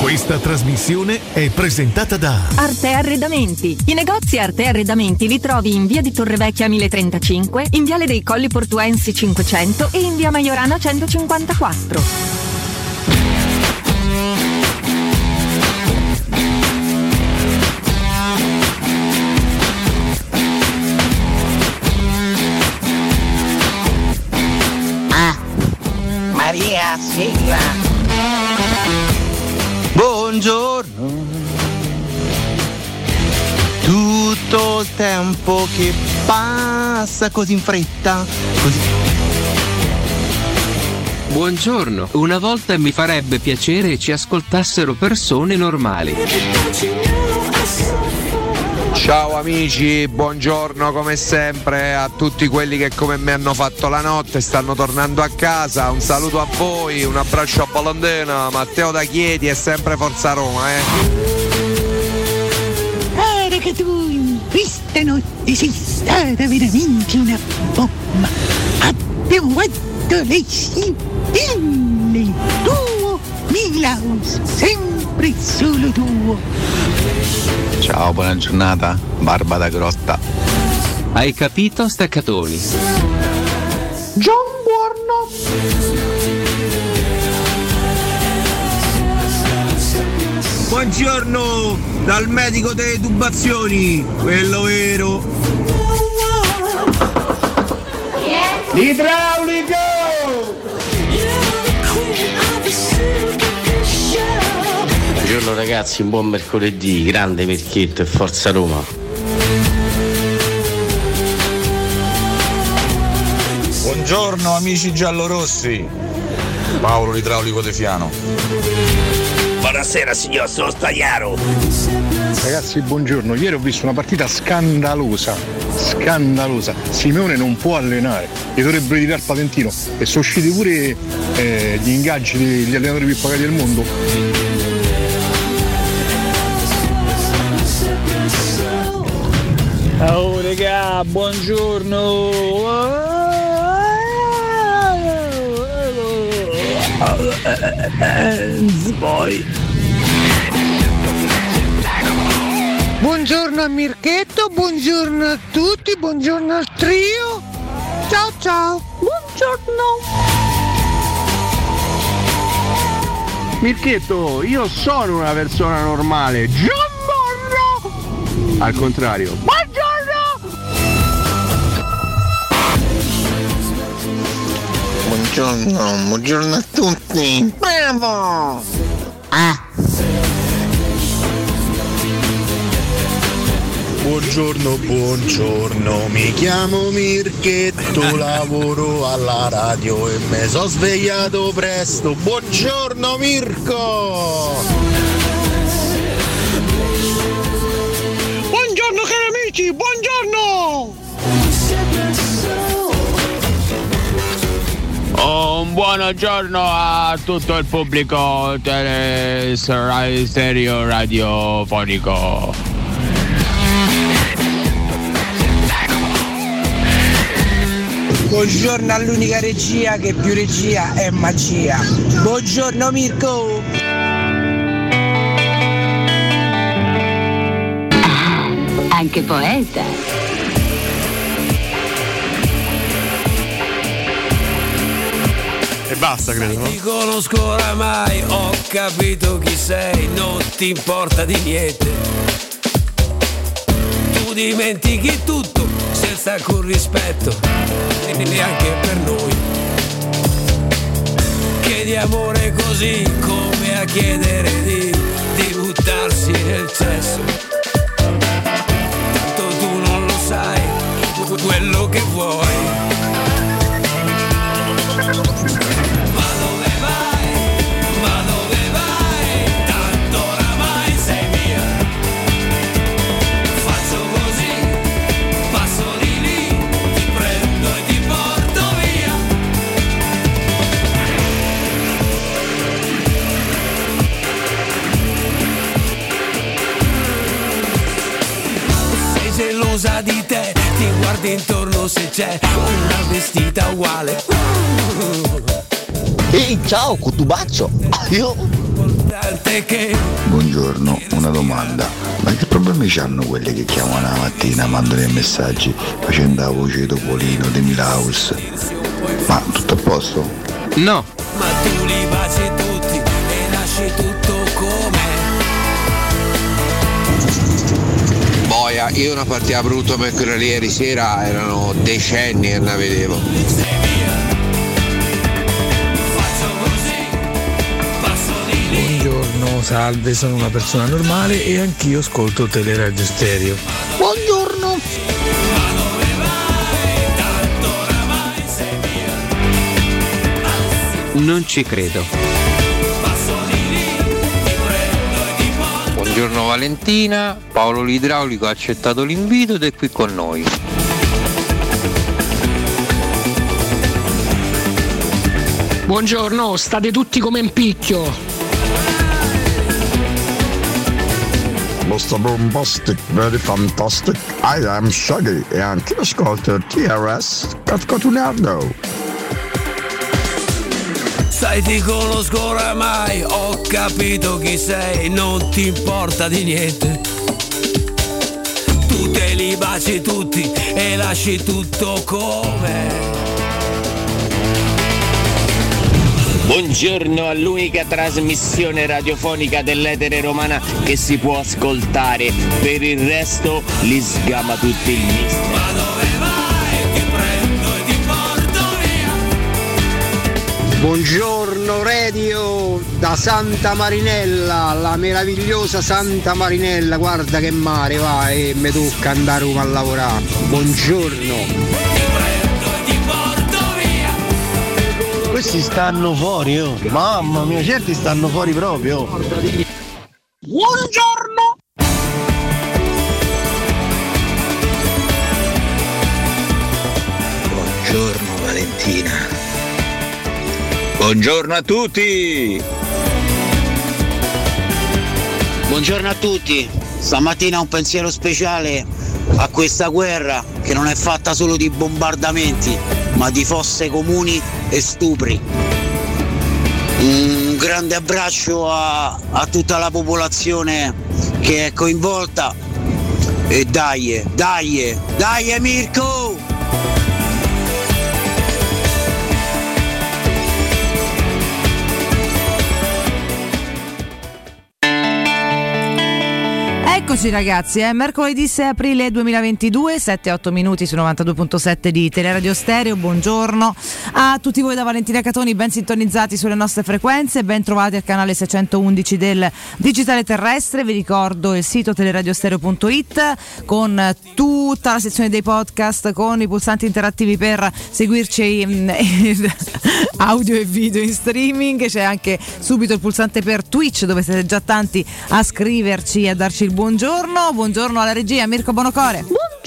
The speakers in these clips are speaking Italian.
Questa trasmissione è presentata da Arte Arredamenti. I negozi Arte Arredamenti li trovi in via di Torrevecchia 1035, in viale dei Colli Portuensi 500 e in via Maiorana 154. Maria, sigla. Buongiorno. Tutto il tempo che passa così in fretta, così. Buongiorno. Una volta mi farebbe piacere ci ascoltassero persone normali. Ciao amici, buongiorno come sempre a tutti quelli che come me hanno fatto la notte, stanno tornando a casa. Un saluto a voi, un abbraccio a Bolondena, Matteo da Chieti e sempre Forza Roma, Pare che tu in questa notte sei stata veramente una bomba. Abbiamo fatto le scintille. Tuo Milaus, sempre solo tuo. Ciao, buona giornata, Barba da Grotta. Hai capito, staccatoni? John Buono. Buongiorno dal medico delle tubazioni, quello vero. Idraulico! Buongiorno ragazzi, un buon mercoledì, grande Mirchetto e Forza Roma. Buongiorno amici giallorossi, Paolo l'idraulico De Fiano. Buonasera signor, sono Stagliaro. Ragazzi, buongiorno. Ieri ho visto una partita scandalosa. Simeone non può allenare, gli dovrebbe ritirare il patentino. E sono usciti pure gli ingaggi degli allenatori più pagati del mondo. Oh regà, buongiorno. Poi. Buongiorno a Mirchetto, buongiorno a tutti, buongiorno al trio. Ciao ciao. Buongiorno. Mirchetto, io sono una persona normale. Al contrario. Buongiorno a tutti. Bravo. Buongiorno, mi chiamo Mirchetto, lavoro alla radio e mi sono svegliato presto. Buongiorno Mirko! Buongiorno cari amici, buongiorno! Un buongiorno a tutto il pubblico stereo radiofonico. Buongiorno all'unica regia che più regia è magia. Buongiorno Mirko. Anche poeta. E basta, credo, no? Ti conosco oramai, ho capito chi sei, non ti importa di niente. Tu dimentichi tutto senza alcun rispetto, neanche per noi. Chiedi amore così come a chiedere di buttarsi nel cesso. Tanto tu non lo sai quello che vuoi. Gelosa di te, ti guardi intorno se c'è una vestita uguale. Ehi, ciao, Cutubaccio. Io l'importante è che Buongiorno, una domanda. Ma che problemi c'hanno quelli che chiamano la mattina, mandano i messaggi facendo la voce di Topolino, di Milaus? Ma tutto a posto? No. ma tu li baci tutti e lasci tutto com'è. Boia, io una partita brutta per quella di ieri sera, erano decenni che la vedevo. Buongiorno, salve, sono una persona normale e anch'io ascolto Teleradio Stereo. Buongiorno. Non ci credo. Buongiorno Valentina, Paolo l'idraulico ha accettato l'invito ed è qui con noi. Buongiorno, state tutti come in picchio. Mr. Bombastic, very fantastic. I am Shaggy e anche ascolto TRS Catcotunardo. Sai ti conosco oramai, ho capito chi sei, non ti importa di niente. Tu te li baci tutti e lasci tutto com'è. Buongiorno all'unica trasmissione radiofonica dell'etere romana che si può ascoltare, per il resto li sgama tutti il mister. Ma dove vai? Ti prendo e ti porto via. Buongiorno radio da Santa Marinella, la meravigliosa Santa Marinella, guarda che mare va e mi tocca andare a lavorare. Buongiorno. Questi stanno fuori, oh. Mamma mia, certi stanno fuori proprio. Buongiorno. Buongiorno Valentina. Buongiorno a tutti. Buongiorno a tutti. Stamattina un pensiero speciale a questa guerra che non è fatta solo di bombardamenti, ma di fosse comuni e stupri. Un grande abbraccio a tutta la popolazione che è coinvolta e dai Mirko! Eccoci ragazzi, è mercoledì 6 aprile 2022, 7-8 minuti su 92.7 di Teleradio Stereo. Buongiorno a tutti voi da Valentina Catoni, ben sintonizzati sulle nostre frequenze, ben trovati al canale 611 del digitale terrestre. Vi ricordo il sito teleradiostereo.it con tutta la sezione dei podcast, con i pulsanti interattivi per seguirci audio e video in streaming. C'è anche subito il pulsante per Twitch, dove siete già tanti a scriverci e a darci il buongiorno. Buongiorno alla regia, Mirko Bonocore.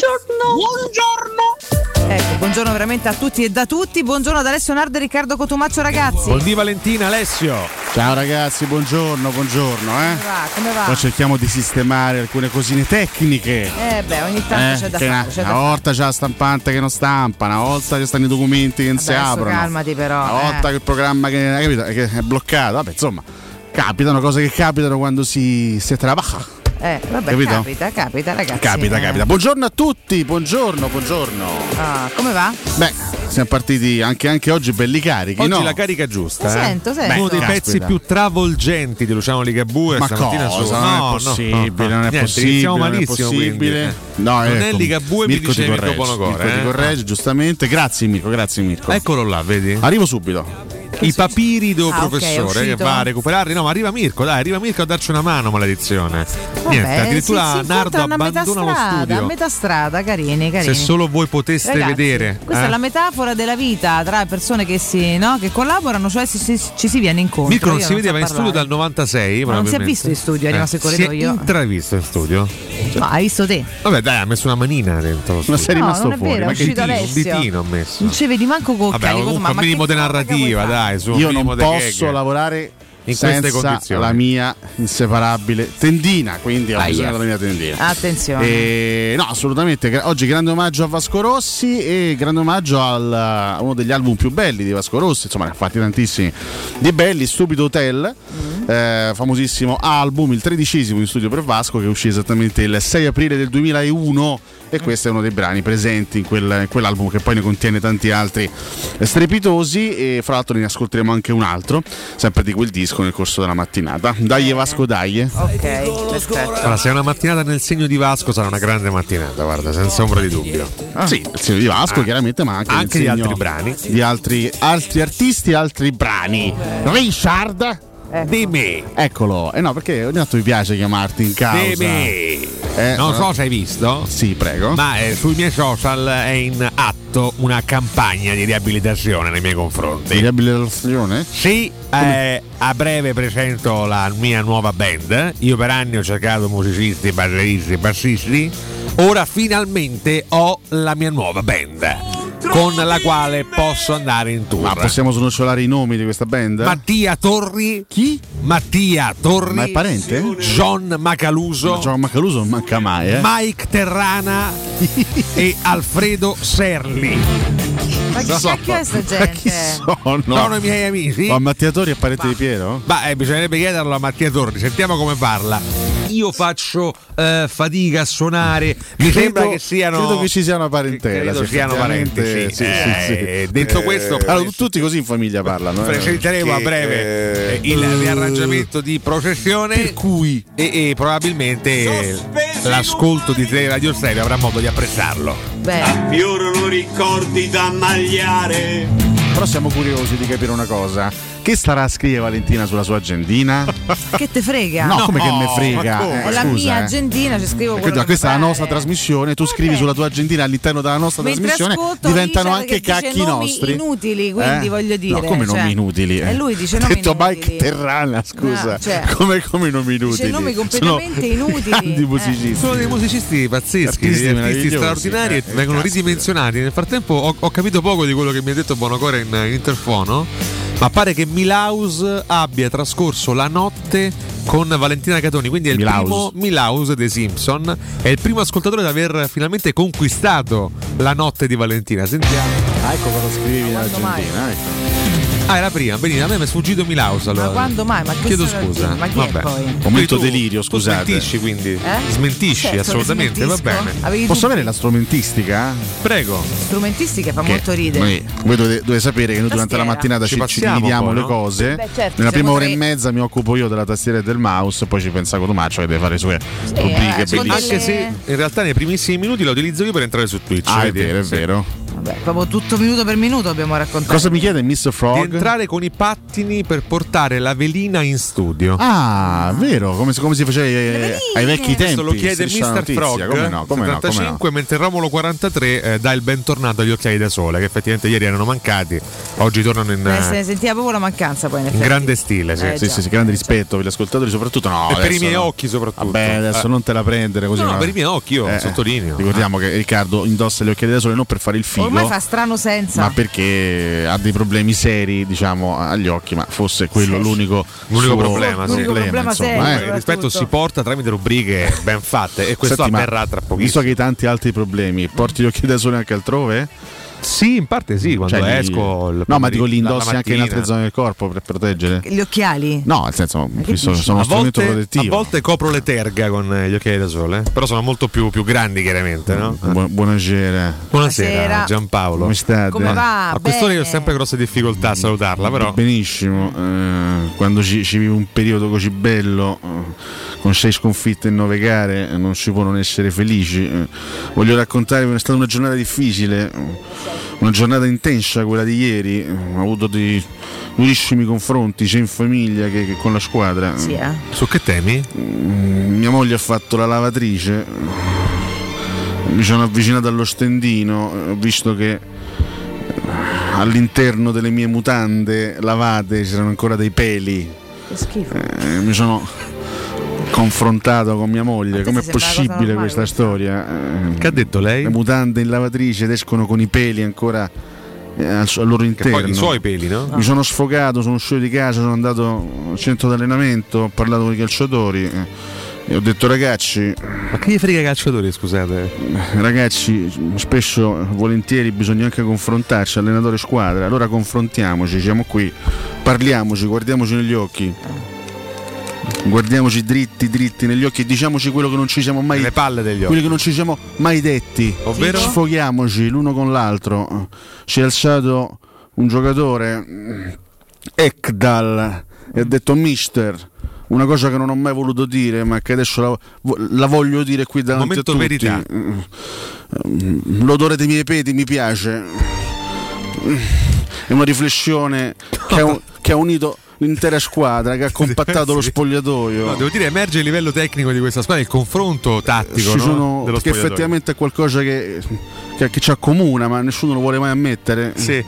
Buongiorno. Ecco, buongiorno veramente a tutti e da tutti. Buongiorno ad Alessio Nardo e Riccardo Cotumaccio, ragazzi. Buondì Valentina, Alessio. Ciao ragazzi, buongiorno. Come va? Poi cerchiamo di sistemare alcune cosine tecniche. Ogni tanto c'è da fare. Una volta c'è la stampante che non stampa, una volta ci stanno i documenti che non si aprono. Calmati però. Una volta che il programma che è bloccato. Vabbè, insomma, capitano cose che capitano quando si trabaja. Capito? Capita ragazzi. Capita. Buongiorno a tutti, buongiorno. Come va? Beh, siamo partiti anche oggi belli carichi, oggi no? la carica giusta. Sento. Uno dei pezzi più travolgenti di Luciano Ligabue. Ma stamattina cosa? Non è possibile, non è possibile. Siamo malissimo, possibile. No, non è Ligabue, mi dice Mirko Bonocore. Mirko ti corregge, giustamente. Grazie Mirko. Eccolo là, vedi? Arrivo subito. I papiri del professore okay, che va a recuperarli. No, ma arriva Mirko a darci una mano, maledizione. Niente, addirittura Nardo abbandona lo studio. A metà strada, carini. Se solo voi poteste ragazzi, vedere. Questa è la metafora della vita tra persone che che collaborano, cioè ci si viene incontro. Mirko non si vedeva in studio dal 96. Ma non si è visto in studio, è rimasto in corridoio. Si è intravisto in studio? No, hai visto te. Vabbè, dai, ha messo una manina dentro lo studio. Ma sei rimasto non è fuori. vero, Ma è uscito un Alessio. ditino ho messo. Non ci vedi manco con Vabbè, un minimo di narrativa, dai. Io non posso lavorare in senza queste condizioni. La mia inseparabile tendina, quindi ho bisogno della mia tendina. Attenzione. No, assolutamente. Oggi grande omaggio a Vasco Rossi e grande omaggio a uno degli album più belli di Vasco Rossi, insomma ne ha fatti tantissimi di belli, Stupido Hotel, famosissimo album, il 13° in studio per Vasco, che uscì esattamente il 6 aprile del 2001 e questo è uno dei brani presenti in quell'album, che poi ne contiene tanti altri strepitosi, e fra l'altro ne ascolteremo anche un altro sempre di quel disco nel corso della mattinata. Dai Vasco, dai. Ok, perfetto. Allora, se è una mattinata nel segno di Vasco sarà una grande mattinata, guarda, senza ombra di dubbio. Sì, il segno di Vasco chiaramente, ma anche di altri brani, di altri artisti, altri brani. Richard di me. Eccolo. No, perché ogni tanto mi piace chiamarti in causa. Di me. Non so se hai visto. Sì, prego. Ma sui miei social è in atto una campagna di riabilitazione nei miei confronti. Di riabilitazione? Sì, a breve presento la mia nuova band. Io per anni ho cercato musicisti, batteristi, bassisti. Ora finalmente ho la mia nuova band, con la quale posso andare in tour. Ma possiamo snocciolare i nomi di questa band? Mattia Torri. Chi? Mattia Torri. Ma è parente? John Macaluso. Ma John Macaluso non manca mai, Mike Terrana e Alfredo Serli. Ma chi cacchio è sta gente? Chi sono? Sono i miei amici. Ma Mattia Torri è parente di Piero? Bisognerebbe chiederlo a Mattia Torri. Sentiamo come parla. Io faccio fatica a suonare. Mi sembra che siano. Credo che ci sia una parentela. Credo siano parenti, sì. Detto questo, tutti così in famiglia parlano. Presenteremo a breve il riarrangiamento di Processione. Per cui e probabilmente l'ascolto di Radio Stereo avrà modo di apprezzarlo. Affiorano ricordi da magliare. Però siamo curiosi di capire una cosa. Che starà a scrivere Valentina sulla sua agendina? Che te frega? No, come che me frega? È la mia agendina, ci scrivo quello questa è la nostra trasmissione, tu scrivi sulla tua agendina all'interno della nostra trasmissione, diventano anche cacchi nostri. Inutili, quindi voglio dire. No, come nomi inutili? E lui dice nomi detto inutili. Mike Terrana, scusa. Come nomi inutili? Dice nomi completamente inutili. Grandi musicisti. Sono dei musicisti pazzeschi, degli artisti straordinari e vengono ridimensionati. Nel frattempo ho capito poco di quello che mi ha detto Buonocore in interfono. Ma pare che Milhouse abbia trascorso la notte con Valentina Catoni, quindi è il primo Milhouse dei Simpson, è il primo ascoltatore ad aver finalmente conquistato la notte di Valentina. Sentiamo. Ecco cosa scrivevi nell'Argentina, ecco. Era prima, benissimo, a me mi è sfuggito Milhouse allora. Ma quando mai? Ma chiedo scusa. Ma chi è poi? Momento delirio, scusate. Smentisci quindi? Smentisci, assolutamente, va bene. Posso avere la strumentistica? Prego. Strumentistica fa molto ridere. Voi dovete sapere che noi durante la mattinata ci dividiamo le cose. Certo, nella prima ora e mezza mi occupo io della tastiera e del mouse, poi ci pensa Cotumaccio che deve fare le sue rubriche bellissime. Anche se in realtà nei primissimi minuti la utilizzo io per entrare su Twitch. È vero. Vabbè, proprio tutto minuto per minuto abbiamo raccontato. Cosa mi chiede Mr. Frog? Di entrare con i pattini per portare la velina in studio. Ah, vero, come si faceva ai vecchi tempi. Questo lo chiede Mr. Frog. Come no, 75, mentre Romolo 43 dà il bentornato agli occhiali da sole, che effettivamente ieri erano mancati, oggi tornano in se ne sentiva proprio la mancanza poi in grande stile, sì, grande rispetto per gli ascoltatori, soprattutto e per i miei occhi soprattutto. Vabbè, adesso non te la prendere così. No, per i miei occhi io sottolineo. Ricordiamo che Riccardo indossa gli occhiali da sole non per fare il figo. Ormai fa strano senza. Ma perché ha dei problemi seri, diciamo, agli occhi, ma fosse quello l'unico problema. L'unico problema serio. Il rispetto si porta tramite rubriche ben fatte e questo avverrà tra pochissimo. Visto che hai tanti altri problemi, porti gli occhiali da sole anche altrove? Sì, in parte sì, quando esco. No, ma dico li indossi anche in altre zone del corpo per proteggere. Gli occhiali? No, nel senso, sono uno strumento protettivo. A volte copro le terga con gli occhiali da sole, però sono molto più grandi chiaramente, no? Buonasera Giampaolo. Come state? Come va? A quest'ora io ho sempre grosse difficoltà a salutarla, però. Benissimo. Quando ci vive un periodo così bello, con 6 sconfitte in 9 gare, non si può non essere felici. Voglio raccontare che è stata una giornata difficile. Una giornata intensa quella di ieri, ho avuto dei durissimi confronti sia in famiglia che con la squadra. Su che temi? Mia moglie ha fatto la lavatrice, mi sono avvicinato allo stendino, ho visto che all'interno delle mie mutande lavate c'erano ancora dei peli. Che schifo. Mi sono confrontato con mia moglie. Com'è possibile questa storia? Che ha detto lei? Le mutande in lavatrice ed escono con i peli ancora al loro interno. Poi i suoi peli, no? Mi sono sfogato, sono uscito di casa, sono andato al centro di allenamento, ho parlato con i calciatori e ho detto ragazzi, ma che gli frega i calciatori, scusate? Ragazzi, spesso volentieri bisogna anche confrontarsi, allenatore squadra, allora confrontiamoci, siamo qui, parliamoci, guardiamoci negli occhi. Guardiamoci dritti negli occhi e diciamoci quello che non ci siamo mai, le palle degli occhi, quello che non ci siamo mai detti, ovvero sfoghiamoci l'uno con l'altro. Si è alzato un giocatore, Ekdal, e ha detto mister, una cosa che non ho mai voluto dire ma che adesso la voglio dire qui davanti a tutti. Verità. L'odore dei miei peti mi piace. È una riflessione che ha unito l'intera squadra, che ha compattato lo spogliatoio. No, devo dire, emerge il livello tecnico di questa squadra, il confronto tattico, no? Dello che effettivamente è qualcosa che ci accomuna, ma nessuno lo vuole mai ammettere. Sì.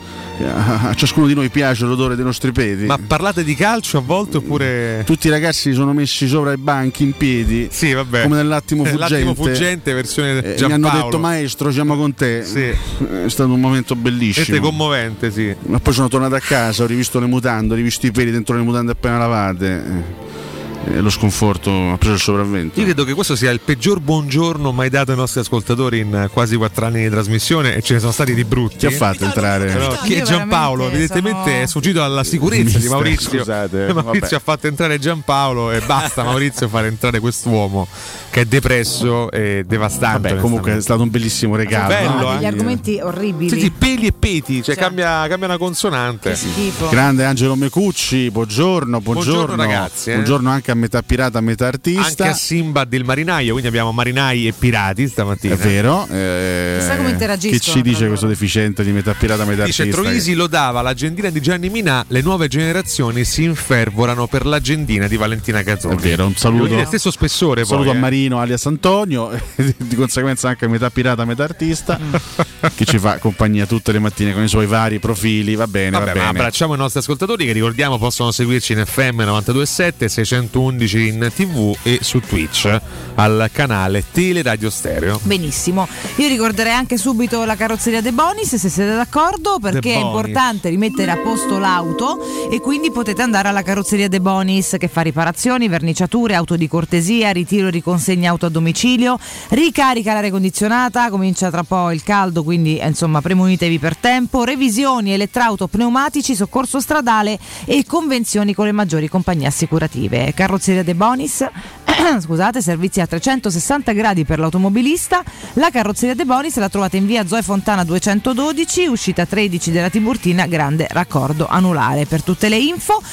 A ciascuno di noi piace l'odore dei nostri peti. Ma parlate di calcio a volte oppure? Tutti i ragazzi si sono messi sopra i banchi in piedi. Sì, vabbè. Come nell'attimo fuggente. L'attimo fuggente versione Giampaolo. Mi hanno detto maestro, siamo con te. Sì. È stato un momento bellissimo. È commovente, sì. Ma poi sono tornato a casa, ho rivisto le mutande, ho rivisto i peli dentro le mutande appena lavate. Lo sconforto ha preso il sopravvento. Io credo che questo sia il peggior buongiorno mai dato ai nostri ascoltatori in quasi 4 anni di trasmissione, e ce ne sono stati di brutti. Chi ha fatto entrare? Però, chi è Giampaolo? Evidentemente è sfuggito alla sicurezza di Maurizio. Scusate, Maurizio ha fatto entrare Giampaolo e basta Maurizio fare entrare quest'uomo che è depresso e devastante. Vabbè, comunque è stato un bellissimo regalo. Bello, gli argomenti orribili. Sì, peli e peti, cioè cambia una consonante. Che schifo. Grande Angelo Mecucci, buongiorno ragazzi. Buongiorno anche a metà pirata, a metà artista. Anche a Simba del Marinaio, quindi abbiamo marinai e pirati stamattina. È vero. Chissà come interagiscono. Che ci dice questo deficiente di metà pirata, metà artista? Dice Troisi lodava l'agendina di Gianni Minà, le nuove generazioni si infervorano per l'agendina di Valentina Cazzoni. È vero, un saluto. Lo stesso spessore. Saluto poi, a Marino alias Antonio, di conseguenza anche metà pirata, metà artista, che ci fa compagnia tutte le mattine con i suoi vari profili. Va bene, va bene. Ma abbracciamo i nostri ascoltatori che ricordiamo possono seguirci in FM 92.7, 611 in TV e su Twitch al canale Teleradio Stereo. Benissimo, io ricorderei anche subito la carrozzeria De Bonis, se siete d'accordo, perché è importante rimettere a posto l'auto e quindi potete andare alla carrozzeria De Bonis, che fa riparazioni, verniciature, auto di cortesia, ritiro e riconsegna auto a domicilio, ricarica l'aria condizionata, comincia tra poco il caldo, quindi insomma premunitevi per tempo, revisioni, elettrauto, pneumatici, soccorso stradale e convenzioni con le maggiori compagnie assicurative. Carrozzeria De Bonis, scusate, servizi a 360 gradi per l'automobilista. La carrozzeria De Bonis la trovate in via Zoe Fontana 212, uscita 13 della Tiburtina, grande raccordo anulare. Per tutte le info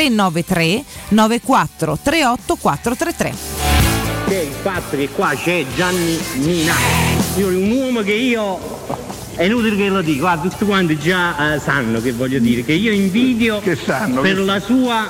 393 94 38 433. Che il fatto che qua c'è Gianni Minà, un uomo che io, è inutile che lo dico, guarda, tutti quanti già sanno che voglio dire, che io invidio che sanno, per la sua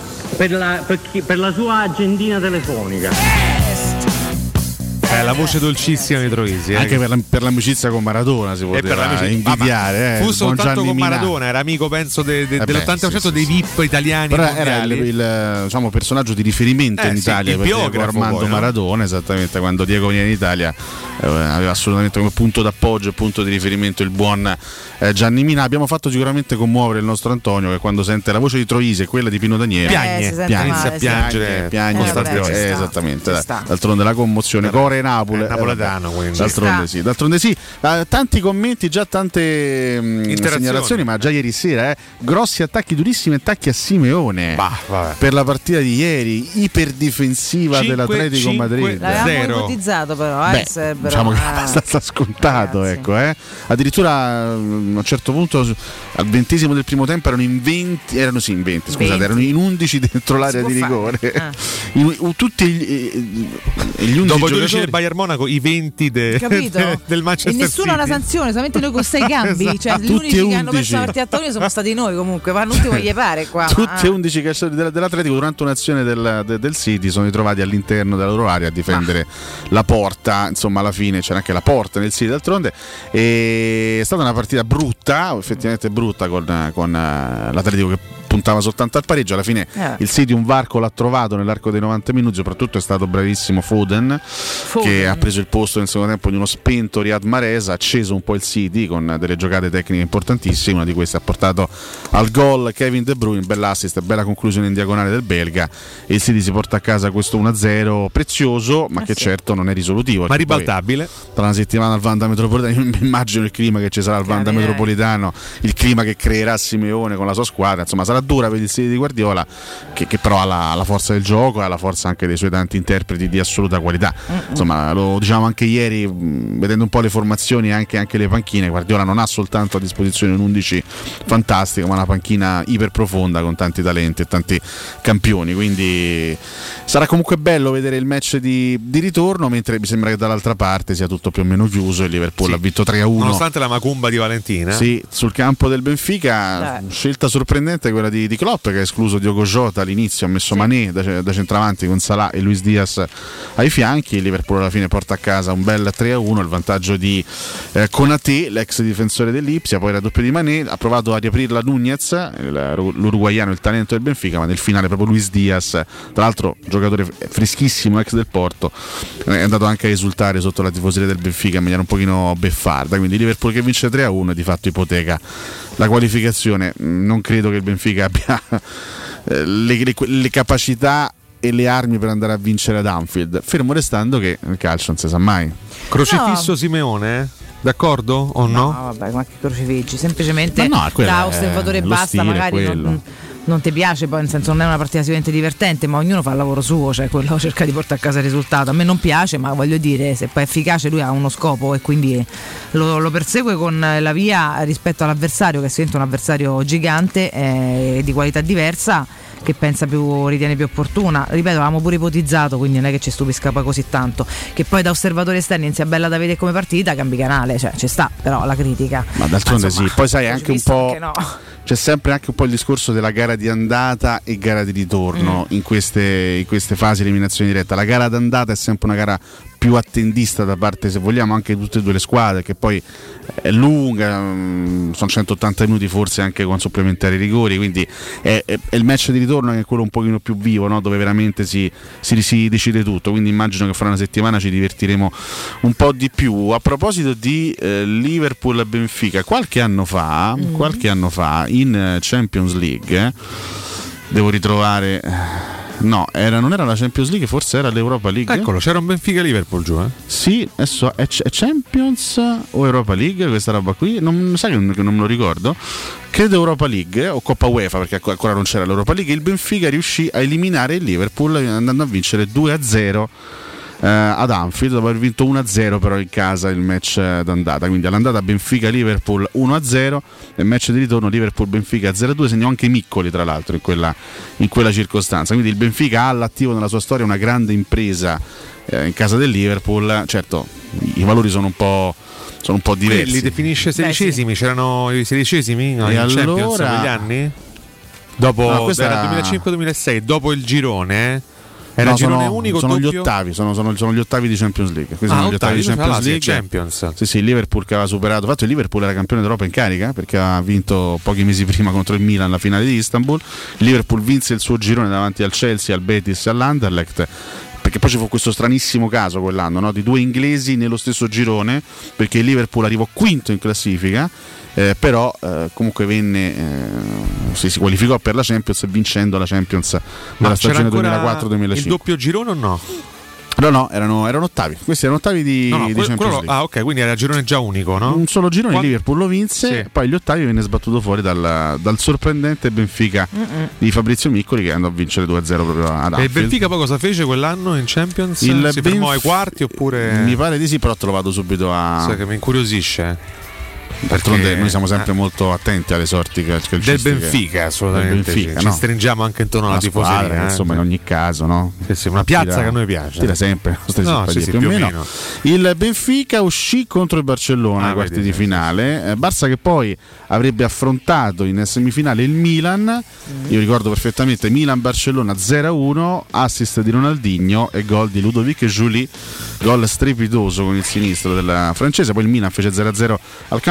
agendina telefonica. La voce dolcissima di Troisi. Anche per l'amicizia con Maradona si poteva invidiare. Fu soltanto con Maradona, era amico penso dell'80% dei VIP italiani. Però era il diciamo, personaggio di riferimento in Italia, perché Armando poi, Maradona, esattamente, quando Diego veniva in Italia aveva assolutamente come punto d'appoggio e punto di riferimento il buon Gianni Minà. Abbiamo fatto sicuramente commuovere il nostro Antonio, che quando sente la voce di Troisi e quella di Pino Daniele piange a piangere, esattamente. D'altronde la commozione Core napoletano, d'altronde sì. Tanti commenti, già tante segnalazioni, ma già ieri sera grossi attacchi, durissimi attacchi a Simeone per la partita di ieri, iperdifensiva dell'Atletico Madrid. L'avevamo ipotizzato però, diciamo che è abbastanza scontato, ecco, addirittura a un certo punto al 20° del primo tempo erano in 20, erano in 11 dentro l'area di rigore. Tutti gli 11 dopo 12 del Bayern Monaco, i 20 del Manchester City. E nessuno ha la sanzione, solamente noi con 6 gambi. Cioè, gli unici che hanno perso la partita a Torino sono stati noi, comunque. Ma non ti voglio pare qua. Tutti e 11 calciatori dell'Atletico durante un'azione del City sono ritrovati all'interno della loro area a difendere la porta. Insomma, alla fine c'era anche la porta nel City, d'altronde. E è stata una partita brutta, effettivamente brutta, con l'Atletico che puntava soltanto al pareggio. Alla fine il City un varco l'ha trovato nell'arco dei 90 minuti, soprattutto è stato bravissimo Foden, che ha preso il posto nel secondo tempo di uno spento Riyad Mahrez, ha acceso un po' il City con delle giocate tecniche importantissime. Una di queste ha portato al gol Kevin De Bruyne, bell'assist, bella conclusione in diagonale del belga, e il City si porta a casa questo 1-0 prezioso, ma che certo non è risolutivo, ma ribaltabile. Tra una settimana al Wanda Metropolitano, immagino il clima che ci sarà al Wanda Metropolitano, il clima che creerà Simeone con la sua squadra, insomma sarà dura per il City di Guardiola, che però ha la forza del gioco e ha la forza anche dei suoi tanti interpreti di assoluta qualità. Insomma, lo diciamo anche ieri, vedendo un po' le formazioni e anche le panchine, Guardiola non ha soltanto a disposizione un 11 fantastico, ma una panchina iper profonda con tanti talenti e tanti campioni, quindi sarà comunque bello vedere il match di ritorno, mentre mi sembra che dall'altra parte sia tutto più o meno chiuso. Il Liverpool ha vinto 3-1 nonostante la macumba di Valentina. Sì, sul campo del Benfica. Scelta sorprendente quella di Klopp, che ha escluso Diogo Jota all'inizio, ha messo Mané da centravanti con Salah e Luis Diaz ai fianchi. Il Liverpool alla fine porta a casa un bel 3-1, il vantaggio di Konaté, l'ex difensore dell'Ipsia, poi il raddoppio di Mané, ha provato a riaprirla Nunez, l'uruguaiano, il talento del Benfica, ma nel finale proprio Luis Diaz, tra l'altro giocatore freschissimo, ex del Porto, è andato anche a esultare sotto la tifoseria del Benfica in maniera un pochino beffarda. Quindi Liverpool che vince 3-1 e di fatto ipoteca la qualificazione. Non credo che il Benfica abbia le capacità e le armi per andare a vincere ad Anfield, fermo restando che nel calcio non si sa mai. Crocifisso Simeone? D'accordo o no? No, vabbè, ma che crocifiggi, semplicemente da osservatore basta, magari non ti piace, poi nel senso non è una partita sicuramente divertente, ma ognuno fa il lavoro suo, cioè quello cerca di portare a casa il risultato. A me non piace, ma voglio dire, se poi è efficace lui ha uno scopo e quindi lo persegue con la via rispetto all'avversario, che è sempre un avversario gigante di qualità diversa, che ritiene più opportuna. Ripeto, l'avevamo pure ipotizzato, quindi non è che ci stupisca poi così tanto. Che poi da osservatore esterno sia bella da vedere come partita, cambi canale, cioè ci sta però la critica. Ma d'altronde sì, poi sai anche un po'. No. C'è sempre anche un po' il discorso della gara di andata e gara di ritorno in queste fasi di eliminazione diretta. La gara d'andata è sempre una gara più attendista da parte, se vogliamo, anche di tutte e due le squadre, che poi è lunga, sono 180 minuti forse anche con supplementari rigori, quindi è il match di ritorno che è quello un pochino più vivo, no? Dove veramente si decide tutto, quindi immagino che fra una settimana ci divertiremo un po' di più. A proposito di Liverpool-Benfica, qualche anno fa in Champions League devo ritrovare... No, non era la Champions League, forse era l'Europa League. Eccolo, c'era un Benfica-Liverpool giù, Sì, adesso è Champions o Europa League questa roba qui? Non sai che non me lo ricordo. Credo Europa League o Coppa UEFA, perché ancora non c'era l'Europa League. Il Benfica riuscì a eliminare il Liverpool andando a vincere 2-0 ad Anfield, dopo aver vinto 1-0 però in casa il match d'andata. Quindi all'andata Benfica-Liverpool 1-0 e match di ritorno Liverpool-Benfica 0-2, segnò anche Miccoli tra l'altro in quella circostanza. Quindi il Benfica ha all'attivo nella sua storia una grande impresa in casa del Liverpool. Certo, i valori sono un po' diversi. Li definisce sedicesimi? C'erano i sedicesimi in Champions negli anni? Dopo era 2005-2006, dopo il girone, era girone unico, sono doppio? Gli ottavi, sono gli ottavi di Champions League. Questi sono gli ottavi di Champions League. Champions. Sì, il Liverpool che aveva superato. Infatti il Liverpool era campione d'Europa in carica perché ha vinto pochi mesi prima contro il Milan la finale di Istanbul. Il Liverpool vinse il suo girone davanti al Chelsea, al Betis e all'Anderlecht. Perché poi ci fu questo stranissimo caso quell'anno, no? Di due inglesi nello stesso girone, perché il Liverpool arrivò quinto in classifica. Però comunque si qualificò per la Champions vincendo la Champions della stagione 2004-2005. Il doppio girone o no? No, erano ottavi. Questi erano ottavi di Champions League. Ah, ok, quindi era girone già unico, no? Un solo girone, il Liverpool lo vinse, poi gli ottavi venne sbattuto fuori dal sorprendente Benfica di Fabrizio Miccoli, che andò a vincere 2-0 proprio ad Anfield. E il Benfica poi cosa fece quell'anno in Champions? Si fermò ai quarti oppure? Mi pare di sì, però te lo vado subito a... Sai che mi incuriosisce. D'altronde noi siamo sempre molto attenti alle sorti del Benfica, assolutamente. Del Benfica, ci stringiamo anche intorno alla tifoseria, insomma, in ogni caso, no? Sì, una piazza che a noi piace. Tira sempre più o meno. Il Benfica uscì contro il Barcellona ai quarti di finale. Barça che poi avrebbe affrontato in semifinale il Milan. Io ricordo perfettamente Milan-Barcellona 0-1, assist di Ronaldinho e gol di Ludovic Giuli, gol strepitoso con il sinistro della francese. Poi il Milan fece 0-0 al campo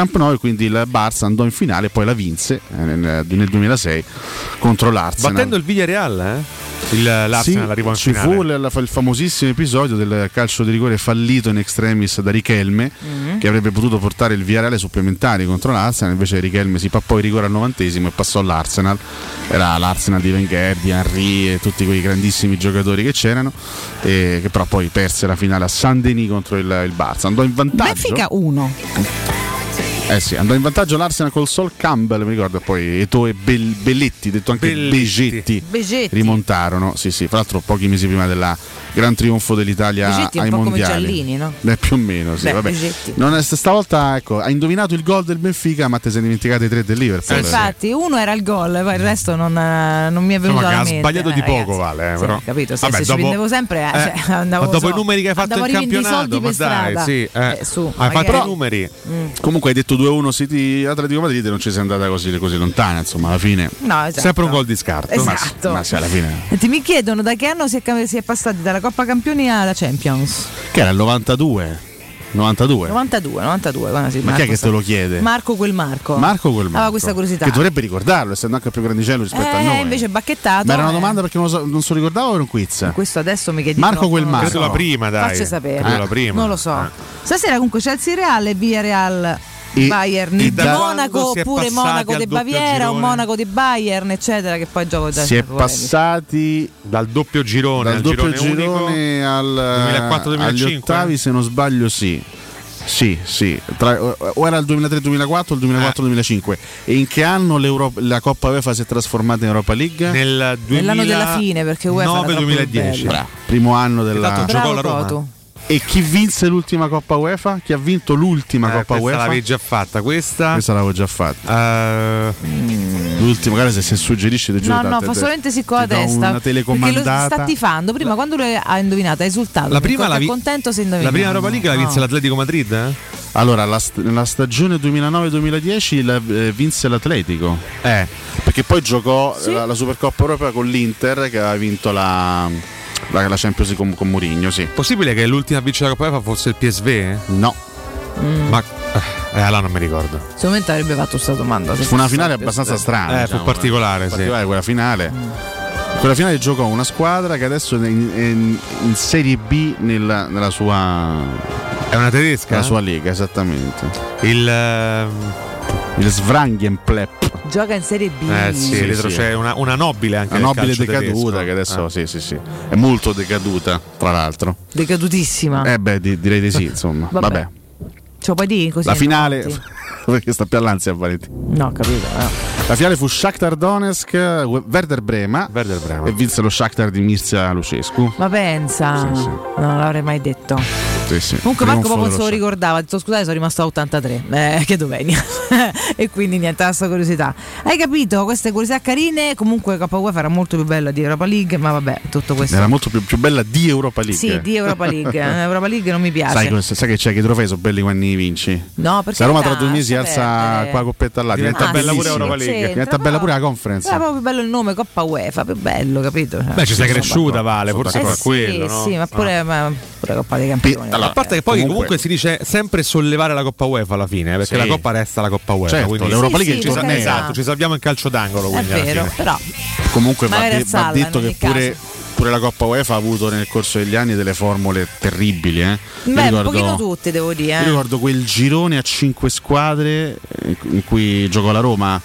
Camp Nou, e quindi il Barça andò in finale e poi la vinse nel 2006 contro l'Arsenal, battendo il Villarreal, l'Arsenal arrivò in finale. Ci fu il famosissimo episodio del calcio di rigore fallito in extremis da Richelme, che avrebbe potuto portare il Villarreal ai supplementari contro l'Arsenal, invece Richelme si pappò il rigore al 90esimo e passò all'Arsenal. Era l'Arsenal di Wenger, di Henry e tutti quei grandissimi giocatori che c'erano, che però poi perse la finale a Saint-Denis contro il Barça. Andò in vantaggio Benfica 1. Andò in vantaggio l'Arsenal col Sol Campbell, mi ricordo, poi Eto'o e Belletti, detto anche Begetti, rimontarono. Sì, fra l'altro pochi mesi prima del gran trionfo dell'Italia Begetti ai un po' mondiali. come Giallini, no? Più o meno, sì. Vabbè. Non è, stavolta, ecco, ha indovinato il gol del Benfica, ma te sei dimenticato i 3 del Liverpool. Infatti, uno era il gol, poi il resto non mi è venuto alla mente. Ha sbagliato di poco, Vale, sì, però. Capito, se ci vendevo sempre, andavo, ma dopo i numeri che hai fatto in campionato, ma dai, sì, hai fatto i numeri. Comunque hai detto 2-1 City Atletico Madrid, non ci sei andata così lontana, insomma, alla fine. No, esatto. Sempre un gol di scarto. Esatto. Ma sì, alla fine. Mi chiedono da che anno si è passati dalla Coppa Campioni alla Champions? Che era il 92. 92. Ma chi è che te lo chiede? Marco quel Marco. Aveva questa curiosità. Che dovrebbe ricordarlo, essendo anche più grandicello rispetto a noi. Invece bacchettato. Ma era una domanda perché non so ricordavo o era un quiz? Questo adesso mi chiedi. Marco quel Marco. Credo la prima, dai. Facci sapere. La prima. Non lo so. Stasera comunque Chelsea Real e Villarreal Bayern di Monaco, oppure Monaco di Baviera o Monaco di Bayern, eccetera, che poi gioco già. Si è passati dal doppio girone al 2004-2005 agli ottavi, se non sbaglio, sì. O era il 2003-2004 o il 2004-2005. E in che anno la Coppa UEFA si è trasformata in Europa League? Nell'anno della fine, perché UEFA 9-2010. Primo anno della giocò la Roma. E chi vinse l'ultima Coppa UEFA? Chi ha vinto l'ultima Coppa UEFA? L'avevi già fatta questa? Questa l'avevo già fatta. L'ultima, magari se suggerisci te giuro. No, fa solamente sì con la testa. Una telecomandata. Perché lo sta tifando. Prima quando lui ha indovinato, ha esultato. La prima è contento se indovina. La prima Europa League la vinse l'Atletico Madrid? Allora, nella stagione 2009-2010 vinse l'Atletico. Perché poi giocò la Supercoppa Europea con l'Inter, che aveva vinto la Champions League con Mourinho, sì. Possibile che l'ultima a vincere la Coppa UEFA fosse il PSV? No. Ma allora non mi ricordo. Sicuramente avrebbe fatto questa domanda. Fu una finale abbastanza strana. Fu particolare, sì. Quella finale. Quella finale giocò una squadra che adesso è in Serie B nella sua. È una tedesca? La sua lega, esattamente. Il Svrangenplep. Gioca in Serie B. Sì, dietro c'è una nobile anche. Una nobile decaduta che adesso sì. È molto decaduta, tra l'altro. Decadutissima. Direi di sì, insomma. Vabbè. Ce lo puoi dire così? La finale. Perché sta più all'ansia, Valentino. No, capito. La finale fu Shakhtar Donetsk, Werder Brema. E vinse lo Shakhtar di Mircea Lucescu. Ma pensa. Sì. Non l'avrei mai detto. Comunque Marco proprio non se lo ricordava, ha detto scusate, sono rimasto a 83, che dov'è? E quindi niente, la sua curiosità. Hai capito? Queste curiosità carine. Comunque Coppa UEFA era molto più bella di Europa League, ma vabbè, tutto questo. Era molto più bella di Europa League. Sì, di Europa League. Europa League non mi piace. Sai che c'è, che i trofei sono belli quando li vinci? No, perché se Roma tra 2 mesi alza qua coppetta là, diventa bella pure Europa League. Diventa bella pure la Conference. Era proprio bello il nome, Coppa UEFA, più bello, capito? Beh, ci sei cresciuta, Vale, forse per quello, no? Sì, ma pure Coppa dei Campioni. A parte che poi comunque si dice sempre sollevare la Coppa UEFA alla fine, perché la Coppa resta la Coppa UEFA. Certo, quindi l'Europa League è il torneo. Esatto, ci salviamo in calcio d'angolo. È vero, però. Comunque va detto che pure la Coppa UEFA ha avuto nel corso degli anni delle formule terribili. Un pochino tutte, devo dire. Io ricordo quel girone a 5 squadre in cui giocò la Roma,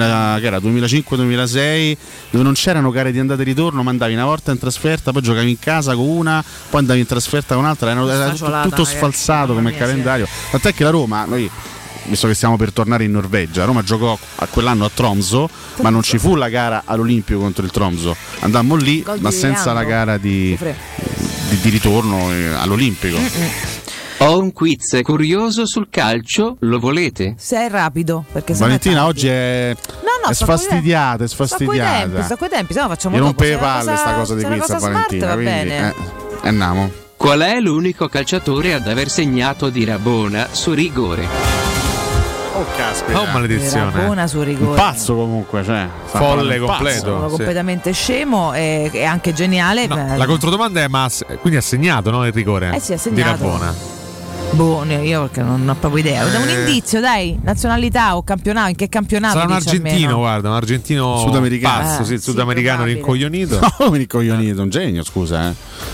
2005-2006, dove non c'erano gare di andata e ritorno, ma andavi una volta in trasferta, poi giocavi in casa con una, poi andavi in trasferta con un'altra, era tutto sfalsato come calendario. Tant'è che la Roma, noi, visto che stiamo per tornare in Norvegia, Roma giocò a quell'anno a Tromsø, ma non ci fu la gara all'Olimpio contro il Tromsø. Andammo lì, ma senza la gara di ritorno all'Olimpico. Ho un quiz curioso sul calcio, lo volete? Se è rapido, perché Valentina oggi è sfastidiata, Sto coi tempi, se no facciamo mi dopo. rompe le palle sta cosa di quiz a Valentina, quindi andiamo. Qual è l'unico calciatore ad aver segnato di Rabona su rigore? Oh caspita. Oh maledizione. Rabona su rigore. Un pazzo comunque, folle completo. Sono completamente scemo e anche geniale. No, la controdomanda è quindi ha segnato, no, il rigore? Sì, ha segnato. Di Rabona. Io perché non ho proprio idea. Da un indizio, dai, nazionalità o campionato, in che campionato? Sarà un argentino, guarda, un argentino sudamericano, pazzo, sì, sudamericano rincoglionito. No, rincoglionito, un genio, scusa.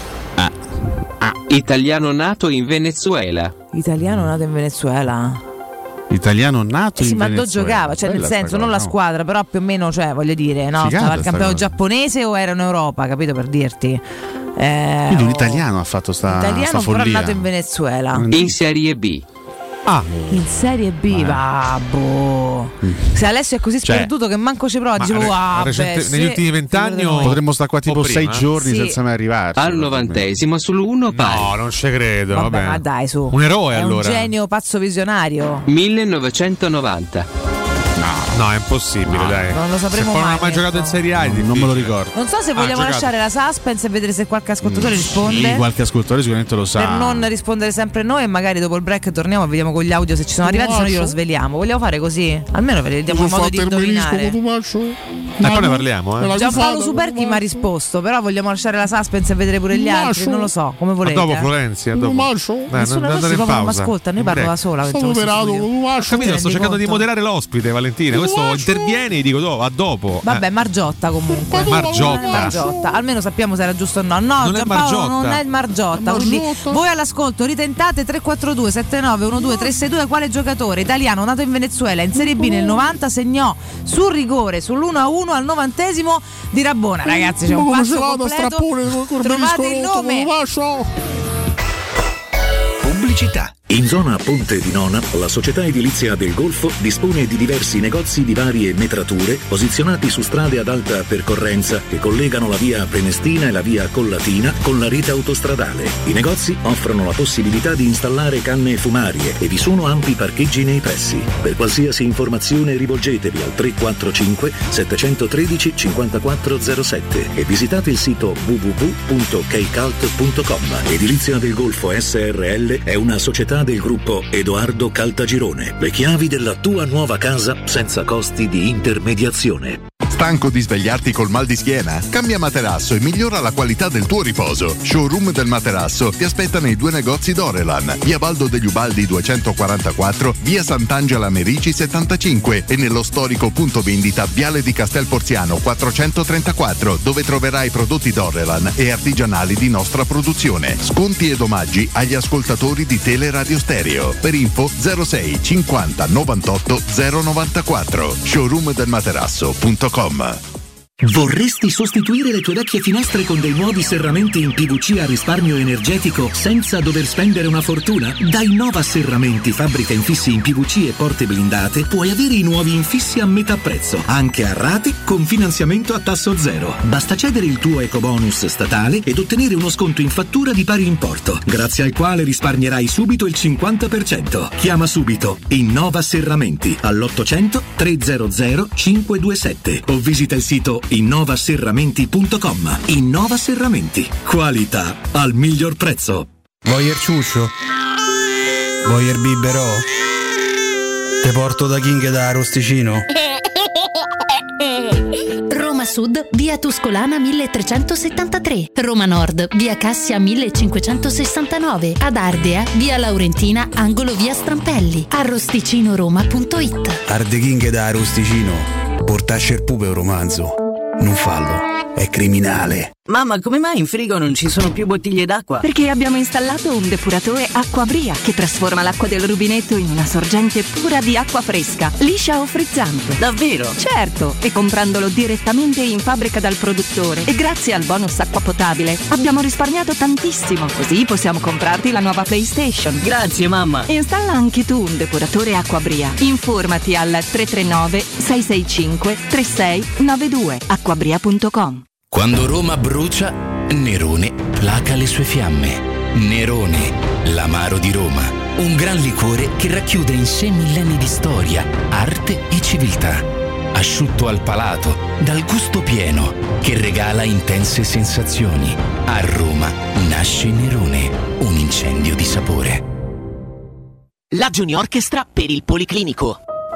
Italiano nato in Venezuela. Italiano nato in Venezuela. Italiano nato in ma Venezuela. dove giocava? Cioè, nel senso, non la squadra, però più o meno, cioè, voglio dire, no? Stava al campionato giapponese o era in Europa, capito, per dirti? Quindi un italiano ha fatto sta Italiano follia. però nato in Venezuela. In Serie B. In Serie B, Se Alessio è così sperduto che manco ci prova, negli ultimi 20 anni potremmo stare qua tipo 6 giorni Sì. senza mai arrivarci. Al 90esimo sul 1 pari. No, non ci credo. Vabbè, ma dai, su. Un eroe, è allora. Un genio pazzo visionario. 1990. No, è impossibile, dai. Non lo sapremo se mai. Non ha mai giocato in Serie A, non me lo ricordo. Non so se vogliamo lasciare la suspense e vedere se qualche ascoltatore risponde. Sì, qualche ascoltatore sicuramente lo sa. Per non rispondere sempre noi e magari dopo il break torniamo e vediamo con gli audio se ci sono arrivati, se no glielo sveliamo. Vogliamo fare così? Almeno ve diamo un modo di indovinare. E poi ne parliamo, Gianpaolo Superchi mi ha risposto, però vogliamo lasciare la suspense e vedere pure gli altri. Non lo so, come volete. Dopo Florenzia, dopo. Nessuno andare in pausa. Ma ascolta, noi parlo da sola. Ho capito, sto cercando di moderare l'ospite, Valentina. Questo interviene e dico a dopo. Vabbè, Margiotta comunque. Margiotta. Almeno sappiamo se era giusto o no. No, non Giampaolo non è Margiotta. Quindi voi all'ascolto ritentate 342 79 12 362 quale giocatore italiano nato in Venezuela in Serie B nel 90 segnò sul rigore sull'1-1 al 90esimo di Rabona. Ragazzi, c'è un passo completo. Trovate il nome. Pubblicità. In zona Ponte di Nona, la società edilizia del Golfo dispone di diversi negozi di varie metrature posizionati su strade ad alta percorrenza che collegano la via Prenestina e la via Collatina con la rete autostradale. I negozi offrono la possibilità di installare canne fumarie e vi sono ampi parcheggi nei pressi. Per qualsiasi informazione rivolgetevi al 345 713 5407 e visitate il sito www.keicalt.com. Edilizia del Golfo SRL è una società del gruppo Edoardo Caltagirone. Le chiavi della tua nuova casa senza costi di intermediazione. Stanco di svegliarti col mal di schiena? Cambia materasso e migliora la qualità del tuo riposo. Showroom del materasso ti aspetta nei 2 negozi Dorelan, via Baldo degli Ubaldi 244, via Sant'Angela Merici 75 e nello storico punto vendita Viale di Castel Porziano 434, dove troverai prodotti Dorelan e artigianali di nostra produzione. Sconti ed omaggi agli ascoltatori di Teleradio Stereo. Per info 06 50 98 094. showroomdelmaterasso.com. Vorresti sostituire le tue vecchie finestre con dei nuovi serramenti in PVC a risparmio energetico senza dover spendere una fortuna? Da Innova Serramenti, fabbrica infissi in PVC e porte blindate, puoi avere i nuovi infissi a metà prezzo, anche a rate con finanziamento a tasso zero. Basta cedere il tuo ecobonus statale ed ottenere uno sconto in fattura di pari importo, grazie al quale risparmierai subito il 50%. Chiama subito Innova Serramenti all'800 300 527 o visita il sito innovaserramenti.com. Innova Serramenti, qualità al miglior prezzo. Voyer ciuccio? Voyer biberò? Te porto da King da Arosticino? Roma Sud, via Tuscolana 1373. Roma Nord, via Cassia 1569. Ad Ardea, via Laurentina, angolo via Strampelli. Arrosticinoroma.it. Arde King da Arosticino. Portasce il pupe un romanzo. Non fallo, è criminale. Mamma, come mai in frigo non ci sono più bottiglie d'acqua? Perché abbiamo installato un depuratore Acquabria che trasforma l'acqua del rubinetto in una sorgente pura di acqua fresca, liscia o frizzante. Davvero? Certo, e comprandolo direttamente in fabbrica dal produttore e grazie al bonus acqua potabile abbiamo risparmiato tantissimo, così possiamo comprarti la nuova PlayStation. Grazie mamma. Installa anche tu un depuratore Acquabria. Informati al 339 665 3692 acquabria.com. Quando Roma brucia, Nerone placa le sue fiamme. Nerone, l'amaro di Roma. Un gran liquore che racchiude in sé millenni di storia, arte e civiltà. Asciutto al palato, dal gusto pieno, che regala intense sensazioni. A Roma nasce Nerone, un incendio di sapore. La Junior Orchestra per il Policlinico.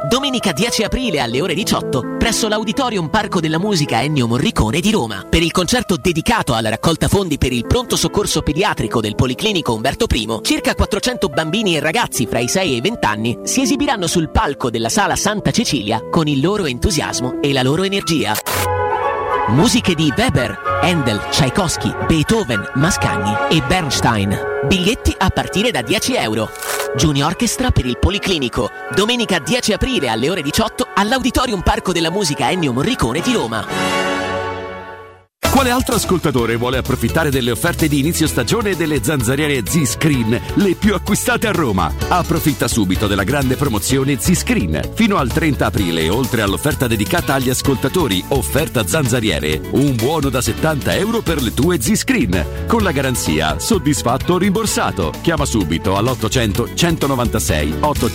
domenica 10 aprile alle ore 18 presso l'Auditorium Parco della Musica Ennio Morricone di Roma per il concerto dedicato alla raccolta fondi per il pronto soccorso pediatrico del Policlinico Umberto I. Circa 400 bambini e ragazzi fra i 6 e i 20 anni si esibiranno sul palco della Sala Santa Cecilia con il loro entusiasmo e la loro energia. Musiche di Weber, Handel, Tchaikovsky, Beethoven, Mascagni e Bernstein. Biglietti a partire da €10. Junior Orchestra per il Policlinico. Domenica 10 aprile alle ore 18 all'Auditorium Parco della Musica Ennio Morricone di Roma. Quale altro ascoltatore vuole approfittare delle offerte di inizio stagione delle zanzariere Z-Screen, le più acquistate a Roma? Approfitta subito della grande promozione Z-Screen. Fino al 30 aprile, oltre all'offerta dedicata agli ascoltatori, offerta zanzariere, un buono da €70 per le tue Z-Screen, con la garanzia soddisfatto o rimborsato. Chiama subito all'800 196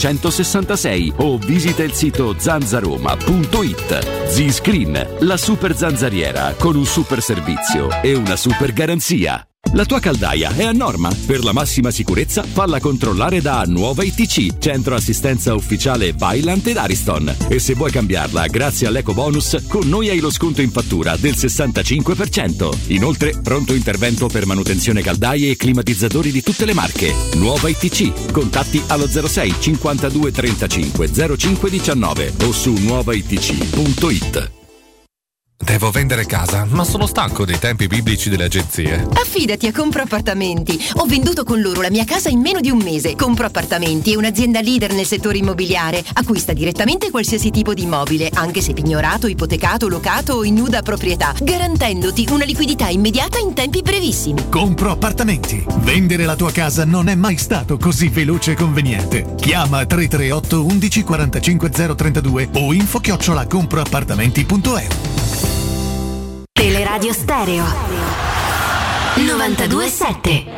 866 o visita il sito zanzaroma.it. Z-Screen, la super zanzariera con un super servizio e una super garanzia. La tua caldaia è a norma. Per la massima sicurezza falla controllare da Nuova ITC, centro assistenza ufficiale Vaillant ed Ariston. E se vuoi cambiarla grazie all'eco bonus, con noi hai lo sconto in fattura del 65%. Inoltre pronto intervento per manutenzione caldaie e climatizzatori di tutte le marche. Nuova ITC. Contatti allo 06 52 35 05 19 o su nuovaitc.it. Devo vendere casa, ma sono stanco dei tempi biblici delle agenzie. Affidati a Compro Appartamenti. Ho venduto con loro la mia casa in meno di un mese. Compro Appartamenti è un'azienda leader nel settore immobiliare. Acquista direttamente qualsiasi tipo di immobile, anche se pignorato, ipotecato, locato o in nuda proprietà, garantendoti una liquidità immediata in tempi brevissimi. Compro Appartamenti. Vendere la tua casa non è mai stato così veloce e conveniente. Chiama 338 11 45 032 o info@comproappartamenti.eu. Teleradio Stereo 92.7.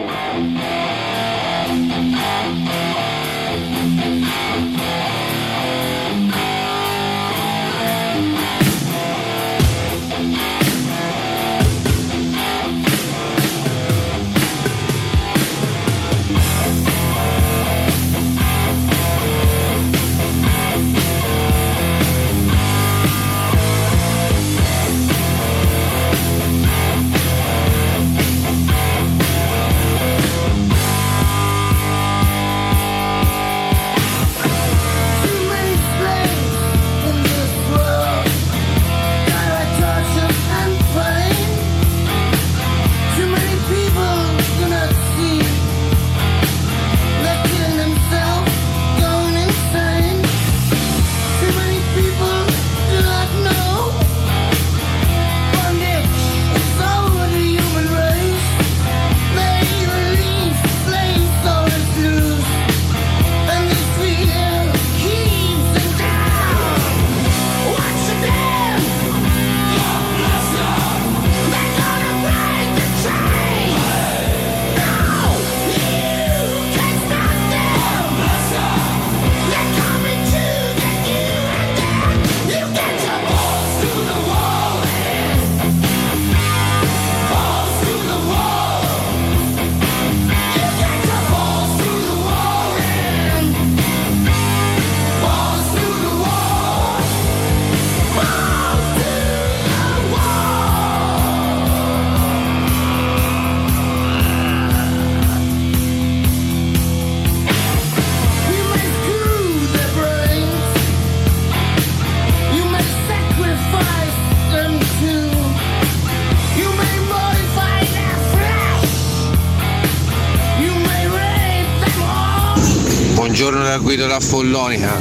Buongiorno da Guido da Follonica.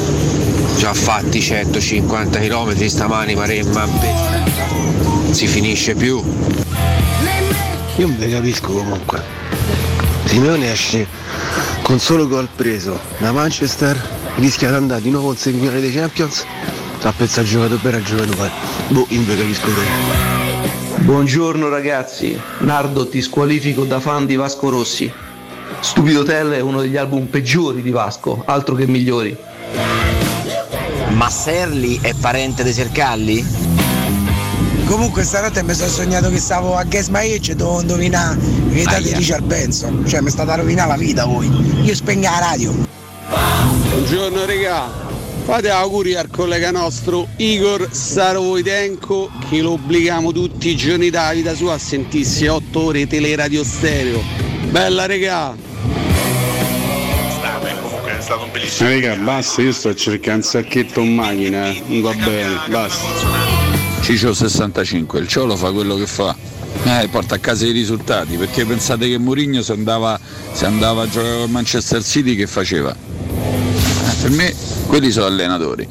Già fatti 150 km stamani, Maremma, non si finisce più. Io non vi capisco comunque. Simeone esce con solo gol preso da Manchester, rischia di andare di nuovo in semifinale dei Champions. Sta pensare al giocatore bene, al giocatore. Boh, io non vi capisco te. Buongiorno ragazzi, Nardo ti squalifico da fan di Vasco Rossi. Stupido Hotel è uno degli album peggiori di Vasco, altro che migliori. Ma Serli è parente dei Sercalli? Comunque stanotte mi sono sognato che stavo a Guess My Age e dovevo indovinare l'età di Richard Benson. Cioè mi state a rovinare la vita voi. Io spengo la radio. Buongiorno regà. Fate auguri al collega nostro Igor Starovoitenko, che lo obblighiamo tutti i giorni della vita sua a sentirsi 8 ore Teleradio Stereo. Bella regà! Comunque è stato un bellissimo. Raga, basta, io sto cercando un sacchetto in macchina, non va bene, basta. Ciccio 65, il Ciolo fa quello che fa. Porta a casa i risultati, perché pensate che Mourinho se andava a giocare con Manchester City che faceva? Per me quelli sono allenatori.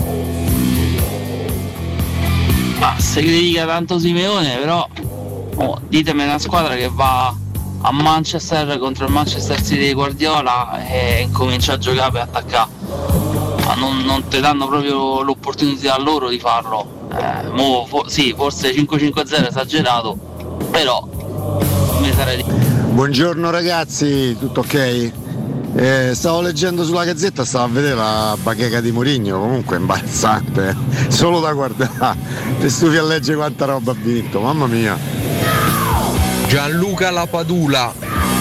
Ma se critica tanto Simeone, però ditemi una squadra che va a Manchester contro il Manchester City di Guardiola e incomincia a giocare per attaccare. Ma non ti danno proprio l'opportunità a loro di farlo. Sì, forse 5-5-0 esagerato, però mi sarei. Buongiorno ragazzi, tutto ok? Stavo leggendo sulla Gazzetta, stavo a vedere la bacheca di Mourinho, comunque imbarazzante, solo da guardare. Ti stufi a leggere quanta roba ha vinto, mamma mia. Gianluca Lapadula.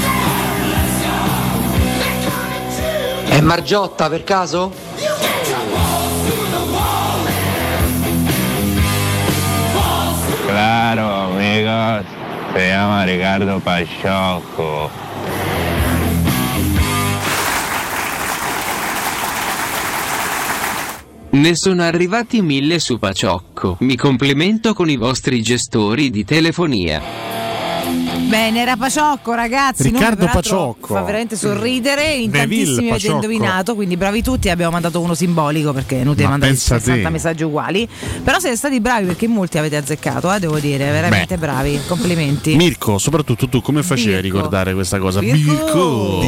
È Margiotta per caso? Claro, amigos, se llama Ricardo Paciocco. Ne sono arrivati 1000 su Paciocco. Mi complimento con i vostri gestori di telefonia. Bene, era Paciocco, ragazzi. Riccardo Paciocco fa veramente sorridere. In Neville tantissimi avete indovinato, quindi bravi tutti. Abbiamo mandato uno simbolico perché è inutile mandare 60 messaggi uguali. Però siete stati bravi perché molti avete azzeccato, devo dire, veramente bravi. Complimenti. Mirko, soprattutto tu come facevi a ricordare questa cosa? Mirko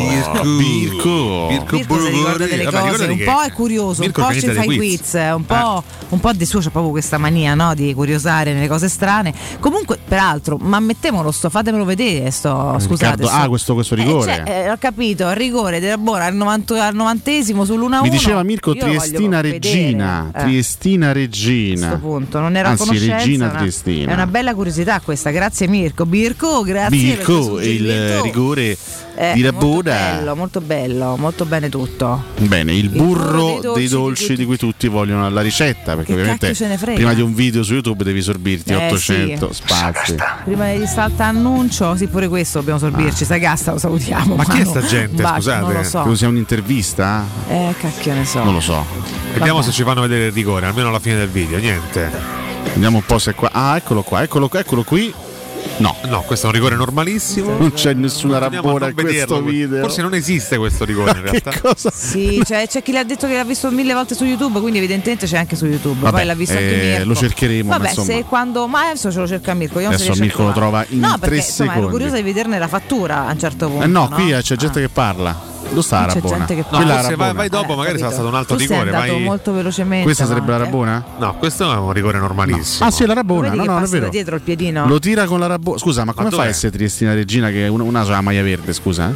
si ricorda delle cose, un po' è curioso, un po' ci fa i quiz, un po' di suo c'è proprio questa mania, no, di curiosare nelle cose strane. Comunque, peraltro, ma mettemolo fatemelo vedere scusate. Questo rigore. Ho capito, il rigore della Bona al 90esimo sull'1-1. Mi diceva Mirko Triestina Regina. Triestina Regina. A questo punto non era conoscenza. Regina Triestina. È una bella curiosità questa, grazie Mirko. Birko, grazie. Mirko, il rigore di Rabona. Molto bello, molto bene tutto. Bene, il burro dei dolci di cui tutti vogliono la ricetta, perché ovviamente prima di un video su YouTube devi sorbirti 800 spazi. Prima di salta annuncio, sì, pure questo dobbiamo sorbirci. Sagasta, lo salutiamo. Ma chi è sta gente? Scusate, non lo so. Che usiamo un'intervista? Cacchio ne so. Non lo so. Vediamo se ci fanno vedere il rigore, almeno alla fine del video. Niente. Vediamo un po' se qua. Eccolo qui. No, questo è un rigore normalissimo. Non c'è nessuna Rabona in questo video. Forse non esiste questo rigore in realtà. Sì, c'è chi l'ha detto che l'ha visto 1000 volte su YouTube, quindi evidentemente c'è anche su YouTube. Poi l'ha visto anche Mirko. Lo cercheremo. Vabbè, ma adesso ce lo cerca Mirko. Adesso Mirko lo trova in 3 secondi. Ero curiosa di vederne la fattura a un certo punto. No, qui c'è gente che parla. Dove sta la Rabona? Se vai dopo, magari sarà stato un altro rigore. Vai molto velocemente. Questa sarebbe la Rabona? No, questo è un rigore normalissimo. Sì, la Rabona. No, è vero. Dietro il piedino. Lo tira con la Rabona. Scusa, ma come fa a essere Triestina Regina che una c'ha la maglia verde, scusa?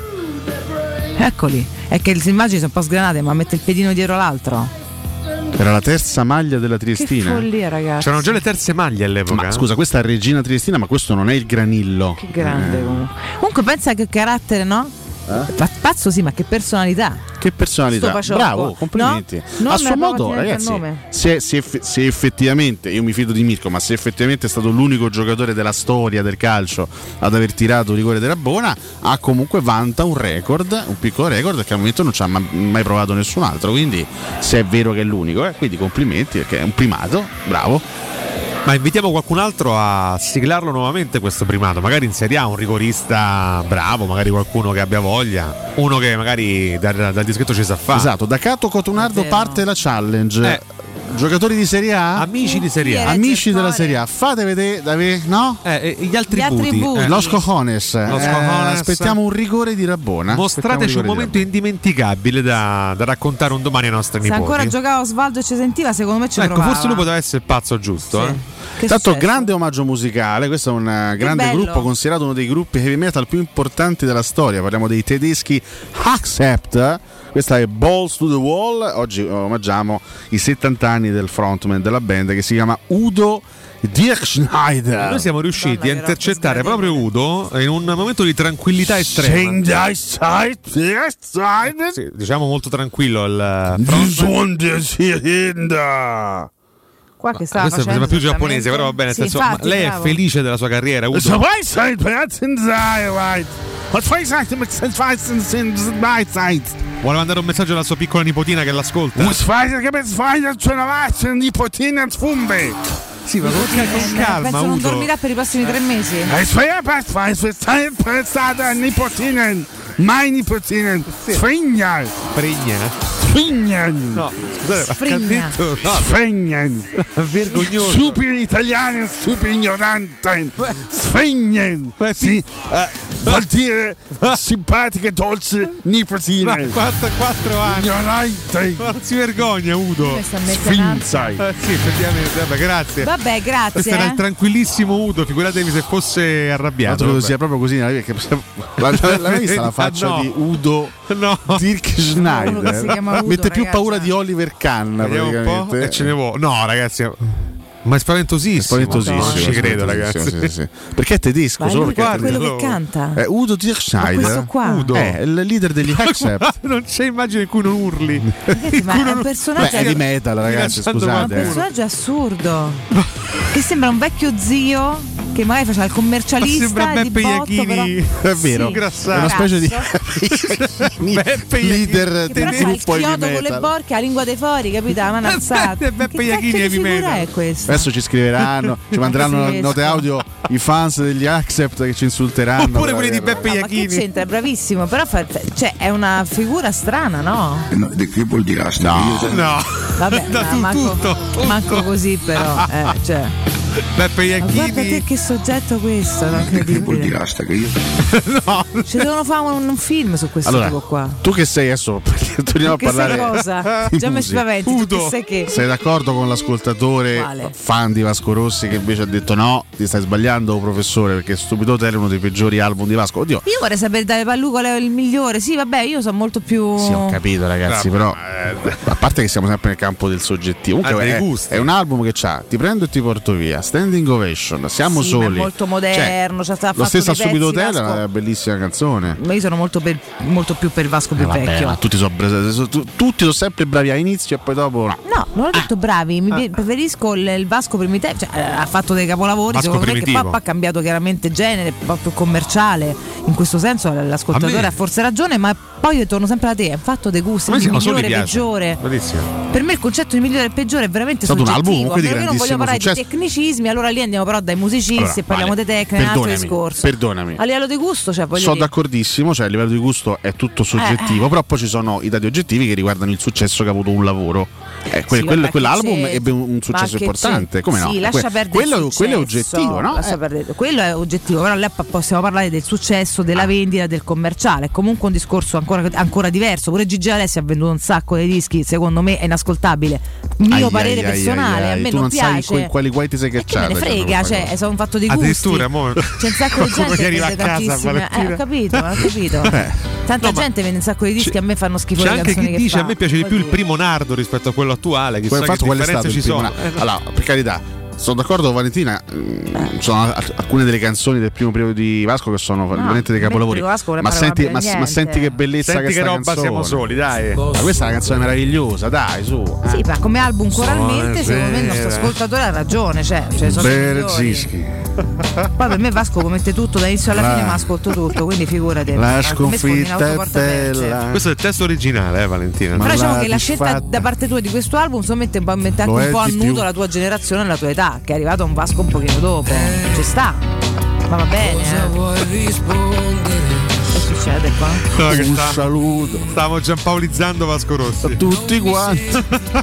Eccoli. È che le immagini sono un po' sgranate, ma mette il piedino dietro l'altro. Era la terza maglia della Triestina. Che follia, ragazzi. C'erano già le terze maglie all'epoca. Ma scusa, questa è Regina Triestina, ma questo non è il Granillo. Che grande comunque pensa che carattere, no? Pazzo sì, ma che personalità. Che personalità. Bravo, complimenti. No? A suo modo, ragazzi, se effettivamente, io mi fido di Mirko, ma se effettivamente è stato l'unico giocatore della storia del calcio ad aver tirato un rigore della Rabona, comunque vanta un piccolo record che al momento non ci ha mai provato nessun altro, quindi se è vero che è l'unico, quindi complimenti, perché è un primato, bravo. Ma invitiamo qualcun altro a siglarlo nuovamente questo primato, magari in Serie A un rigorista bravo, magari qualcuno che abbia voglia, uno che magari dal dischetto ci sa fare. Esatto, da Cato Cotonardo parte la challenge. Giocatori di Serie A? Amici di Serie A. Amici della Serie A. Fate vedere, no? Gli altri buti. Los cojones. Aspettiamo un rigore di Rabona. Mostrateci un momento indimenticabile da raccontare un domani ai nostri nipoti. Se ancora giocava Osvaldo e ci sentiva, secondo me ci provava. Forse lui poteva essere il pazzo giusto. Tanto grande omaggio musicale. Questo è un grande gruppo, considerato uno dei gruppi heavy metal più importanti della storia. Parliamo dei tedeschi Accept. Questa è Balls to the Wall. Oggi omaggiamo i 70 anni del frontman della band, che si chiama Udo Dirk Schneider. Noi siamo riusciti a intercettare proprio Udo in un momento di tranquillità estrema. Sì, diciamo molto tranquillo il qua che stava questo sembra più giapponese, però va bene, nel senso, infatti, lei bravo. è felice della sua carriera, Udo. Vuole mandare un messaggio alla sua piccola nipotina che l'ascolta. Sì, ma con calma, penso non Udo. dormirà per i prossimi 3 mesi. Mai nipotine, Sfregna. No, scusate, Sfregna. vergognoso. Super italiano, super ignorante. Sfregna. Sì, vuol dire simpatiche, dolci nipotine. 4 anni. Ignorante. Non si vergogna, Udo. Sfinza. Sì, effettivamente, vabbè, grazie. Vabbè, grazie. Questo era il tranquillissimo Udo, figuratevi se fosse arrabbiato. Credo sia proprio così, perché l'hai vista la faccia no. di Udo Dirk Uno che si Schneider? chiama Udo, Mette più ragazzi. paura di Oliver Kahn. Vediamo un po'. praticamente. E ce ne vuole. No, ragazzi. Ma è spaventosissimo. Spaventosissimo. No, non ci credo, spaventosissimo, ragazzi. sì. Perché è tedesco, Ma solo lui perché quello che canta. è Udo Dirk Schneider. questo qua? Udo. È il leader degli Accept. Non c'è immagine in cui non urli. Ragazzi, ma è un personaggio. Beh, è di metal, ragazzi, È un scusate. personaggio assurdo. Che sembra un vecchio zio che magari faceva il Ma commercialista sembra e di Beppe botto, Iachini. È vero, Sì. è una specie di Beppe leader che del però c'ha il gruppo heavy chiodo con le metal. borche, la lingua dei fori, capito? La mano alzata. Beppe Che Iachini cacchio di heavy figura metal. è questa? Adesso ci scriveranno, ci manderanno Pazzesco. note audio i fans degli Accept che ci insulteranno. Oppure per quelli di averla. Beppe Ma che Iachini. c'entra? È bravissimo, però cioè, è una figura strana, no? De che vuol dire? No. Vabbè, Da ma tutto. manco così però. Beppe Cioè. Ma guarda Iachini. te che soggetto questo, no? Incredibile. Che io Ci devono fare un film su questo Allora, tipo qua. tu che sei adesso? Perché torniamo a Che sai parlare cosa? di Già mi musica. spaventi, tu che sai che. Sei d'accordo con l'ascoltatore Quale? fan di Vasco Rossi che invece ha detto no, ti stai sbagliando professore, perché Stupido Hotel è uno dei peggiori album di Vasco? Oddio, Io vorrei sapere dare Pallu qual è il migliore. Sì, vabbè, io sono molto più. sì, ho capito ragazzi, però a parte che siamo sempre nel campo del soggettivo, comunque dei è, gusti. è un album che c'ha Ti prendo e ti porto via, Standing Ovation, Siamo Sì, soli, ma è molto moderno. Cioè, sta lo fatto stesso a dei Stupido pezzi, Hotel è Vasco. una bellissima canzone. Ma io sono molto più per Vasco più Vabbè, vecchio. ma tutti sono sempre bravi a inizio e poi dopo no. No, non ho detto bravi, preferisco il Vasco primitivo, cioè, ha fatto dei capolavori, Vasco secondo me, che primitivo. poi ha cambiato chiaramente genere, un po' più commerciale. In questo senso l'ascoltatore A me- ha forse ragione, ma poi io torno sempre da te, ha fatto dei gusti, Ma il siamo soli, migliore, piace. peggiore. Bellissimo. Per me il concetto di migliore e peggiore è veramente È stato un soggettivo. album comunque di A meno che non voglio grandissimo parlare di successo. tecnicismi, allora lì andiamo però dai musicisti Allora, e parliamo vale, dei tecnici, è un altro perdonami, discorso. perdonami. A livello di gusto, cioè voglio Sono dire, d'accordissimo, cioè a livello di gusto è tutto soggettivo, però poi ci sono i dati oggettivi che riguardano il successo che ha avuto un lavoro. Sì, vabbè, Quell'album che ebbe un ma successo che importante, c'è? come no? Sì, lascia perdere quello, il quello è successo, oggettivo, no? lascia perdere. Quello è oggettivo, però là possiamo parlare del successo, della vendita, del commerciale. È comunque un discorso ancora diverso. Pure Gigi Alessi ha venduto un sacco di dischi, secondo me è inascoltabile. Mio parere personale, a me tu non non piace. sai quali guai ti sei Che me cacciato. ne frega, cioè, sono un fatto di gusti. Addirittura, mo. C'è un sacco di Come gente che arriva vende a casa, tantissime. Valentina? Ho capito. Tanta gente vende un sacco di dischi, a me fanno schifo C'è le anche canzoni chi che dice fa. a me piace di più il primo Nardo rispetto a quello attuale. Chissà che Infatti, qual è differenze stato ci il primo sono. Allora, per carità, sono d'accordo con Valentina, sono alcune delle canzoni del primo periodo di Vasco che sono veramente dei capolavori. Ma senti che bellezza Senti che sta roba, canzone. siamo soli, dai. Ma questa è una canzone meravigliosa, dai, su. Sì, ma come album coralmente, secondo me il nostro Buonasera. ascoltatore ha ragione, cioè sono Berezzischi. Poi per me Vasco mette tutto dall'inizio alla fine, ma ascolto tutto, quindi figurati. La A me sconfitta è bella. Questo è il testo originale, Valentina. Però diciamo che la scelta da parte tua di questo album mette anche Lo un è po' a di nudo più. la tua generazione e la tua età, che è arrivato a un Vasco un pochino dopo. Ci sta. Ma va bene. Che succede qua? No, che Un saluto. Stavo giampaolizzando Vasco Rossi. Tutti quanti.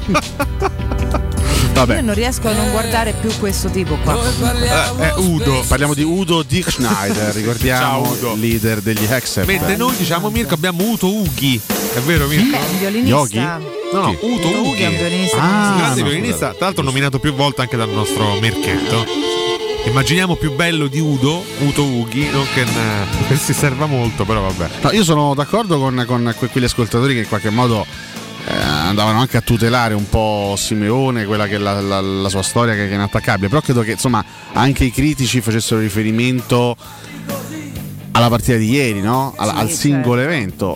Vabbè. Io non riesco a non guardare più questo tipo qua. È Udo. Parliamo di Udo Dirk Schneider, ricordiamo, Ciao, Udo. leader degli Accept. Mentre noi diciamo, Mirko, abbiamo Uto Ughi. È vero, Mirko? Beh, un violinista. No, Chi? Uto Ughi. È un violinista. Ah, grande no, violinista, scusate. tra l'altro nominato più volte anche dal nostro Mirchetto. Immaginiamo più bello di Udo Ughi, non che si serva molto, però vabbè. No, io sono d'accordo con quegli ascoltatori che in qualche modo andavano anche a tutelare un po' Simeone, quella che è la sua storia che è inattaccabile, però credo che insomma anche i critici facessero riferimento alla partita di ieri, no? Al singolo evento.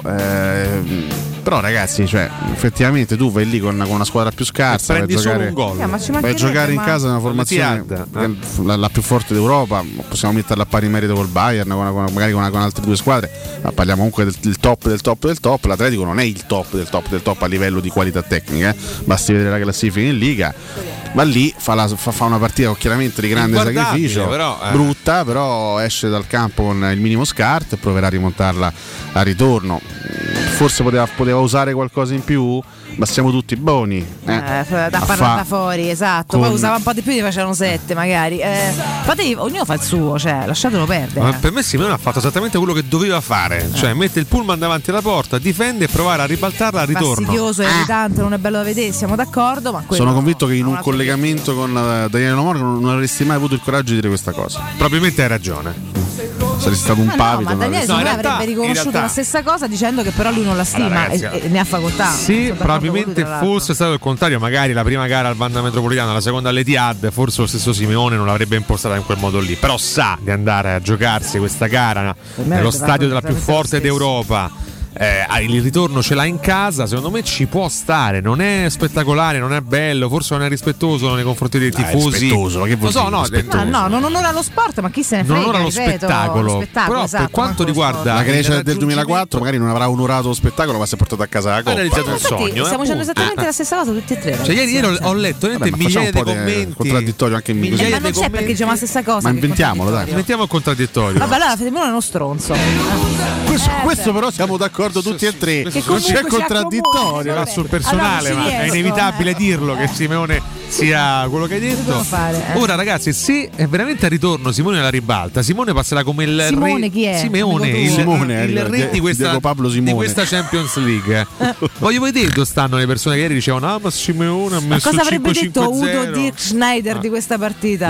Però ragazzi, cioè, effettivamente tu vai lì con una squadra più scarsa, prendi vai solo un gol. Vai a giocare in casa una formazione la più forte d'Europa, possiamo metterla a pari merito col Bayern, magari con altre due squadre, ma parliamo comunque del top del top del top. L'Atletico non è il top del top del top a livello di qualità tecnica, basti vedere la classifica in Liga. Ma lì fa una partita chiaramente di grande sacrificio, brutta, però esce dal campo con il minimo scarto e proverà a rimontarla a ritorno. Forse poteva usare qualcosa in più, ma siamo tutti buoni. Da parlare da fuori, esatto. Poi usava un po' di più, ne facevano 7 magari. Ognuno fa il suo, cioè lasciatelo perdere. Ma per me Simone ha fatto esattamente quello che doveva fare, cioè mette il pullman davanti alla porta, difende e provare a ribaltarla al ritorno. Fastidioso, irritante, non è bello da vedere, siamo d'accordo, ma sono convinto che in un collegamento con Daniele Lomoro non avresti mai avuto il coraggio di dire questa cosa. Probabilmente hai ragione. Saresti stato un pavido. Ma Daniele avrebbe riconosciuto la stessa cosa dicendo che però lui non la stima e ne ha facoltà. Sì, probabilmente fosse stato il contrario, magari la prima gara al Wanda Metropolitano, la seconda all'Etihad, forse lo stesso Simeone non l'avrebbe impostata in quel modo lì, però sa di andare a giocarsi questa gara nello stadio della più forte d'Europa. Il ritorno ce l'ha in casa, secondo me ci può stare, non è spettacolare, non è bello, forse non è rispettoso nei confronti dei tifosi. Rispettoso, che vuol dire? No, non onora lo sport, ma chi se ne frega, non onora lo spettacolo. Però esatto, per quanto riguarda la Grecia del 2004 magari non avrà onorato lo spettacolo, ma si è portato a casa la coppa. Ha realizzato un sogno. Stiamo dicendo esattamente la stessa cosa tutti e tre. Cioè ieri ho letto migliaia di commenti contraddittorio anche in ma non c'è perché diciamo la stessa cosa. Ma inventiamolo, dai. Inventiamo il contraddittorio. Vabbè, allora Fedemone è uno stronzo. Questo però siamo d'accordo tutti e tre. Non c'è contraddittorio, va sul personale, ma è inevitabile dirlo che Simeone sia quello che hai detto. Ora ragazzi, se è veramente al ritorno Simone la ribalta, Simone passerà come il Simone, chi è? Simeone, il re di questa Champions League. Voglio vedere dove stanno le persone che ieri dicevano ma Simeone ha messo 5-5-0. Cosa avrebbe detto Udo Dirk Schneider di questa partita?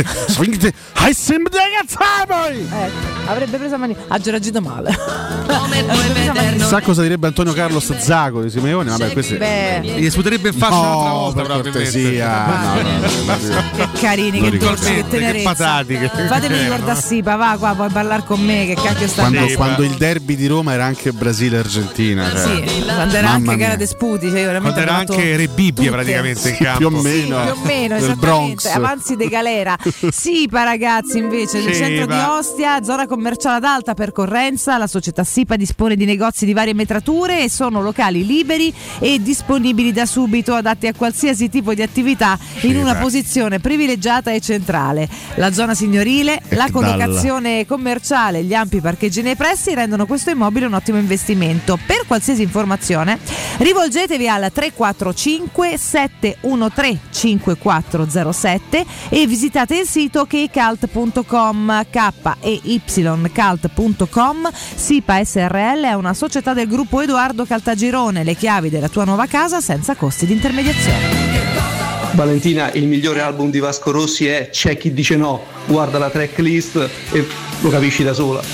Avrebbe preso a mani. Ha già reagito male. Sa cosa direbbe Antonio Carlos Zago di Simeone? Vabbè, questi gli sputerebbe in faccia un'altra volta, probabilmente. Che carini, che dolci, che tenerezza. Che patati, fatemi ricordare Sipa, va qua, puoi ballare con me, che cacchio sta quando il derby di Roma era anche Brasile-Argentina, cioè. Sì, quando era anche gara de sputi, cioè quando era anche Re Bibbia praticamente in campo. Più o meno esattamente, avanzi de galera. Sipa ragazzi, invece nel centro di Ostia, zona commerciale ad alta percorrenza, la società Sipa dispone di negozi di varie metrature e sono locali liberi e disponibili da subito, adatti a qualsiasi tipo di attività in una posizione privilegiata e centrale. La zona signorile, la collocazione commerciale, gli ampi parcheggi nei pressi rendono questo immobile un ottimo investimento. Per qualsiasi informazione rivolgetevi al 345 713 5407 e visitate il sito keycult.com. KEYCult.com. Sipa SRL è una società del gruppo Edoardo Caltagirone, le chiavi della tua nuova casa senza costi di intermediazione. Valentina, il migliore album di Vasco Rossi è C'è chi dice no, guarda la tracklist e lo capisci da sola.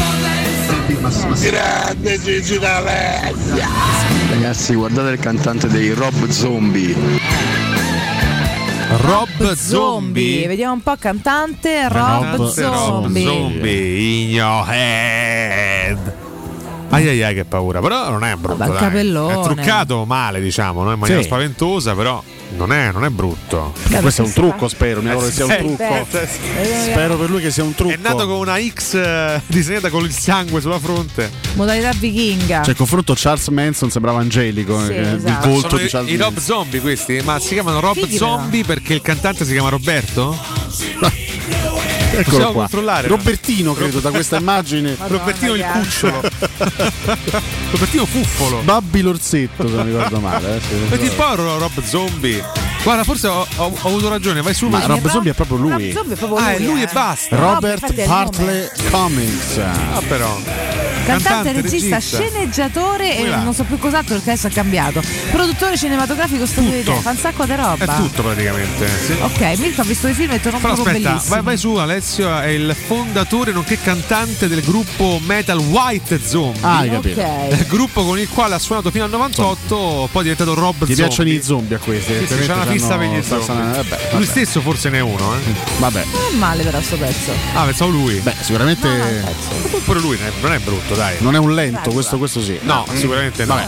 Grande Gigi D'Alessia! Ragazzi, guardate il cantante dei Rob Zombie. Rob Zombie, vediamo un po' cantante Rob Zombie. In your head. Ai che paura, però non è brutto. Vabbè, capellone. È truccato male, diciamo, in maniera spaventosa, però non è brutto. Questo è un trucco, spero. Mi auguro che sia un trucco. Spero per lui che sia un trucco. È nato con una X disegnata con il sangue sulla fronte. Modalità vichinga. Cioè, il confronto Charles Manson sembrava angelico. Esatto. Il volto sono di Charles i Rob Zombie questi, ma si chiamano Rob Zombie perché il cantante si chiama Roberto? Eccolo qua. Controllare, Robertino, credo, da questa immagine. Robertino il cucciolo. Robertino Fuffolo. Babbi l'orsetto, se non ricordo male. Vedi un po' Rob Zombie. Guarda, forse ho avuto ragione, vai su. Ma Rob Zombie è proprio lui. Rob Zombie è proprio lui, è lui e basta. Robert Hartley Cummings. Ah, però. Cantante, regista, sceneggiatore e non so più cos'altro perché adesso è cambiato. Produttore cinematografico statunitense, fa un sacco di roba. È tutto praticamente. Sì. Ok, Mirko ha visto i film e torna però proprio aspetta, bellissimo. vai su, Alessio è il fondatore nonché cantante del gruppo metal White Zombie. Ah, capito. Ok. Gruppo con il quale ha suonato fino al 98, poi è diventato Rob Zombie. Ti piacciono i zombie a questi? Sì, c'è una fissa per gli zombie. Lui stesso forse ne è uno, Vabbè. Non è male però sto pezzo. Ah, pensavo lui. Beh, sicuramente pure lui non è brutto, dai. non è un lento, questo sì. No, sicuramente no.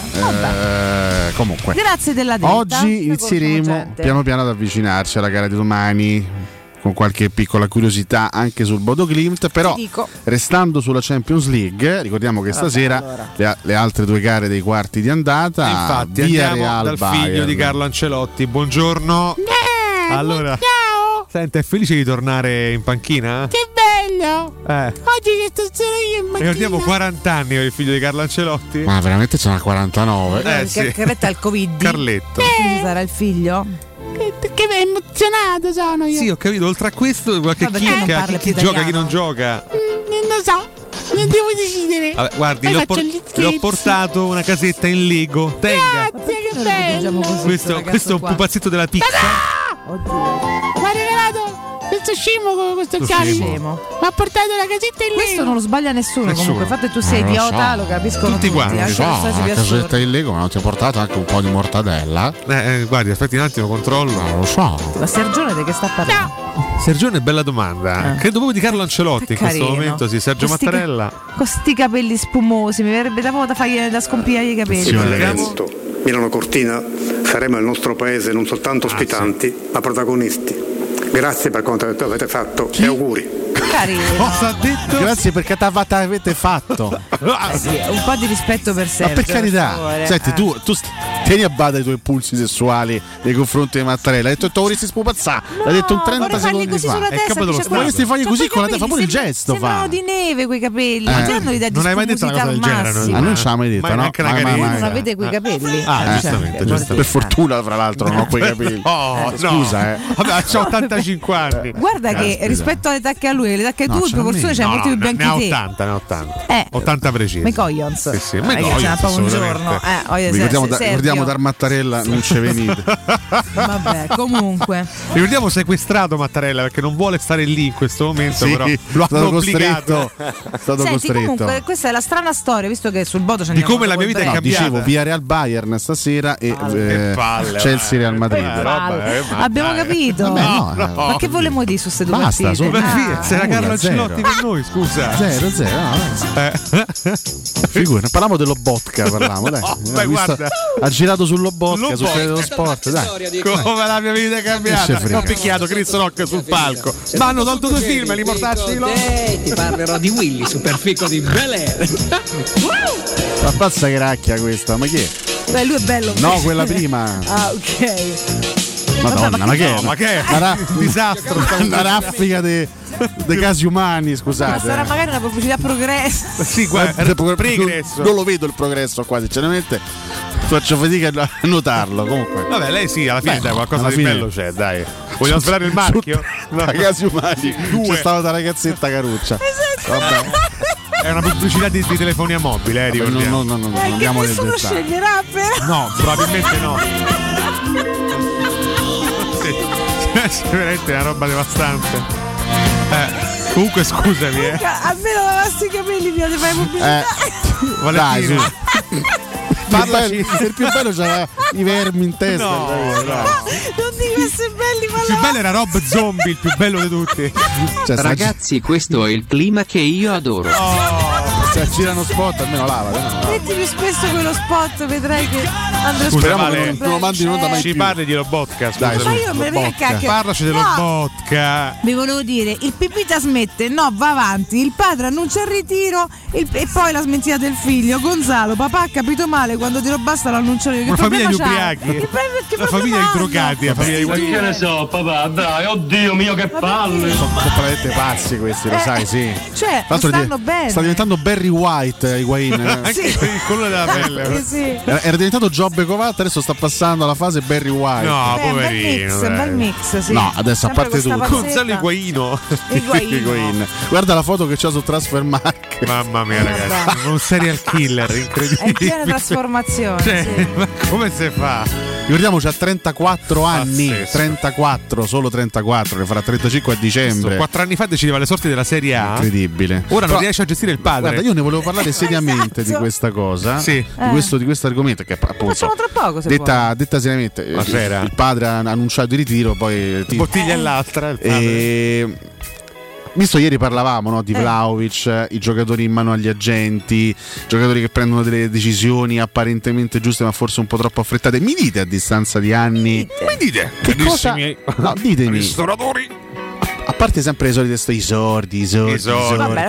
Vabbè. Comunque. Grazie della detta. Oggi inizieremo piano piano ad avvicinarci alla gara di domani con qualche piccola curiosità anche sul Bodo Glimt, però restando sulla Champions League, ricordiamo che stasera le altre due gare dei quarti di andata, infatti via andiamo Real dal Bayern. figlio di Carlo Ancelotti. Buongiorno. Allora, ciao. Senta, è felice di tornare in panchina? Che bello! Oggi che sto solo io in macchina. Ricordiamo 40 anni il figlio di Carlo Ancelotti? Ma veramente ce n'ha 49? Che carretta al Covid. Carletto. Chi sarà il figlio? Che emozionato sono io. Sì, ho capito, oltre a questo qualche chicca, chi gioca, chi non gioca. Non lo so, non devo decidere. Vabbè, guardi, le ho portato una casetta in Lego. Tenga. Grazie, che bello. Questo è un pupazzetto della pizza. Oddio. Mi ha regalato questo scemo con questo carico. Mi ha portato la casetta in Lego. Questo non lo sbaglia nessuno. Comunque, il fatto che tu sei idiota, lo capiscono tutti quanti. La casetta in Lego, ma non ti ha portato anche un po' di mortadella? Guardi, aspetti un attimo, controllo. Non lo so. Ma Sergione di che sta parlando? Sergione, bella domanda. Credo proprio di Carlo Ancelotti in questo momento, sì, Sergio Mattarella. Con sti capelli spumosi, mi verrebbe da scompiare i capelli. Milano Cortina saremo il nostro paese non soltanto ospitanti, ma protagonisti. Grazie per quanto avete fatto e auguri. Cosa ha detto? Grazie perché avete fatto. Sì, un po' di rispetto per Sergio. Ma per carità, senti, tu tieni a bada i tuoi impulsi sessuali nei confronti di Mattarella. Hai detto vorresti spupazzare. L'hai detto un 30 secondi fa. Vorresti fargli così con la testa, fa pure il gesto. Sembrano di neve quei capelli. Non ti hanno l'idea di non hai mai detto una cosa del genere? Non ci ha mai detto, no? Non avete quei capelli. Giustamente. Per fortuna, fra l'altro, non ho quei capelli. Scusa, Vabbè, c'ho 85 anni. Guarda che rispetto alle tacche a lui, le tacche tu in proporzione c'è molto più bianchi di te. Ne 80 precisi. McCoyons. Sì, c'è un giorno. Ricordiamo dar Mattarella, non ci venite. Vabbè, comunque. Ricordiamo sequestrato Mattarella perché non vuole stare lì in questo momento, però lo hanno obbligato. Senti, comunque, questa è la strana storia, visto che sul Bodo c'è di come la mia vita è cambiata. Dicevo, via Real Bayern stasera e Chelsea Real Madrid. Abbiamo capito. Ma che volevamo dire su queste due partite? C'era Carlo Ancelotti con noi, scusa. 0-0. Figura, parliamo dello Botka, dai. Guarda, ha girato sullo Botka, sul dello sport, dai. Come la mia vita è cambiata. Ho picchiato Chris Rock sul palco. Ma hanno tolto due film, li mortacci ti parlerò di Willy, superfico di Bel Air. Ma pazza gracchia questa, ma chi è? Beh, lui è bello. No, quella prima. Ah, ok. Madonna, ma che è? Un disastro. Una raffica dei casi umani, scusate. Ma sarà magari una pubblicità progresso. Sì, guarda, progresso. Non lo vedo il progresso qua, sinceramente. Faccio fatica a notarlo. Comunque. Vabbè, lei sì, alla fine qualcosa di bello c'è, dai. Vogliamo svelare il marchio? No. Casi umani. C'è stata la ragazzetta Caruccia. Vabbè. È una pubblicità di telefonia mobile, ricordiamo. No, non andiamo nel dettaglio. Sceglierà però. No, probabilmente no. Veramente è una roba devastante. Comunque scusami, almeno lavassi i capelli prima di fare pubblicità. Dai, su. Il più bello c'era i vermi in testa. No, non dico essere belli, ma il più bello era Rob Zombie, il più bello di tutti. Ragazzi, questo è il clima che io adoro. Se girano spot almeno lava. Metti più spesso quello spot, vedrai che andrà. Speriamo che non lo mandi in onda mai ci più. Parli di Lobotka, dai, ma io me ne cacchio. Parlaci dello Lobotka. Vi volevo dire, il Pipita smette, no, va avanti, il padre annuncia il ritiro e poi la smentita del figlio. Gonzalo, papà ha capito male, quando dirò basta lo annunciare io. Una famiglia di ubriachi. La famiglia di drogati, la famiglia di ubriachi. Che ne so, papà, dai, oddio mio che palle. Sono completamente pazzi questi, lo sai, sì. Cioè, stanno bene. Sta diventando Barry Barry White Higuain. Anche il colore della pelle. Sì. Era diventato Giobbe Covatta, adesso sta passando alla fase Barry White. No, poverino. Un bel mix, sì. No, adesso Sempre a parte tutto. Gonzalo Higuaino. Higuain. Guarda la foto che c'ha su Transfermarkt. Mamma mia, ragazzi, un serial killer incredibile. È in piena trasformazione. Cioè, ma come si fa? Ricordiamoci, ha 34 anni. 34, solo 34, ne farà 35 a dicembre. 4 anni fa decideva le sorti della Serie A. Incredibile. Ora non riesce a gestire il padre. Guarda, io ne volevo parlare seriamente di questa cosa. Sì. Di questo argomento che appunto facciamo tra poco, se detta seriamente. Il padre ha annunciato il ritiro, poi bottiglia e l'altra. Visto ieri parlavamo, no, di Vlahovic, i giocatori in mano agli agenti, giocatori che prendono delle decisioni apparentemente giuste ma forse un po' troppo affrettate. Mi dite a distanza di anni che cosa? No, ditemi. Ristoratori. A parte sempre le solite i sordi. Vabbè,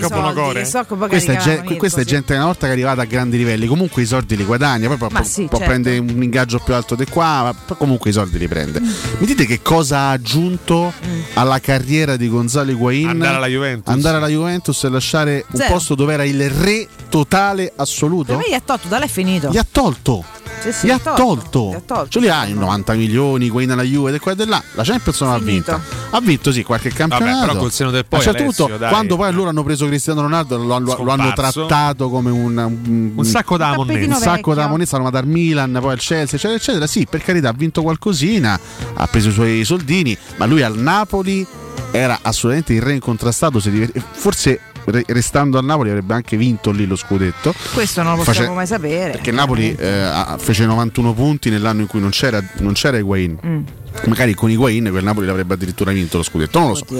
questa è gente una volta che è arrivata a grandi livelli, comunque i soldi li guadagna, poi può prendere un ingaggio più alto di qua, ma comunque i soldi li prende. Mi dite che cosa ha aggiunto alla carriera di Gonzalo Higuain? Andare alla Juventus e lasciare un posto dove era il re totale assoluto? Per me gli ha tolto, da là è finito. Gli ha tolto. Gli ha tolto. Ce li ha in 90 milioni, Higuain alla Juve, e qua e di là. La Champions non ha vinto. Ha vinto sì qualche campionato. Vabbè, però col seno del poi, a un certo Alessio, punto, quando poi loro hanno preso Cristiano Ronaldo, lo hanno trattato come un sacco da ammonnezza. Un sacco da ammonnezza, l'hanno mandato al Milan, poi al Chelsea, eccetera, eccetera. Sì, per carità, ha vinto qualcosina, ha preso i suoi soldini, ma lui al Napoli era assolutamente il re incontrastato. Forse restando a Napoli avrebbe anche vinto lì lo scudetto. Questo non lo possiamo mai sapere, perché Napoli fece 91 punti nell'anno in cui non c'era Higuain. Magari con Higuain quel Napoli l'avrebbe addirittura vinto lo scudetto, non lo so.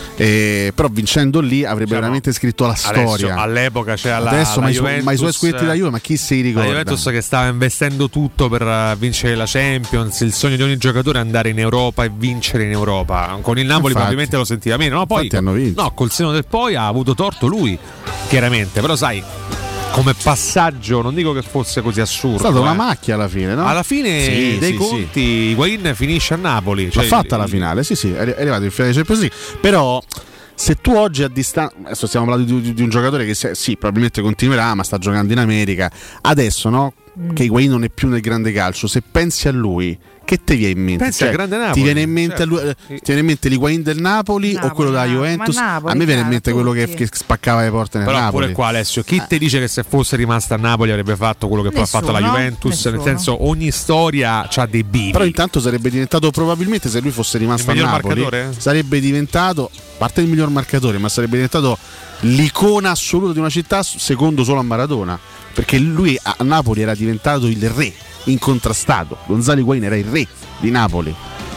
Però vincendo lì avrebbe veramente scritto la storia. All'epoca c'era adesso la Juventus, ma i suoi scudetti da Juve, ma chi si ricorda? La Juventus che stava investendo tutto per vincere la Champions. Il sogno di ogni giocatore è andare in Europa e vincere in Europa. Con il Napoli probabilmente lo sentiva meno, no? Poi hanno vinto. No, col seno del poi ha avuto torto lui, chiaramente, però sai, come passaggio non dico che fosse così assurdo. È stata una macchia alla fine, no? Alla fine dei conti Higuain finisce a Napoli. L'ha fatta la finale, sì, è arrivato in finale di Champions League. Però se tu oggi a distanza, adesso stiamo parlando di un giocatore che sì, probabilmente continuerà, ma sta giocando in America adesso, no? Che Higuain non è più nel grande calcio. Se pensi a lui, che ti viene in mente? Pensi al grande Napoli. Ti viene in mente, ti viene in mente l'Higuain del Napoli o quello della Juventus? Napoli, a me viene in mente quello che spaccava le porte nel però Napoli. Pure qua, Alessio, chi ti dice che se fosse rimasta a Napoli avrebbe fatto quello che poi ha fatto la Juventus? Nel senso, ogni storia ha dei bivi. Però intanto sarebbe diventato, probabilmente se lui fosse rimasto a Napoli, sarebbe diventato, a parte il miglior marcatore, ma sarebbe diventato l'icona assoluta di una città, secondo solo a Maradona, perché lui a Napoli era diventato il re incontrastato. Gonzalo Higuain era il re di Napoli,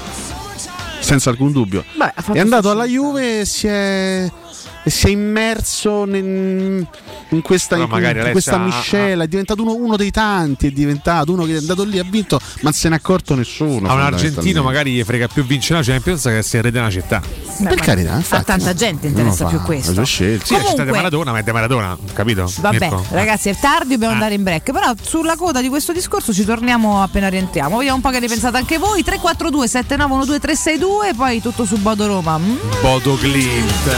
senza alcun dubbio. È andato alla Juve e si è immerso in questa miscela, è diventato uno dei tanti, è diventato uno che è andato lì, ha vinto, ma non se n'è accorto nessuno. A un argentino magari gli frega più vincere la Champions che se rede una città. Per carità, a tanta gente interessa più questo. Sì, la città di Maradona, ma è di Maradona, capito? Vabbè, Mirko? ragazzi, è tardi, dobbiamo andare in break. Però sulla coda di questo discorso ci torniamo appena rientriamo. Vediamo un po' che ne pensate anche voi. 342 7912 362, poi tutto su Bodo Roma. Bodo Glint.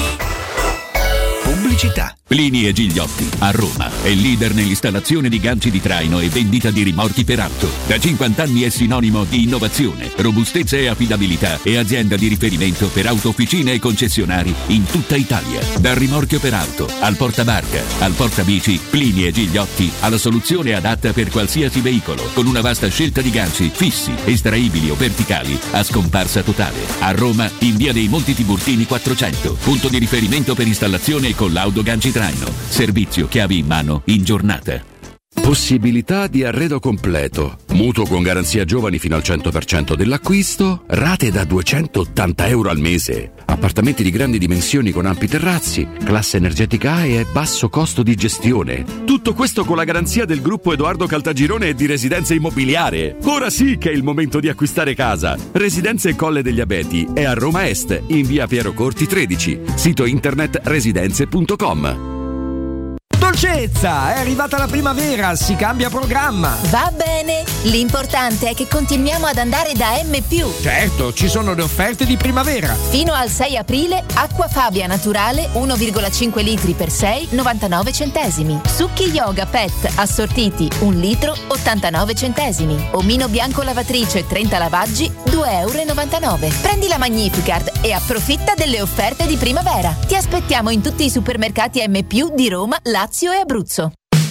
Pubblicità. Plini e Gigliotti, a Roma, è leader nell'installazione di ganci di traino e vendita di rimorchi per auto. Da 50 anni è sinonimo di innovazione, robustezza e affidabilità e azienda di riferimento per autofficine e concessionari in tutta Italia. Dal rimorchio per auto, al portabarca, al portabici, Plini e Gigliotti ha la soluzione adatta per qualsiasi veicolo, con una vasta scelta di ganci fissi, estraibili o verticali, a scomparsa totale. A Roma, in via dei Monti Tiburtini 400, punto di riferimento per installazione e collaudo ganci traino. Servizio chiavi in mano in giornata. Possibilità di arredo completo, mutuo con garanzia giovani fino al 100% dell'acquisto, rate da €280 al mese, appartamenti di grandi dimensioni con ampi terrazzi, classe energetica A e basso costo di gestione. Tutto questo con la garanzia del gruppo Edoardo Caltagirone e di Residenze Immobiliare. Ora sì che è il momento di acquistare casa. Residenze Colle degli Abeti è a Roma Est, in via Piero Corti 13, sito internet residenze.com. Dolcezza, è arrivata la primavera, si cambia programma. Va bene, l'importante è che continuiamo ad andare da M+. Certo, ci sono le offerte di primavera. Fino al 6 aprile, acqua Fabia naturale 1,5 litri per 6, 99 centesimi. Succhi Yoga Pet assortiti 1 litro, 89 centesimi. Omino bianco lavatrice 30 lavaggi, 2,99 €. Prendi la Magnificard e approfitta delle offerte di primavera. Ti aspettiamo in tutti i supermercati M+ di Roma, Lazio e Abruzzo.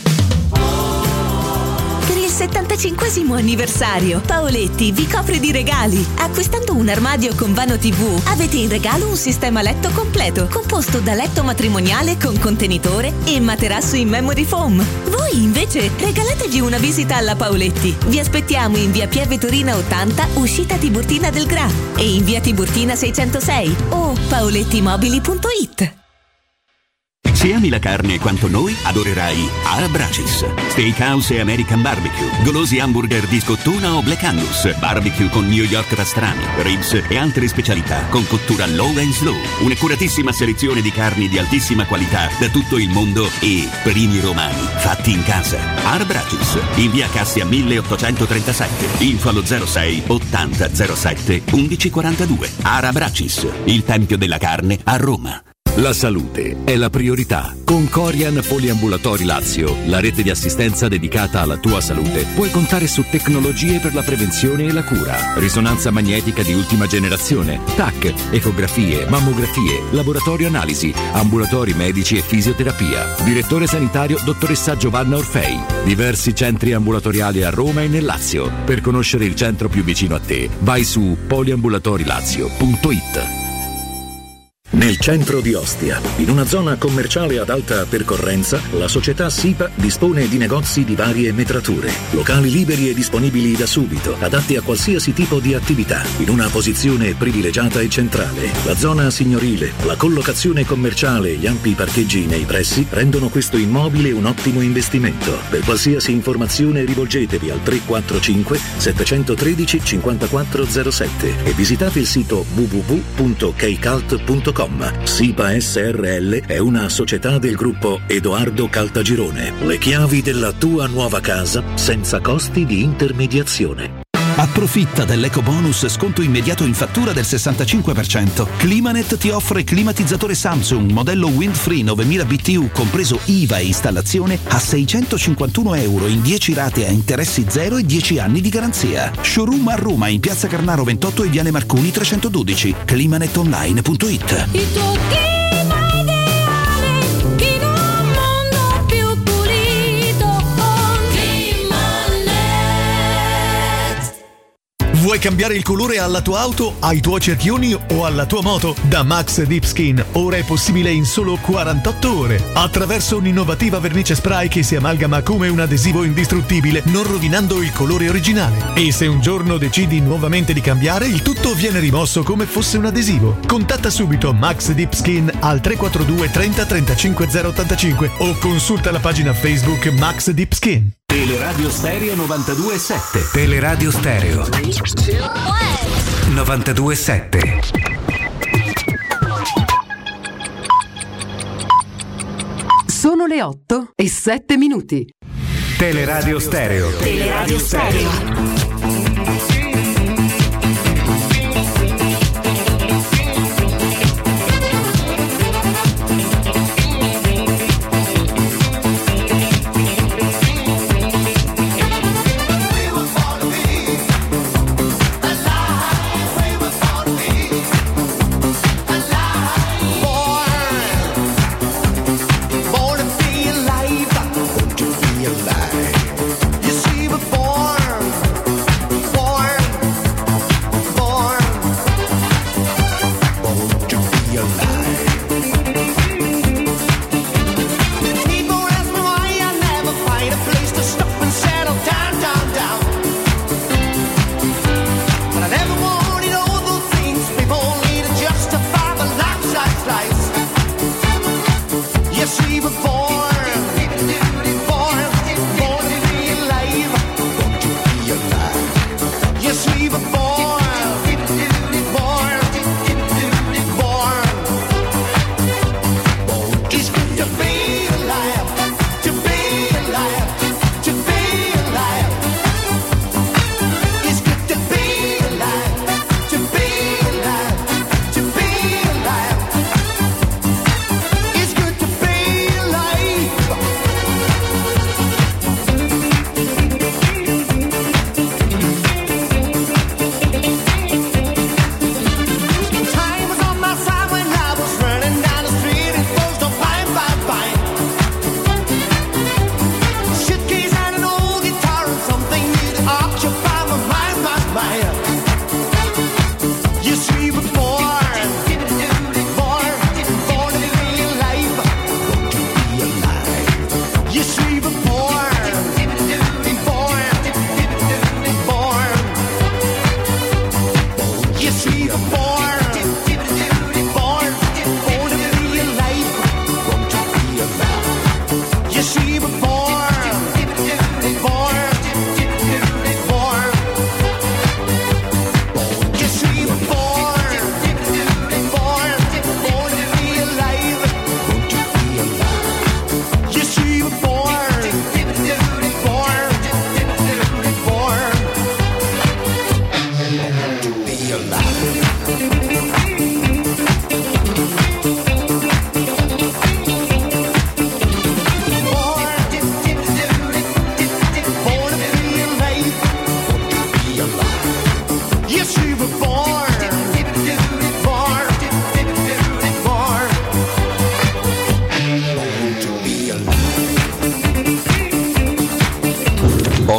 Per il 75° anniversario, Paoletti vi copre di regali. Acquistando un armadio con vano TV, avete in regalo un sistema letto completo, composto da letto matrimoniale con contenitore e materasso in memory foam. Voi invece regalatevi una visita alla Paoletti. Vi aspettiamo in via Pieve Torina 80, uscita Tiburtina del Gra, e in via Tiburtina 606 o paolettimobili.it. Se ami la carne quanto noi, adorerai Arabracis. Steakhouse e American Barbecue, golosi hamburger di scottuna o Black Angus, barbecue con New York pastrami, ribs e altre specialità con cottura low and slow. Un'accuratissima selezione di carni di altissima qualità da tutto il mondo e primi romani fatti in casa. Arabracis, in via Cassia 1837, info allo 06 80 07 1142. Arabracis, il tempio della carne a Roma. La salute è la priorità. Con Corian Poliambulatori Lazio, la rete di assistenza dedicata alla tua salute, puoi contare su tecnologie per la prevenzione e la cura. Risonanza magnetica di ultima generazione, TAC, ecografie, mammografie, laboratorio analisi, ambulatori medici e fisioterapia. Direttore sanitario dottoressa Giovanna Orfei. Diversi centri ambulatoriali a Roma e nel Lazio. Per conoscere il centro più vicino a te, vai su poliambulatorilazio.it. Nel centro di Ostia, in una zona commerciale ad alta percorrenza, la società SIPA dispone di negozi di varie metrature, locali liberi e disponibili da subito, adatti a qualsiasi tipo di attività, in una posizione privilegiata e centrale. La zona signorile, la collocazione commerciale e gli ampi parcheggi nei pressi rendono questo immobile un ottimo investimento. Per qualsiasi informazione rivolgetevi al 345 713 5407 e visitate il sito www.keicalt.com. SIPA SRL è una società del gruppo Edoardo Caltagirone. Le chiavi della tua nuova casa senza costi di intermediazione. Approfitta dell'ecobonus sconto immediato in fattura del 65%. Climanet ti offre climatizzatore Samsung modello Windfree 9000 BTU compreso IVA e installazione a €651 in 10 rate a interessi zero e 10 anni di garanzia. Showroom a Roma in Piazza Carnaro 28 e Viale Marconi 312. climanetonline.it. Il tuo clima ideale in un mondo più pulito con Climanet. Vuoi cambiare il colore alla tua auto, ai tuoi cerchioni o alla tua moto? Da Max Deep Skin ora è possibile in solo 48 ore attraverso un'innovativa vernice spray che si amalgama come un adesivo indistruttibile, non rovinando il colore originale. E se un giorno decidi nuovamente di cambiare, il tutto viene rimosso come fosse un adesivo. Contatta subito Max Deep Skin al 342 30 35 085 o consulta la pagina Facebook Max Deep Skin. Teleradio Stereo 92.7. Teleradio Stereo 92.7. Sono le 8:07. Teleradio Stereo. Teleradio Stereo.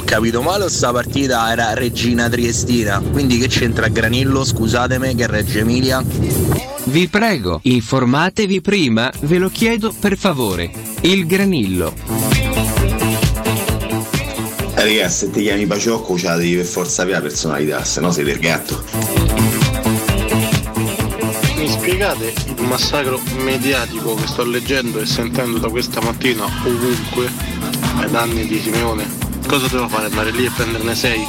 capito male o sta partita era Regina Triestina? Quindi che c'entra Granillo, scusatemi, che è Reggio Emilia? Vi prego, informatevi prima, ve lo chiedo per favore. Il Granillo. Ragazzi, se ti chiami Paciocco ce la devi per forza avere la personalità, se no sei del gatto. Mi spiegate il massacro mediatico che sto leggendo e sentendo da questa mattina ovunque ai danni di Simeone? Cosa devo fare? Andare lì e prenderne 6?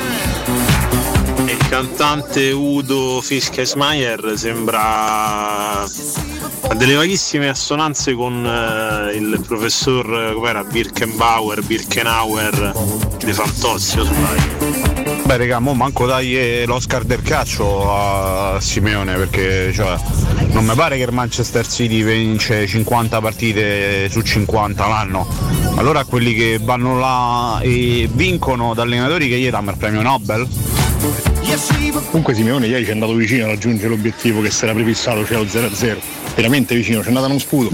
Il cantante Udo Fischesmeier sembra ha delle vaghissime assonanze con il professor com'era? Birkenauer De Fantozzi, o sbaglio. Beh regà, mo manco dai l'Oscar del calcio a Simeone, perché cioè, non mi pare che il Manchester City vince 50 partite su 50 l'anno. Allora quelli che vanno là e vincono da allenatori che gli danno il premio Nobel. Comunque Simeone ieri ci è andato vicino a raggiungere l'obiettivo che si era prefissato, cioè lo 0-0. Veramente vicino, c'è andata uno sputo.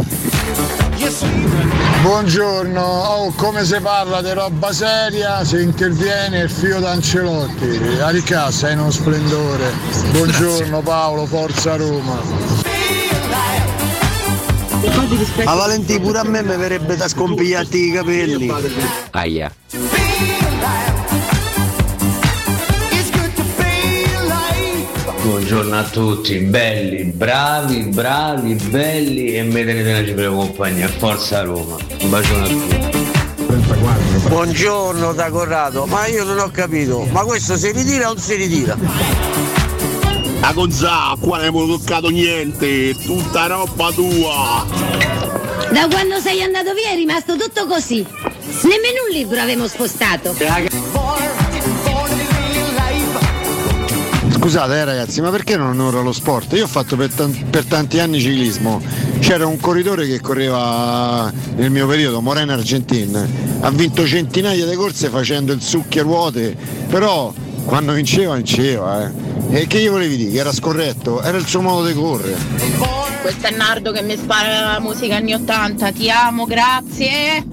Buongiorno, come si parla di roba seria se interviene il figlio d'Ancelotti. La ricassa è uno splendore. Buongiorno Paolo, forza Roma. A Valentì pure a me mi verrebbe da scompigliarti i capelli. Aia. Buongiorno a tutti, belli, bravi, belli e me tenete per compagnia. Forza Roma, un bacione a tutti. Buongiorno da Corrado, ma io non ho capito, ma questo si ritira o non si ritira? A Gonzà, qua non abbiamo toccato niente, tutta roba tua. Da quando sei andato via è rimasto tutto così. Nemmeno un libro avevo spostato. Scusate ragazzi, ma perché non onora lo sport? Io ho fatto per tanti anni ciclismo, c'era un corridore che correva nel mio periodo, Morena Argentin, ha vinto centinaia di corse facendo il succhiaruote, però quando vinceva. E che gli volevi dire? Che era scorretto? Era il suo modo di correre. Questo è Nardo che mi spara la musica anni 80, ti amo, grazie.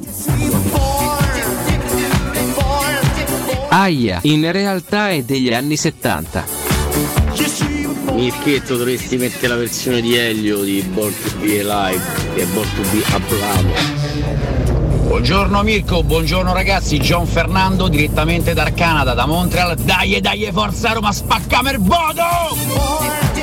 Aia, in realtà è degli anni 70. Mirchetto, dovresti mettere la versione di Elio di Born to Be Alive, che è Born to Be Abramo. Buongiorno Mirko, buongiorno ragazzi, John Fernando direttamente dal Canada, da Montreal. Dai, forza Roma, spaccame il bodo!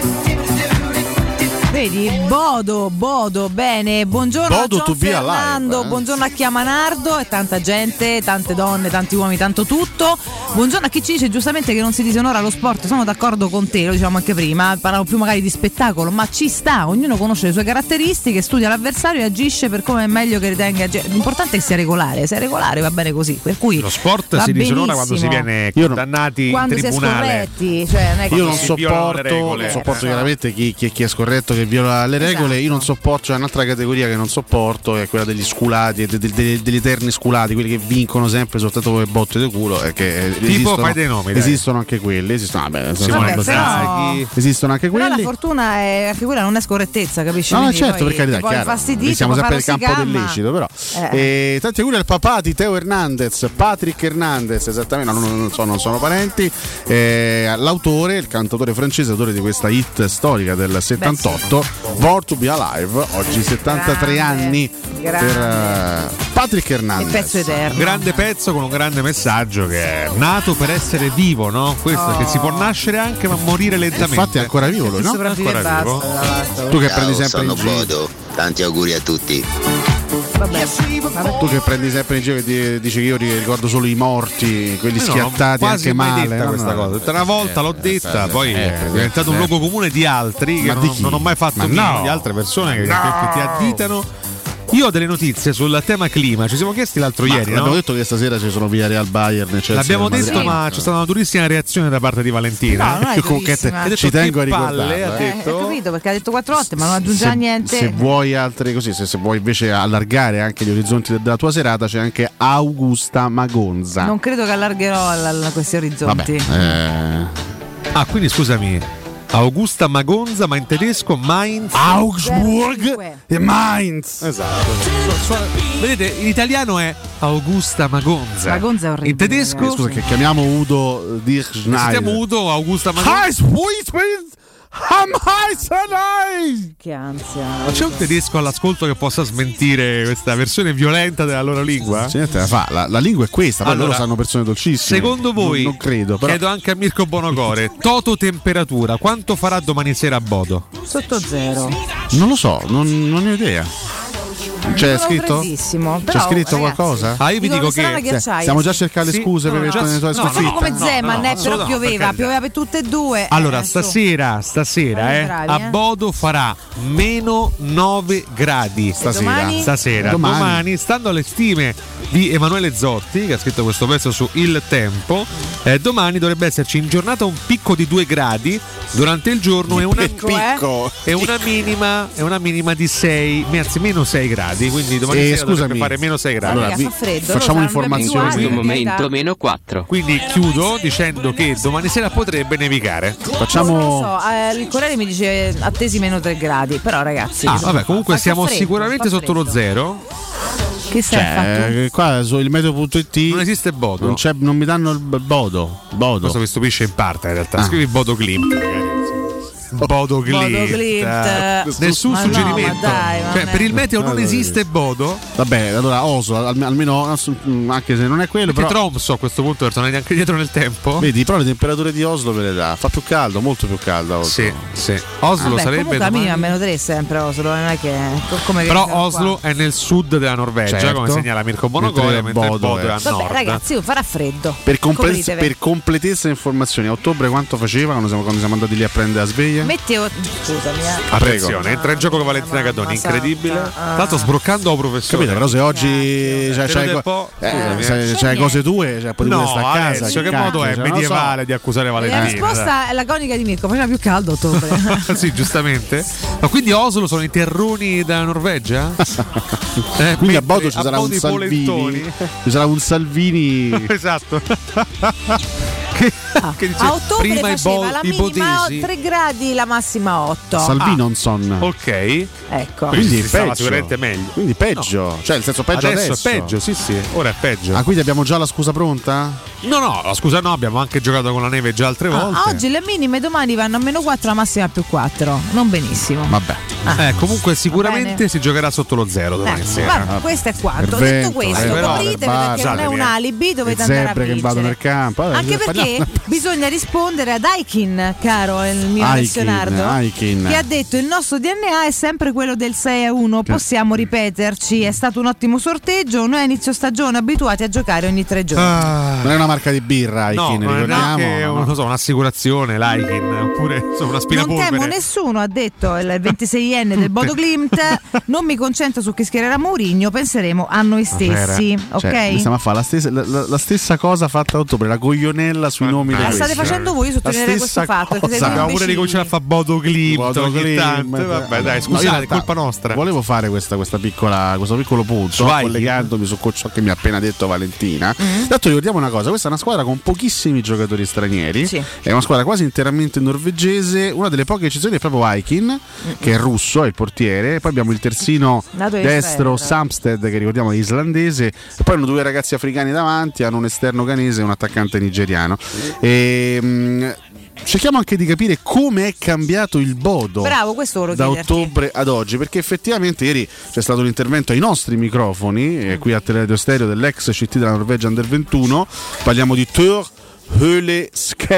Vedi, Bodo, bene, buongiorno Bodo a John Fernando, buongiorno a Chiamanardo e tanta gente, tante donne, tanti uomini, tanto tutto. Buongiorno a chi ci dice giustamente che non si disonora lo sport, sono d'accordo con te, lo dicevamo anche prima, parlavo più magari di spettacolo, ma ci sta, ognuno conosce le sue caratteristiche, studia l'avversario e agisce per come è meglio che ritenga. L'importante è che sia regolare, se è regolare va bene così, per cui lo sport si disonora quando si viene condannati quando in tribunale. Si è scorretti, cioè non è che io non sopporto chiaramente chi è scorretto, che viola le regole. Io non sopporto, c'è un'altra categoria che non sopporto, è quella degli sculati, degli eterni sculati, quelli che vincono sempre soltanto come botte di culo, e che tipo fai dei nomi, esistono anche quelli, esistono anche quelli. Però la fortuna è anche quella, non è scorrettezza, capisci? No, quindi certo, per carità, chiaro. Siamo sempre nel campo dell'illecito, però. Tanti auguri al papà di Teo Hernandez, Patrick Hernandez, esattamente, non sono parenti. L'autore, il cantautore francese, autore di questa hit storica del 78, Born to Be Alive, oggi 73 anni per Patrick Hernandez. Il pezzo eterno. Grande pezzo con un grande messaggio, che è nato per essere vivo, no? Questo che si può nascere anche ma morire lentamente. Infatti è ancora vivo lui, no? Ancora vivo. Tu che prendi sempre in giro. Bodo, tanti auguri a tutti. Vabbè. Tu che prendi sempre in giro e dici che io ricordo solo i morti, quelli schiattati anche male. Detta questa cosa. Una volta l'ho detta, poi è diventato un luogo comune di altri che non ho mai fatto di altre persone che ti additano. Io ho delle notizie sul tema clima, ci siamo chiesti l'altro ieri. Abbiamo detto che stasera ci sono via Real Bayern. L'abbiamo detto, ma c'è stata una durissima reazione da parte di Valentina. No, non è durissima. Ci tengo a ricordare. Ha detto. Ho capito, perché ha detto 4 volte, ma non aggiungeva niente. Se vuoi altre così, se vuoi invece allargare anche gli orizzonti della tua serata, c'è anche Augusta Magonza. Non credo che allargherò questi orizzonti. Quindi scusami. Augusta Magonza, ma in tedesco Mainz. Augsburg e Mainz. Esatto. Vedete, in italiano è Augusta Magonza. Magonza è orribile. In tedesco? Scusa, che chiamiamo Udo Dirschneider. Chiamiamo Udo Augusta Magonza. Che ansia. Ma c'è un tedesco all'ascolto che possa smentire questa versione violenta della loro lingua? C'è niente da fare, la lingua è questa, poi Allora, loro sanno persone dolcissime. Secondo voi, non credo, però. chiedo anche a Mirko Bonocore, toto temperatura, quanto farà domani sera a Bodo? Sotto zero. Non lo so, non ne ho idea. C'è scritto? C'è scritto qualcosa? Ah, io vi dico che stiamo già a cercare le scuse per le tue sconfitte. No, come Zeman, però pioveva per tutte e due. Allora, stasera a Bodo farà meno 9 gradi. Stasera. Domani, stando alle stime di Emanuele Zotti, che ha scritto questo pezzo su Il Tempo, domani dovrebbe esserci in giornata un picco di 2 gradi durante il giorno e una minima di 6, anzi meno 6 gradi. Quindi domani sera dovrebbe fare meno 6 gradi. Allora, fa freddo, facciamo un'informazione. In questo momento meno 4. Quindi chiudo dicendo che domani sera potrebbe nevicare. Non lo so, il Corriere mi dice attesi meno 3 gradi, però ragazzi. Vabbè, comunque siamo sicuramente sotto lo zero. Che stai qua su il meteo.it non esiste Bodo. Non mi danno il Bodo. Questo mi stupisce in parte in realtà. Scrivi Bodo Klimt, ragazzi. Bodo Klimt. Nessun suggerimento. Per il meteo non esiste Bodo. Vabbè, allora Oslo, almeno anche se non è quello. Perché Tromso a questo punto non è neanche dietro nel tempo. Vedi, però le temperature di Oslo ve le dà. Fa più caldo, molto più caldo. Sì. Oslo sarebbe la minima meno 3 sempre Oslo, non è che come però Oslo è nel sud della Norvegia, come segnala Mirko Bonocore, mentre Bodo è a nord. Ragazzi, farà freddo. Per completezza informazioni, a ottobre quanto faceva quando siamo andati lì a prendere la sveglia? Meteo, scusami. Attenzione, entra in gioco con Valentina Gadoni, incredibile. Tra l'altro sbroccando a professore. Capito, però se oggi c'hai cose tue, potevi stare a casa. Che modo è medievale di accusare Valentina? La risposta è laconica di Mirko, faceva più caldo a ottobre. Sì, giustamente. Ma quindi Oslo sono i terroni della Norvegia? Quindi a Bodo ci sarà un Salvini. Ci sarà un Salvini. Esatto. Che dice, a ottobre prima faceva la minima 3 gradi, la massima 8. Salvinonson. Ok. Ecco. Quindi stava sicuramente meglio. Quindi peggio. Cioè, nel senso peggio adesso. È peggio, sì. Ora è peggio. Quindi abbiamo già la scusa pronta? No, la scusa no, abbiamo anche giocato con la neve già altre volte. Oggi le minime domani vanno a meno 4, la massima a più 4. Non benissimo. Vabbè. Comunque sicuramente si giocherà sotto lo 0 domani sera. Questo è quanto. Detto questo, coprite perché non è un alibi, dovete andare a vincere. Che vado nel campo. Anche perché bisogna rispondere ad Aikin, caro il mio Leonardo, che ha detto: il nostro DNA è sempre quello del 6-1, possiamo ripeterci, è stato un ottimo sorteggio, noi a inizio stagione abituati a giocare ogni 3 giorni. Non è una marca di birra Aikin, ricordiamo. Non so, un'assicurazione l'Aikin, oppure una spinapolvere. Non temo nessuno, ha detto il 26enne del Bodo Klimt. Non mi concentro su chi schiererà Mourinho, penseremo a noi stessi. Ok? Stiamo a fare la stessa cosa fatta a ottobre, la goglionella sui nomi dei state facendo voi sottolineare questo fatto. Abbiamo pure ricominciato a fare Bodo Klimt ogni tanto. Vabbè, dai, scusate, è colpa nostra. Volevo fare questo piccolo punto, collegandomi su ciò che mi ha appena detto Valentina. Tanto ricordiamo una cosa: questa è una squadra con pochissimi giocatori stranieri, è una squadra quasi interamente norvegese. Una delle poche eccezioni è proprio Aikin, che è russo, è il portiere. Poi abbiamo il terzino destro Samsted, che ricordiamo è islandese, e poi hanno 2 ragazzi africani davanti, hanno un esterno ghanese e un attaccante nigeriano. Cerchiamo anche di capire come è cambiato il Bodo. Bravo, questo da ottobre ad oggi, perché effettivamente ieri c'è stato un intervento ai nostri microfoni, qui a Teleradio Stereo, dell'ex CT della Norvegia Under 21. Parliamo di Thor Høle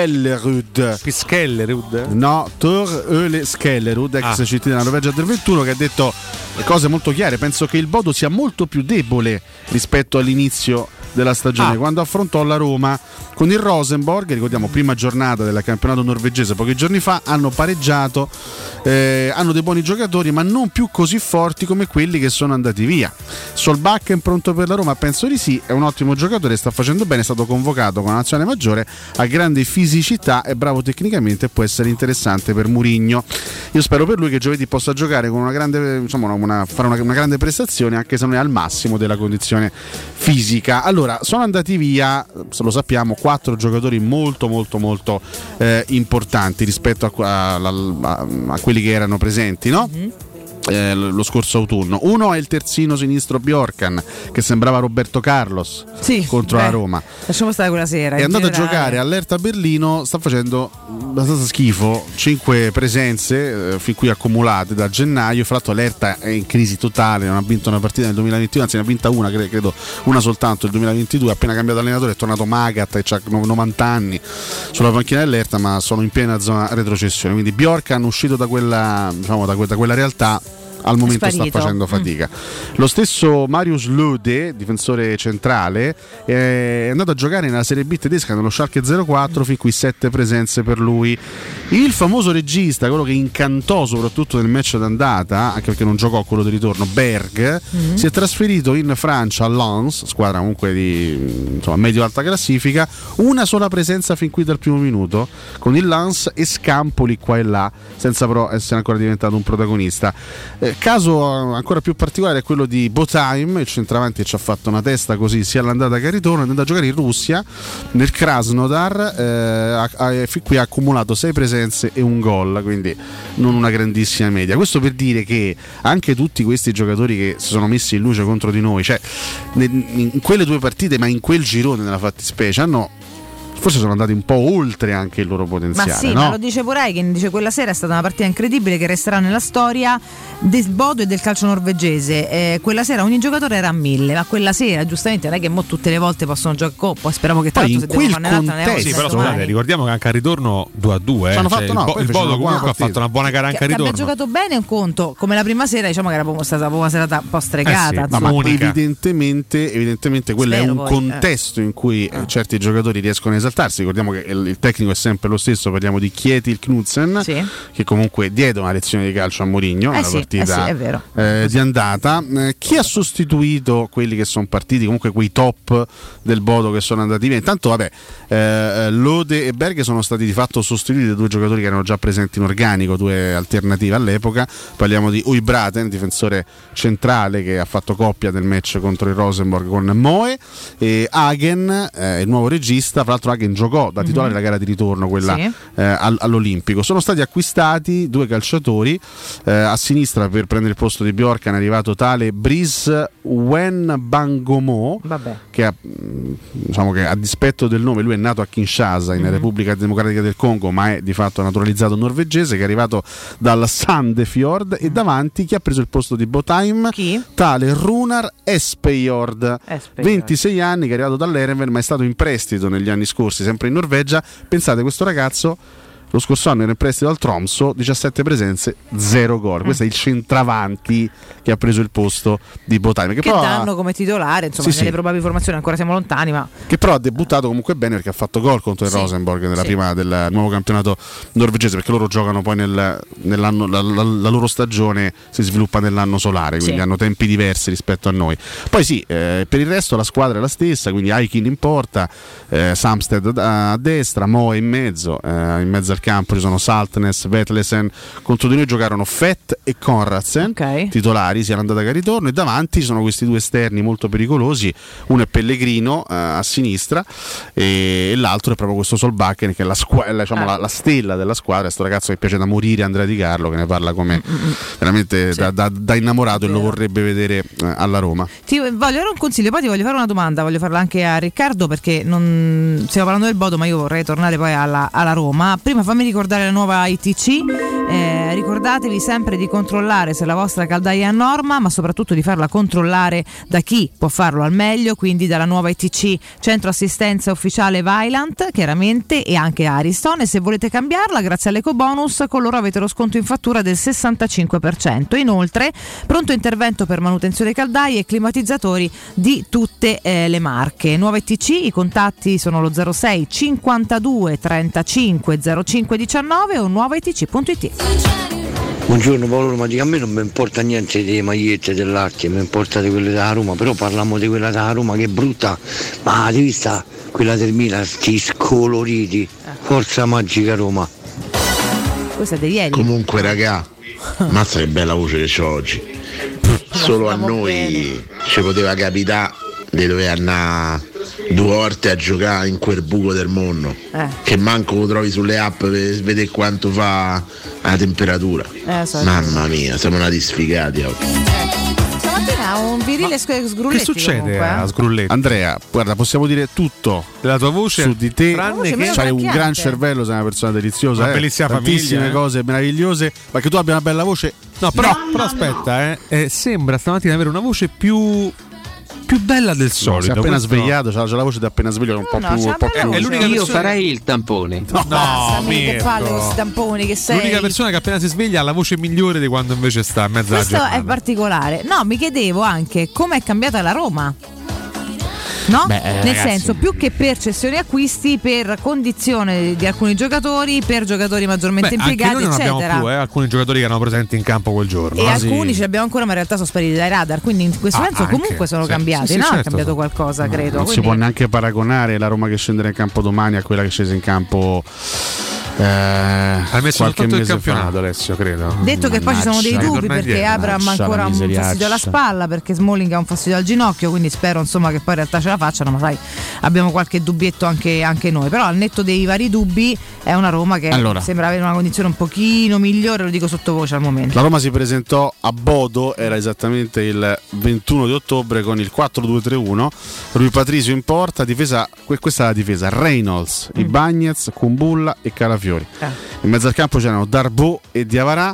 Skellerud. No, Thor Høle Skellerud, ex CT della Norvegia Under 21, che ha detto cose molto chiare. Penso che il Bodo sia molto più debole rispetto all'inizio della stagione, quando affrontò la Roma con il Rosenborg, ricordiamo prima giornata del campionato norvegese pochi giorni fa, hanno pareggiato, hanno dei buoni giocatori ma non più così forti come quelli che sono andati via. Solbakken pronto per la Roma? Penso di sì, è un ottimo giocatore, sta facendo bene, è stato convocato con la nazionale maggiore, ha grande fisicità, è bravo tecnicamente e può essere interessante per Mourinho. Io spero per lui che giovedì possa giocare con una grande, fare una grande prestazione, anche se non è al massimo della condizione fisica. Allora, Allora, sono andati via, se lo sappiamo, 4 giocatori molto importanti rispetto a quelli che erano presenti, no? Lo scorso autunno. Uno è il terzino sinistro Bjorkan, che sembrava Roberto Carlos contro la Roma. Lasciamo stare quella sera. È andato a giocare all'Hertha Berlino, sta facendo abbastanza schifo, 5 presenze fin qui accumulate da gennaio. Fra l'altro l'Hertha è in crisi totale, non ha vinto una partita nel 2021, anzi ne ha vinta una, credo una soltanto nel 2022, ha appena cambiato allenatore, è tornato Magath e ha 90 anni sulla panchina dell'Hertha, ma sono in piena zona retrocessione. Quindi Bjorkan, uscito da quella, diciamo, da quella realtà, al momento sta facendo fatica. Lo stesso Marius Lode, difensore centrale, è andato a giocare nella Serie B tedesca nello Schalke 04, fin qui 7 presenze per lui. Il famoso regista, quello che incantò soprattutto nel match d'andata, anche perché non giocò quello di ritorno, Berg, si è trasferito in Francia a Lens, squadra comunque di medio-alta classifica, una sola presenza fin qui dal primo minuto con il Lens e scampoli qua e là, senza però essere ancora diventato un protagonista. Caso ancora più particolare è quello di Botheim, il centravanti che ci ha fatto una testa così sia all'andata che al ritorno, è andato a giocare in Russia nel Krasnodar, fin qui ha accumulato 6 presenze e un gol, quindi non una grandissima media. Questo per dire che anche tutti questi giocatori che si sono messi in luce contro di noi, cioè in quelle 2 partite, ma in quel girone nella fattispecie, forse sono andati un po' oltre anche il loro potenziale. Ma sì, no? ma lo dice Poreikin, dice quella sera è stata una partita incredibile che resterà nella storia del Bodo e del calcio norvegese. Quella sera ogni giocatore era a 1000, ma quella sera giustamente non è che mo tutte le volte possono giocare, poi speriamo che tra l'altro se devono fare un'altra ne sì, però scusate, ricordiamo che anche al ritorno 2-2 il Bodo comunque ha fatto una buona gara anche al ritorno. Abbia giocato bene un conto, come la prima sera, diciamo che era stata una serata un po' stregata. Ma evidentemente quello è un contesto in cui certi giocatori riescono a esaltarsi. Ricordiamo che il tecnico è sempre lo stesso, parliamo di Kjetil Knudsen, che comunque diede una lezione di calcio a Mourinho nella partita di andata. Chi ha sostituito quelli che sono partiti, comunque quei top del Bodo che sono andati via? Intanto Lode e Berg sono stati di fatto sostituiti da 2 giocatori che erano già presenti in organico, 2 alternative all'epoca. Parliamo di Uibraten, difensore centrale che ha fatto coppia nel match contro il Rosenborg con Moe, e Hagen, il nuovo regista. Tra l'altro Hagen giocò da titolare la gara di ritorno, quella all'Olimpico. Sono stati acquistati 2 calciatori, a sinistra per prendere il posto di Bjorkan è arrivato tale Brice Wenbangomo, che a dispetto del nome, lui è nato a Kinshasa in Repubblica Democratica del Congo, ma è di fatto naturalizzato norvegese, che è arrivato dal Sandefjord. E davanti chi ha preso il posto di Botheim? Tale Runar Espejord, 26 anni, che è arrivato dall'Ereven ma è stato in prestito negli anni scorsi sempre in Norvegia. Pensate, questo ragazzo lo scorso anno era in prestito al Tromsø, 17 presenze, 0 gol. Questo è il centravanti che ha preso il posto di Botheim, che danno come titolare, insomma, nelle probabili formazioni ancora siamo lontani, ma che però ha debuttato comunque bene, perché ha fatto gol contro il Rosenborg nella prima del nuovo campionato norvegese, perché loro giocano poi nell'anno, la loro stagione si sviluppa nell'anno solare, quindi hanno tempi diversi rispetto a noi. Poi per il resto la squadra è la stessa, quindi Aikin in porta, Samsted a destra, Moe in mezzo al campo ci sono Saltnes, Vetlesen. Contro di noi giocarono Fett e Konradsen, titolari sia all'andata che al ritorno, e davanti ci sono questi 2 esterni molto pericolosi. Uno è Pellegrino a sinistra e l'altro è proprio questo Solbakken, che è la stella della squadra, questo ragazzo che piace da morire, Andrea Di Carlo, che ne parla come veramente da innamorato, e lo vorrebbe vedere alla Roma. Ti voglio dare un consiglio, poi ti voglio fare una domanda, voglio farla anche a Riccardo, perché non stiamo parlando del Bodo, ma io vorrei tornare poi alla Roma. Prima fammi ricordare la nuova ITC, ricordatevi sempre di controllare se la vostra caldaia è a norma, ma soprattutto di farla controllare da chi può farlo al meglio, quindi dalla nuova ITC Centro Assistenza Ufficiale Vaillant, chiaramente, e anche Ariston. E se volete cambiarla, grazie all'ecobonus, con loro avete lo sconto in fattura del 65%. Inoltre pronto intervento per manutenzione caldaie e climatizzatori di tutte le marche. Nuova ITC, i contatti sono lo 06 52 35 05 19 o nuovaitc.it. Buongiorno Paolo, ma a me non mi importa niente delle magliette dell'Archie, mi importa di quelle da Roma, però parliamo di quella da Roma che è brutta, ma hai visto quella del Milan, sti scoloriti, forza magica Roma. Questa è di ieri. Comunque raga, mazza che bella voce che c'ho oggi. Solo a noi ci poteva capitare di dover andare 2 volte a giocare in quel buco del mondo che manco lo trovi sulle app per vedere quanto fa la temperatura. Mamma mia, siamo nati sfigati oggi. Stamattina un virile sgrulletti. Che succede comunque, a Sgrulletti? Andrea, guarda, possiamo dire tutto della tua voce su di te. tranne che C'hai un gran cervello, sei una persona deliziosa, una bellissima tantissime famiglia, cose meravigliose, ma che tu abbia una bella voce. No, però aspetta, sembra stamattina avere una voce più bella del solito. Si è appena svegliato, c'ha la voce da appena sveglio, che è un po' più. Io farei il tampone. No, che palle questi tamponi che sei. L'unica persona che appena si sveglia ha la voce migliore di quando invece sta a mezza Questo giornata. è particolare. No, mi chiedevo anche com'è cambiata la Roma. No? Nel ragazzi, senso, più che per cessioni e acquisti, per condizione di alcuni giocatori, per giocatori maggiormente impiegati, anche noi non eccetera. abbiamo più alcuni giocatori che erano presenti in campo quel giorno. E alcuni ce li abbiamo ancora, ma in realtà sono spariti dai radar. Quindi in questo senso anche, comunque sono sì. cambiati, Sì, no? certo, è cambiato qualcosa, credo. Non Quindi si può neanche paragonare la Roma che scenderà in campo domani a quella che è scesa in campo hai messo qualche tutto il mese campionato, fa. Alessio, credo. detto che poi ci sono dei Mannaggia. dubbi perché Abraham ha ancora un fastidio alla spalla, perché Smalling ha un fastidio al ginocchio, quindi spero insomma che poi in realtà ce la facciano, ma sai, abbiamo qualche dubbietto anche noi. Però al netto dei vari dubbi è una Roma che sembra avere una condizione un pochino migliore, lo dico sottovoce al momento. La Roma si presentò a Bodo, era esattamente il 21 di ottobre, con il 4-2-3-1. Rui Patricio in porta, difesa, questa è la difesa: Reynolds, Ibañez, Kumbulla e Calafiori. In mezzo al campo c'erano Darboe e Diawara.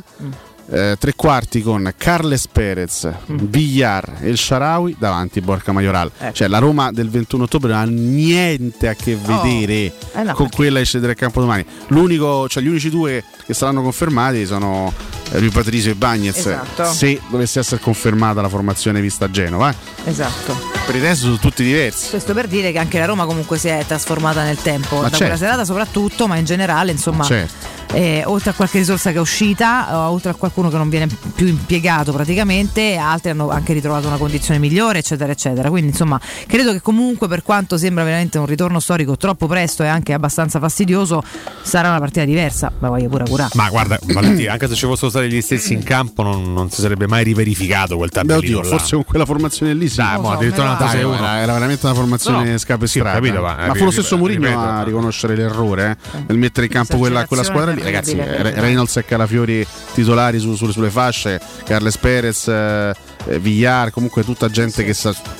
Tre quarti con Carles Perez, Villar e El Shaarawy, davanti Borja Mayoral. Cioè la Roma del 21 ottobre non ha niente a che vedere con quella che scende al campo domani. Gli unici due che saranno confermati sono Rui Patricio e Ibañez, esatto. se dovesse essere confermata la formazione vista a Genova. Esatto. Per il resto sono tutti diversi. Questo per dire che anche la Roma comunque si è trasformata nel tempo, da quella serata soprattutto, ma in generale insomma, oltre a qualche risorsa che è uscita, oltre a qualcuno che non viene più impiegato praticamente, altri hanno anche ritrovato una condizione migliore, eccetera eccetera. Quindi insomma credo che comunque, per quanto sembra veramente un ritorno storico troppo presto e anche abbastanza fastidioso, sarà una partita diversa. Ma voglio pure curare. Ma guarda Valentina, anche se ci fossero stati gli stessi in campo non si sarebbe mai riverificato quel tabellino. Oddio, forse con quella formazione lì sì. Addirittura era veramente una formazione scapestrata. Capito, ma fu lo stesso Mourinho a riconoscere l'errore nel mettere in campo quella squadra lì. Ragazzi, Reynolds e Calafiori titolari sulle fasce, Carles Perez, Villar, comunque tutta gente che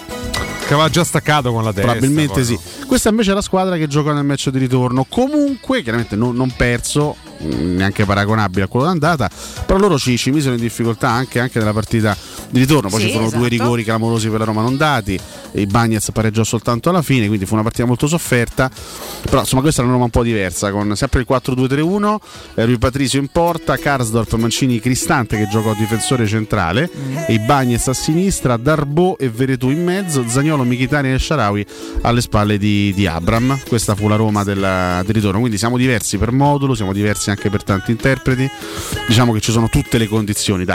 aveva già staccato con la testa. Probabilmente poi, sì. Questa invece è la squadra che gioca nel match di ritorno. Comunque, chiaramente non perso, neanche paragonabile a quello d'andata, però loro ci misero in difficoltà anche nella partita di ritorno. Poi ci furono due rigori clamorosi per la Roma non dati, e Ibañez pareggiò soltanto alla fine, quindi fu una partita molto sofferta. Però insomma questa è una Roma un po' diversa, con sempre il 4-2-3-1, Rui Patricio in porta, Karsdorp, Mancini, Cristante che giocò difensore centrale, e Ibañez a sinistra, Darboe e Veretout in mezzo, Zaniolo, Mkhitaryan e El Shaarawy alle spalle di Abraham. Questa fu la Roma del ritorno, quindi siamo diversi per modulo, siamo diversi anche per tanti interpreti. Diciamo che ci sono tutte le condizioni,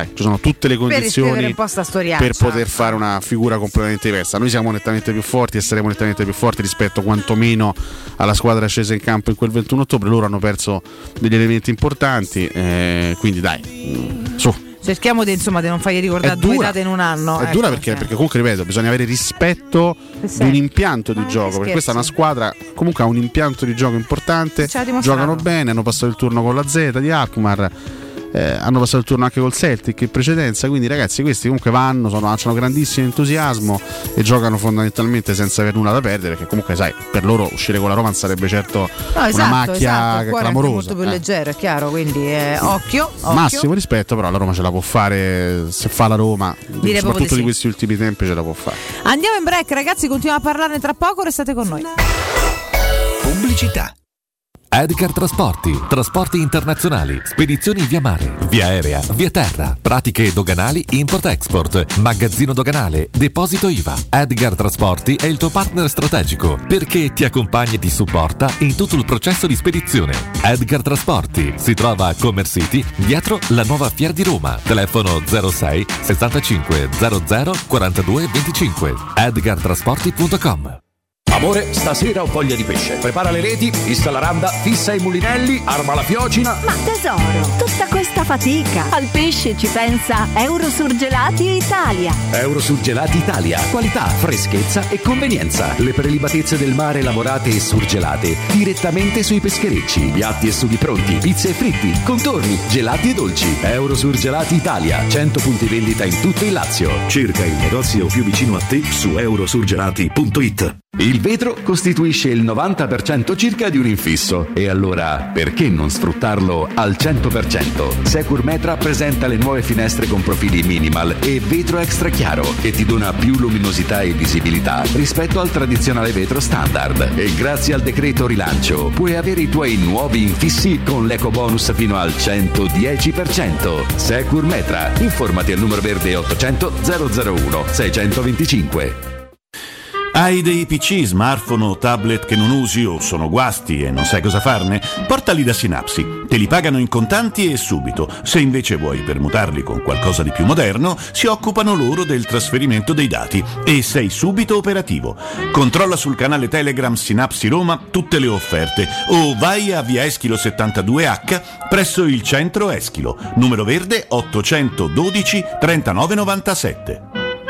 per poter fare una figura completamente diversa. Noi siamo nettamente più forti e saremo nettamente più forti rispetto quantomeno alla squadra scesa in campo in quel 21 ottobre. Loro hanno perso degli elementi importanti, quindi su. Cerchiamo di non fargli ricordare due date in un anno. È dura perché comunque, ripeto, bisogna avere rispetto di un impianto di gioco, perché questa è una squadra comunque ha un impianto di gioco importante, giocano bene, hanno passato il turno con la Z di Alkmaar, hanno passato il turno anche col Celtic in precedenza, quindi ragazzi questi comunque hanno grandissimo entusiasmo e giocano fondamentalmente senza aver nulla da perdere, perché comunque sai, per loro uscire con la Roma sarebbe certo una macchia il cuore è clamorosa, molto più leggero, è chiaro, quindi occhio. Massimo rispetto, però la Roma ce la può fare, se fa la Roma, soprattutto di questi ultimi tempi ce la può fare. Andiamo in break ragazzi, continuiamo a parlarne tra poco, restate con noi. Pubblicità. Edgar trasporti internazionali, spedizioni via mare, via aerea, via terra, pratiche doganali, import-export, magazzino doganale, deposito IVA. Edgar Trasporti è il tuo partner strategico perché ti accompagna e ti supporta in tutto il processo di spedizione. Edgar Trasporti si trova a Commerce City, dietro la nuova Fiera di Roma. Telefono 06 65 00 42 25. edgartrasporti.com. Amore, stasera ho voglia di pesce. Prepara le reti, fissa la randa, fissa i mulinelli, arma la fiocina. Ma tesoro, tutta questa fatica. Al pesce ci pensa Eurosurgelati Italia. Eurosurgelati Italia. Qualità, freschezza e convenienza. Le prelibatezze del mare lavorate e surgelate direttamente sui pescherecci. Piatti e sughi pronti, pizze e fritti, contorni, gelati e dolci. Eurosurgelati Italia. 100 punti vendita in tutto il Lazio. Cerca il negozio più vicino a te su eurosurgelati.it. Il vetro costituisce il 90% circa di un infisso. E allora, perché non sfruttarlo al 100%? Securmetra presenta le nuove finestre con profili minimal e vetro extra chiaro, che ti dona più luminosità e visibilità rispetto al tradizionale vetro standard. E grazie al decreto rilancio puoi avere i tuoi nuovi infissi con l'ecobonus fino al 110%. Securmetra. Informati al numero verde 800 001 625. Hai dei PC, smartphone o tablet che non usi o sono guasti e non sai cosa farne? Portali da Synapsi. Te li pagano in contanti e subito. Se invece vuoi permutarli con qualcosa di più moderno, si occupano loro del trasferimento dei dati e sei subito operativo. Controlla sul canale Telegram Synapsi Roma tutte le offerte o vai a via Eschilo 72H presso il centro Eschilo, numero verde 812 3997.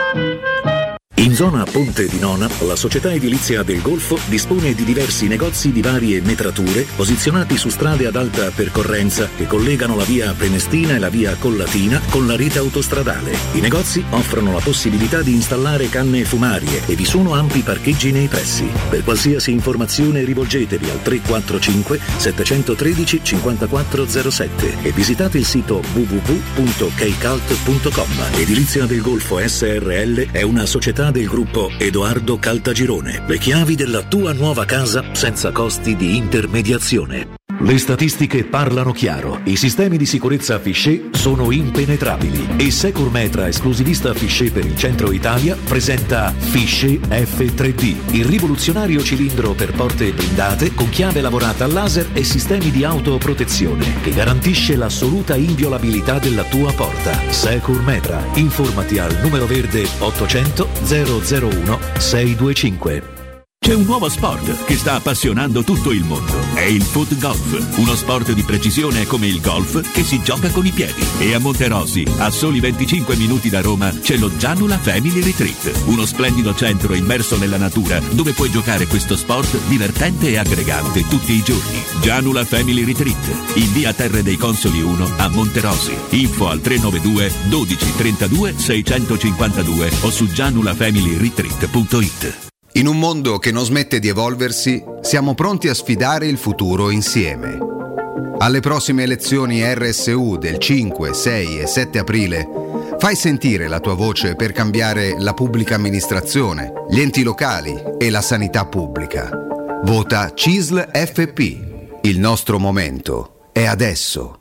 In zona Ponte di Nona, la società edilizia del Golfo dispone di diversi negozi di varie metrature posizionati su strade ad alta percorrenza che collegano la via Prenestina e la via Collatina con la rete autostradale. I negozi offrono la possibilità di installare canne fumarie e vi sono ampi parcheggi nei pressi. Per qualsiasi informazione rivolgetevi al 345 713 5407 e visitate il sito www.keicalt.com. Edilizia del Golfo SRL è una società del gruppo Edoardo Caltagirone. Le chiavi della tua nuova casa senza costi di intermediazione. Le statistiche parlano chiaro. I sistemi di sicurezza Fichet sono impenetrabili e Securmetra, esclusivista Fichet per il centro Italia, presenta Fichet F3D, il rivoluzionario cilindro per porte blindate con chiave lavorata a laser e sistemi di autoprotezione che garantisce l'assoluta inviolabilità della tua porta. Securmetra. Informati al numero verde 800 001 625. C'è un nuovo sport che sta appassionando tutto il mondo. È il foot golf, uno sport di precisione come il golf che si gioca con i piedi. E a Monterosi, a soli 25 minuti da Roma, c'è lo Gianula Family Retreat, uno splendido centro immerso nella natura dove puoi giocare questo sport divertente e aggregante tutti i giorni. Gianula Family Retreat, in via Terre dei Consoli 1 a Monterosi. Info al 392 12 32 652 o su gianulafamilyretreat.it. In un mondo che non smette di evolversi, siamo pronti a sfidare il futuro insieme. Alle prossime elezioni RSU del 5, 6 e 7 aprile, fai sentire la tua voce per cambiare la pubblica amministrazione, gli enti locali e la sanità pubblica. Vota CISL FP. Il nostro momento è adesso.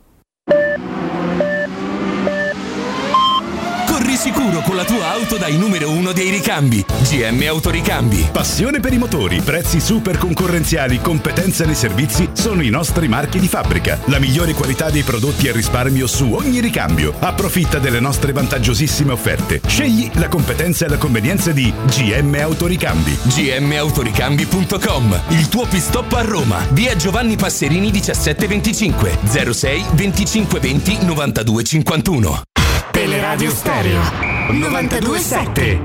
Sicuro con la tua auto dai numero 1 dei ricambi. GM Autoricambi. Passione per i motori, prezzi super concorrenziali, competenza nei servizi sono i nostri marchi di fabbrica. La migliore qualità dei prodotti e risparmio su ogni ricambio. Approfitta delle nostre vantaggiosissime offerte. Scegli la competenza e la convenienza di GM Autoricambi. gmautoricambi.com. Il tuo pit stop a Roma. Via Giovanni Passerini 1725 06 25 20 92 51. Teleradio Stereo 92.7.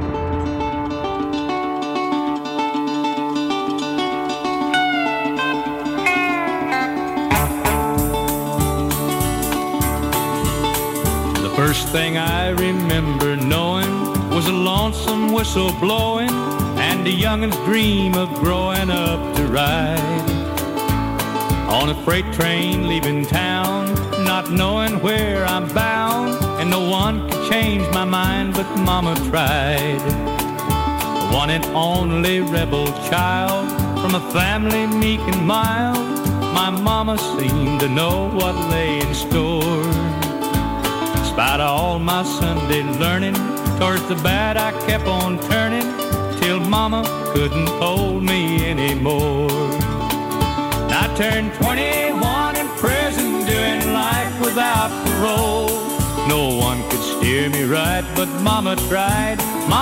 The first thing I remember knowing was a lonesome whistle blowing and a youngin's dream of growing up to ride on a freight train leaving town, not knowing where I'm bound, and no one could change my mind, but Mama tried. The one and only rebel child from a family meek and mild, my Mama seemed to know what lay in store. Despite all my Sunday learning, towards the bad I kept on turning, till Mama couldn't hold me anymore. I turned 21 in prison, doing life without parole. No one could steer me right, but Mama tried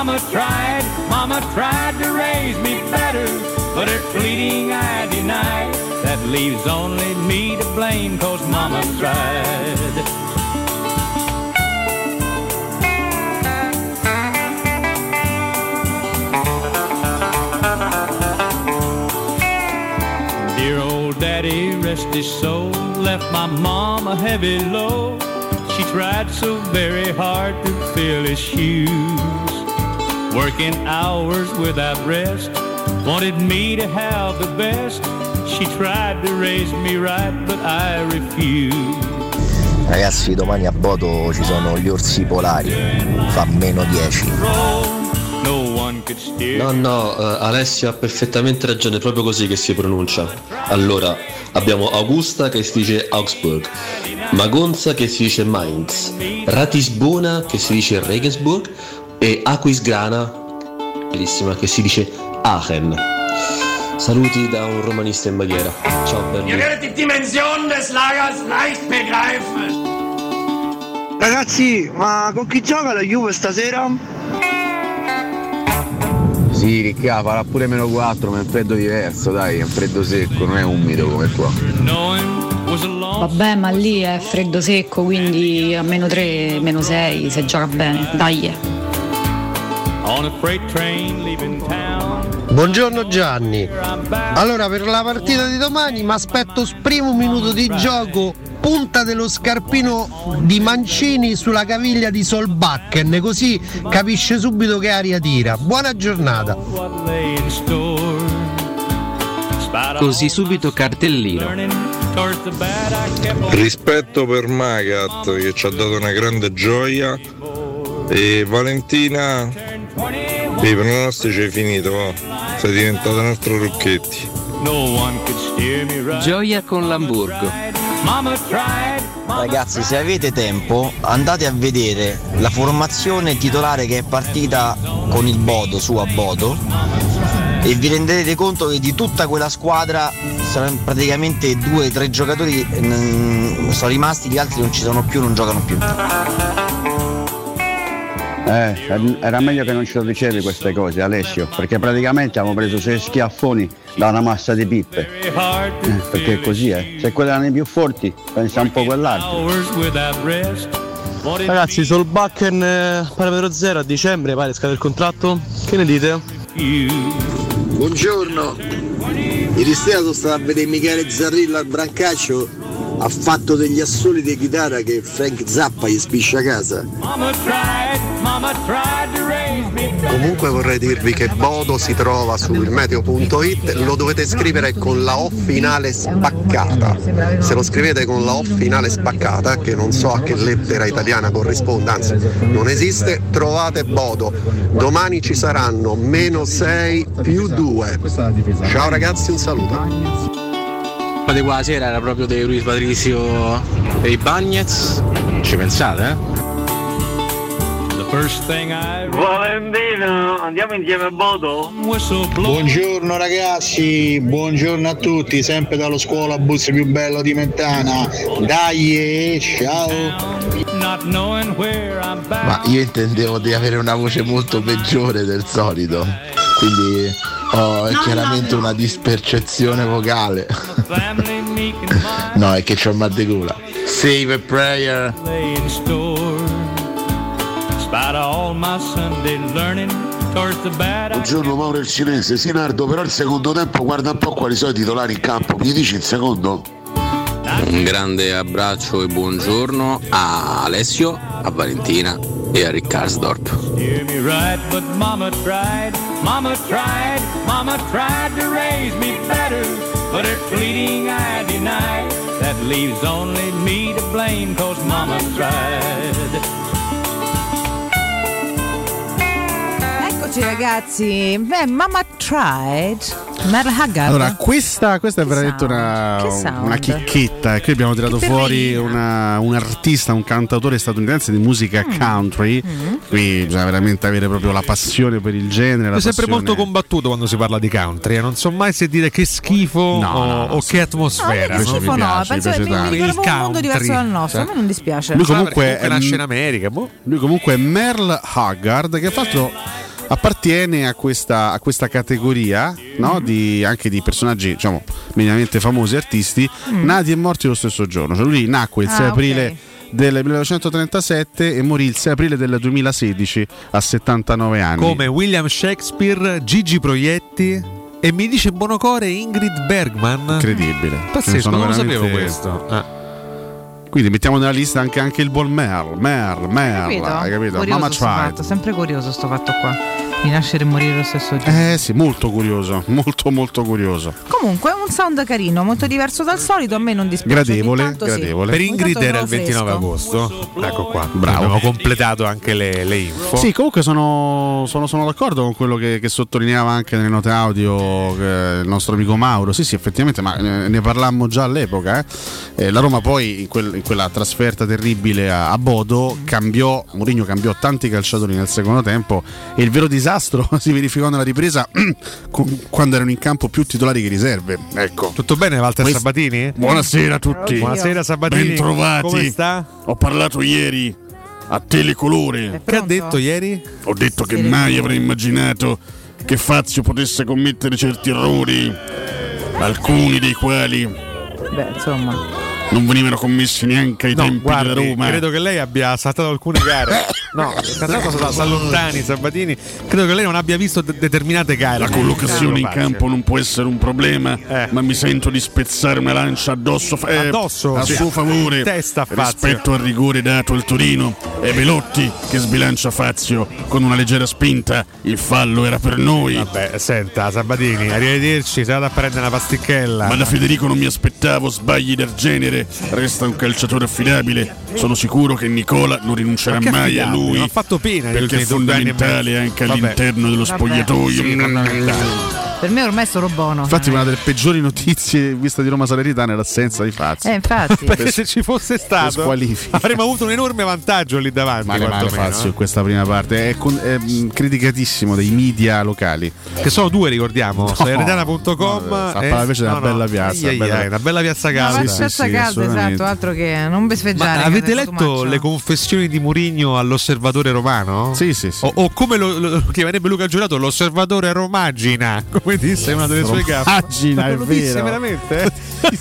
to raise me better, but her pleading I denied. That leaves only me to blame, 'cause Mama tried. Dear old daddy, rest his soul, left my mom a heavy load. She tried so very hard to fill his shoes, working hours without rest, wanted me to have the best. She tried to raise me right, but I refused. Ragazzi, domani a Bodo ci sono gli orsi polari, fa -10. No, Alessio ha perfettamente ragione, proprio così che si pronuncia. Allora, abbiamo Augusta che si dice Augsburg, Magonza che si dice Mainz, Ratisbona che si dice Regensburg e Aquisgrana, bellissima, che si dice Aachen. Saluti da un romanista in Baviera. Ciao Berlino. Ragazzi, ma con chi gioca la Juve stasera? Sì, Ricca, farà pure -4, ma è un freddo diverso, dai, è un freddo secco, non è umido come qua. Vabbè, ma lì è freddo secco, quindi a -3, -6 se gioca bene, dai. Buongiorno Gianni. Allora, per la partita di domani mi aspetto primo minuto di gioco, punta dello scarpino di Mancini sulla caviglia di Solbakken, così capisce subito che aria tira. Buona giornata. Così subito cartellino. Rispetto per Magat che ci ha dato una grande gioia, e Valentina, i pronostici è finito, sei diventato un altro Rocchetti. Gioia con l'Amburgo. Ragazzi, se avete tempo andate a vedere la formazione titolare che è partita con il Bodo su a Bodo e vi renderete conto che di tutta quella squadra saranno praticamente 2-3 giocatori sono rimasti, gli altri non ci sono più, non giocano più. Era meglio che non ce lo dicevi queste cose, Alessio, perché praticamente abbiamo preso 6 schiaffoni da una massa di pippe. Perché è così, se quelli erano i più forti, pensa un po' quell'altro. Ragazzi, Solbakken parametro 0 a dicembre, pare scade il contratto. Che ne dite? Buongiorno. Ieri sera sono stato a vedere Michele Zarrillo al Brancaccio. Ha fatto degli assoli di chitarra che Frank Zappa gli spiscia a casa. Comunque vorrei dirvi che Bodo si trova su ilmeteo.it, lo dovete scrivere con la O finale spaccata. Se lo scrivete con la O finale spaccata, che non so a che lettera italiana corrisponda, anzi non esiste, trovate Bodo. Domani ci saranno -6 più 2. Ciao ragazzi, un saluto. Di qua sera era proprio dei Luis Patricio e i Bagnets, ci pensate, Valentino, andiamo insieme a Bodo? Buongiorno ragazzi, buongiorno a tutti, sempre dallo scuola bus più bello di Mentana. Dai, ciao. Ma io intendevo di avere una voce molto peggiore del solito, quindi ho chiaramente una dispercezione vocale. No, è che c'ho il mal di gola. Save a prayer. Buongiorno Mauro il Cinese, Sinardo, però il secondo tempo guarda un po' quali sono i titolari in campo, mi dici il secondo? Un grande abbraccio e buongiorno a Alessio, a Valentina e a Rickarsdorp. Eccoci ragazzi, Mama tried. Merle Haggard. Allora, questa è veramente una chicchetta. E qui abbiamo tirato fuori un artista, un cantautore statunitense di musica country. Qui bisogna veramente avere proprio la passione per il genere. È sempre molto combattuto quando si parla di country. Non so mai se dire che schifo o che atmosfera. No, schifo no, penso che mi un mondo diverso dal nostro. A me non dispiace. Lui comunque nasce in America. Lui comunque è Merle Haggard, che fra l'altro appartiene a questa categoria, no? Anche di personaggi, diciamo, minimamente famosi artisti, nati e morti lo stesso giorno. Cioè lui nacque il 6 aprile del 1937 e morì il 6 aprile del 2016 a 79 anni. Come William Shakespeare, Gigi Proietti e mi dice Buonocore Ingrid Bergman. Incredibile. Pazzesco, non lo sapevo questo. Quindi mettiamo nella lista anche il buon Merle, hai capito? Mama Tried. Sempre curioso sto fatto qua, di nascere e morire lo stesso giorno. Sì, molto curioso, molto curioso. Comunque un sound carino, molto diverso dal solito, a me non dispiace. Gradevole. Per Ingrid era il 29 agosto. Ecco qua. Bravo. Abbiamo completato anche le info. Sì, comunque sono d'accordo con quello che sottolineava anche nelle note audio il nostro amico Mauro. Sì, effettivamente, ma ne parlammo già all'epoca. La Roma poi in quella trasferta terribile a Bodo Mourinho cambiò tanti calciatori nel secondo tempo e il vero disastro si verificò nella ripresa quando erano in campo più titolari che riserve. Ecco. Tutto bene, Walter Sabatini? Buonasera a tutti. Buonasera Sabatini. Bentrovati. Come sta? Ho parlato ieri a Telecolore. Che ha detto ieri? Ho detto che mai avrei immaginato che Fazio potesse commettere certi errori, alcuni dei quali non venivano commessi neanche ai tempi della Roma. Credo che lei abbia saltato alcune gare. No, s'allontani Sabatini. Credo che lei non abbia visto determinate gare. La collocazione in campo non può essere un problema, ma mi sento di spezzare una lancia addosso a suo favore. Testa rispetto al rigore dato al Torino. È Belotti che sbilancia Fazio con una leggera spinta. Il fallo era per noi. Vabbè, senta Sabatini, arrivederci, sei andato a prendere una pasticchella. Ma da Federico non mi aspettavo sbagli del genere. Resta un calciatore affidabile. Sono sicuro che Nicola non rinuncerà mai a lui. Non ha fatto pena, perché è fondamentale anche all'interno dello spogliatoio. Per me ormai sono buono. Infatti una delle peggiori notizie vista di Roma Salernitana è l'assenza di Fazio. Infatti. Perché se ci fosse stato avremmo avuto un enorme vantaggio lì davanti. Male Fazio in questa prima parte è criticatissimo dai media locali, che sono due, ricordiamo, salernitana.com invece una bella piazza, una bella piazza calda. Piazza calda, esatto, altro che non besfeggiare. Ma avete letto le confessioni di Mourinho all'Osservatore Romano? Sì. O come lo chiamerebbe Luca Giurato, l'Osservatore Romagina, come disse una delle sue gaffe. Romagina, è lo vero. Disse veramente?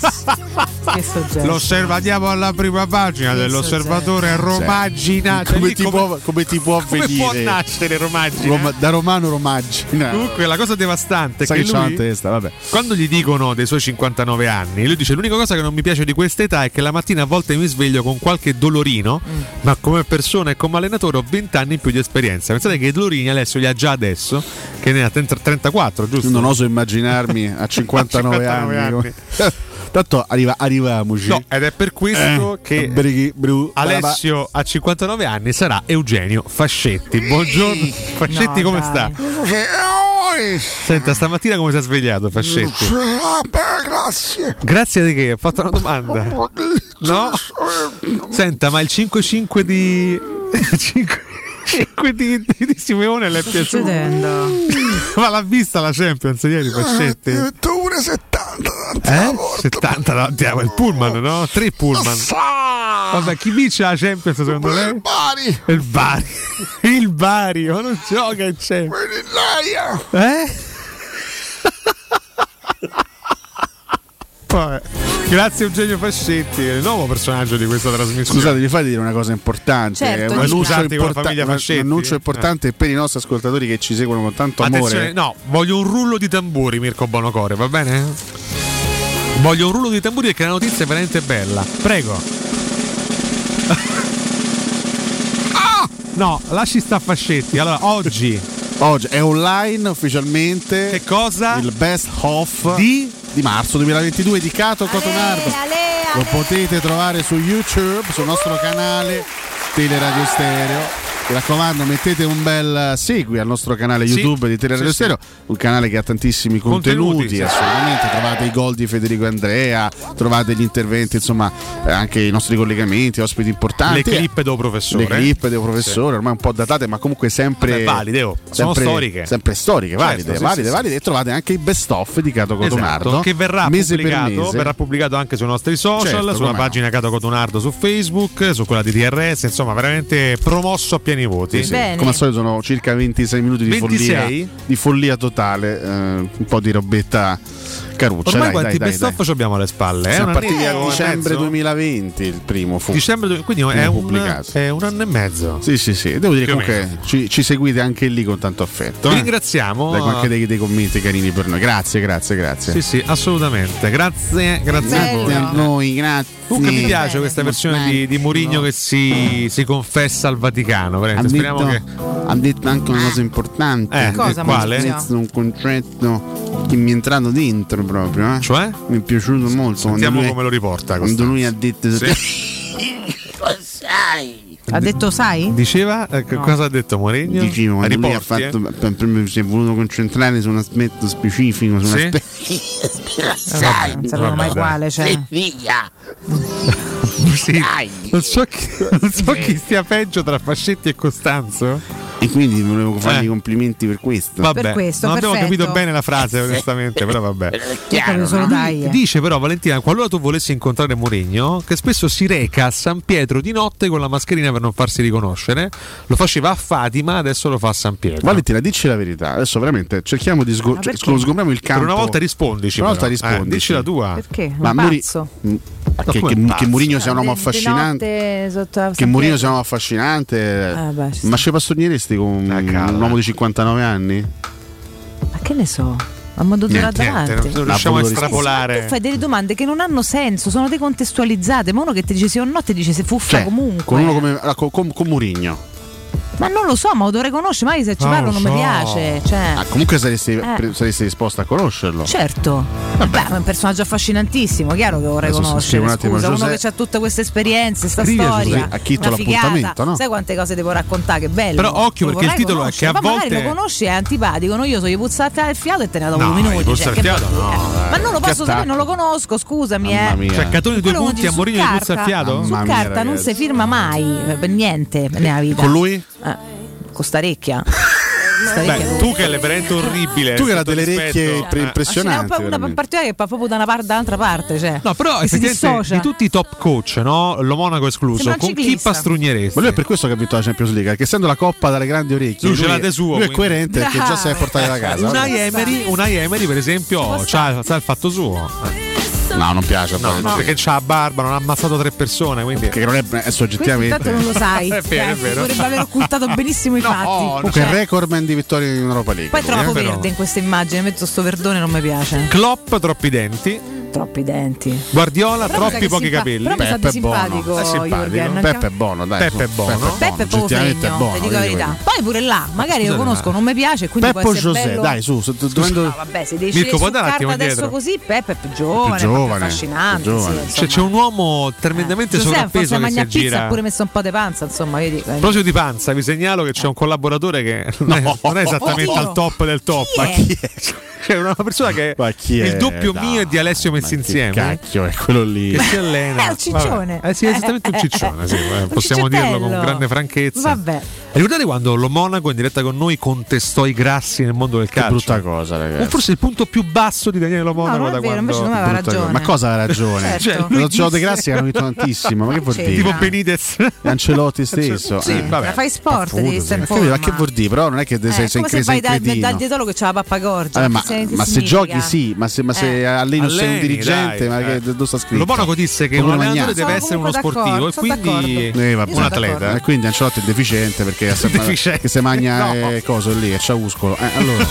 Lo osserviamo alla prima pagina dell'Osservatore Romagina. Come ti può avvenire? Come può nascere Romagina? Da romano Romagina. Comunque la cosa devastante è che lui, testa, quando gli dicono dei suoi 59 anni, lui dice: l'unica cosa che non mi piace di questa età è che la mattina a volte mi sveglio con qualche dolorino, ma come persona e come allenatore ho 20 anni in più di esperienza. Pensate che i dolorini Alessio li ha già adesso, che ne ha 34, giusto? Non oso immaginarmi a 59 anni. Tanto arriviamoci. No, ed è per questo che Alessio a 59 anni sarà Eugenio Fascetti. Buongiorno Fascetti, come sta? Senta, stamattina come si è svegliato Fascetti? Grazie. Grazie di che? Ha fatto una domanda? No? Senta, ma il 5-5 di 5 di Simeone le è piaciuto? Ma l'ha vista la Champions ieri Fascetti? 70 davanti il pullman, no? 3 pullman. Vabbè, chi vince la Champions secondo lei? Il Bari, ma non gioca in Champions. Grazie Eugenio Fascetti, il nuovo personaggio di questa trasmissione. Scusate, vi fate dire una cosa importante. Certo, un annuncio importante per i nostri ascoltatori che ci seguono con tanto amore. No, voglio un rullo di tamburi, Mirko Buonocore, va bene? Voglio un rullo di tamburi perché la notizia è veramente bella. Prego. No, lasci sta Fascetti. Allora, oggi è online ufficialmente. Che cosa? Il best of di marzo 2022 dedicato a Cotonardo. Lo potete trovare su YouTube, sul nostro canale Teleradio Stereo. Mi raccomando, mettete un bel segui al nostro canale YouTube di Teleradio Stereo, un canale che ha tantissimi contenuti, assolutamente. Trovate i gol di Federico Andrea, trovate gli interventi, insomma, anche i nostri collegamenti, ospiti importanti. Le clip del professore. Ormai un po' datate, ma comunque sempre valide, sono storiche. Sempre storiche, valide. E trovate anche i best of di Cato Cotonardo, che verrà pubblicato anche sui nostri social, sulla pagina Cato Cotonardo su Facebook, su quella di TRS, insomma, veramente promosso a pieni voti. Come al solito sono circa 26 minuti di follia totale, un po' di robetta caruccia. Ormai quanti best of abbiamo alle spalle? Siamo partiti a dicembre 2020, il primo fu. Quindi è un anno e mezzo. Sì. Devo dire comunque ci seguite anche lì con tanto affetto. Vi ringraziamo. Anche dei commenti carini per noi. Grazie. Sì, assolutamente. Grazie a noi, grazie. Comunque mi piace questa versione di Mourinho che si confessa al Vaticano. Speriamo che ha detto anche una cosa importante. Quale? Un concetto che mi è entrato dentro proprio. Cioè? Mi è piaciuto molto. Sentiamo come lo riporta. Quando lui ha detto ha detto sai? Diceva cosa ha detto Mourinho? Dicevo, quando lui ha fatto si è voluto concentrare su un aspetto specifico, su un aspetto non sapevo mai quale, cioè. Non so chi stia peggio tra Fascetti e Costanzo. E quindi volevo fargli complimenti per questo. Vabbè, per questo, non perfetto. abbiamo capito bene la frase, onestamente, però vabbè. Dice però Valentina, qualora tu volessi incontrare Mourinho, che spesso si reca a San Pietro di notte con la mascherina per non farsi riconoscere, lo faceva a Fatima, adesso lo fa a San Pietro. Valentina, dici la verità, adesso veramente cerchiamo di sgombriamo il campo. Per una volta rispondici. Dici la tua. Perché? Ma che Mourinho sia un uomo affascinante. Che Mourinho sia un uomo affascinante. Ma ci pastornieresti con un uomo di 59 anni? Ma che ne so? A modo d'ora davanti. Non riusciamo a estrapolare. Tu fai delle domande che non hanno senso, sono decontestualizzate. Ma uno che ti dice sì o no ti dice se fuffa comunque. Con uno come Mourinho. Ma non lo so, ma lo riconosci, mai se ci parlo non mi piace. Cioè. Comunque saresti disposta a conoscerlo. Certo. Vabbè, è un personaggio affascinantissimo, chiaro che lo riconoscere. Scusa, uno che ha tutte queste esperienze, sta storia. A chi l'appuntamento, no? Sai quante cose devo raccontare, che bello. Però occhio, perché il titolo è che a volte magari lo conosci, è antipatico, io so, gli puzza il fiato e te ne do 2 minuti. Ma non lo posso sapere, non lo conosco, scusami. Cioè, Catoni 2 punti a Mourinho gli puzza il fiato? Su carta non si firma mai per niente nella vita. Con lui? Costa Recchia. Beh, tu che hai le veramente orribile. Tu che hai delle orecchie impressionanti. C'è una particolare che fa proprio dall'altra parte. Cioè, no, però effettivamente di tutti i top coach, no? Lo Monaco escluso, con chi pastrugneresti? Ma lui è per questo che ha vinto la Champions League, perché essendo la coppa dalle grandi orecchie, lui è coerente perché già si è portato da casa. Unai Emery, per esempio, c'ha il fatto suo. No, non piace. No, perché c'ha la barba, non ha ammazzato 3 persone. Quindi... Perché non è soggettivamente. Intanto non lo sai. È vero. Dovrebbe aver occultato benissimo i fatti. Comunque, recordman di vittorie in Europa League. Poi troppo verde in questa immagine. Metto sto verdone, non mi piace. Klopp, troppi denti. Guardiola, troppi pochi capelli. Però Peppe è simpatico. Peppe è buono, dai. Peppe è proprio fregno, ti dico la verità. Poi pure là, magari lo conosco, non mi piace, quindi Peppo può essere José, bello. dai, su. Vabbè, se devi scegliere su carta adesso così, Peppe è più giovane, affascinante. C'è un uomo tremendamente sovrappeso che si gira. Ha pure messo un po' di panza, insomma, vedi. A proposito di panza, vi segnalo che c'è un collaboratore che non è esattamente al top del top. Ma chi è? C'è una persona che è il doppio mio e di Alessio messi insieme. Cacchio, è quello lì. Che si allena. È un ciccione. Sì, è esattamente un ciccione, sì, possiamo dirlo con grande franchezza. Vabbè. Ricordate quando lo Monaco in diretta con noi contestò i grassi nel mondo del calcio? Che brutta cosa, ragazzi. Forse il punto più basso di Daniele Lo Monaco da quando. Invece non aveva ragione. Ma cosa aveva ragione? Certo. Lo Gio De Grassi hanno vinto tantissimo, ma che vuol dire? Tipo Benitez, Ancelotti stesso. Sì, vabbè. Fai sport, devi stare in forma. Ma che vuol dire? Però non è che sei in crisi dal dietologo che c'ha la pappagorgia. Ma se giochi sì, ma se alleni sei un dirigente, ma che dove sta scritto? Lo Monaco disse che un allenatore deve essere uno sportivo e quindi un atleta. E quindi Ancelotti è deficiente perché che se mangia coso lì e c'ha muscolo. Allora.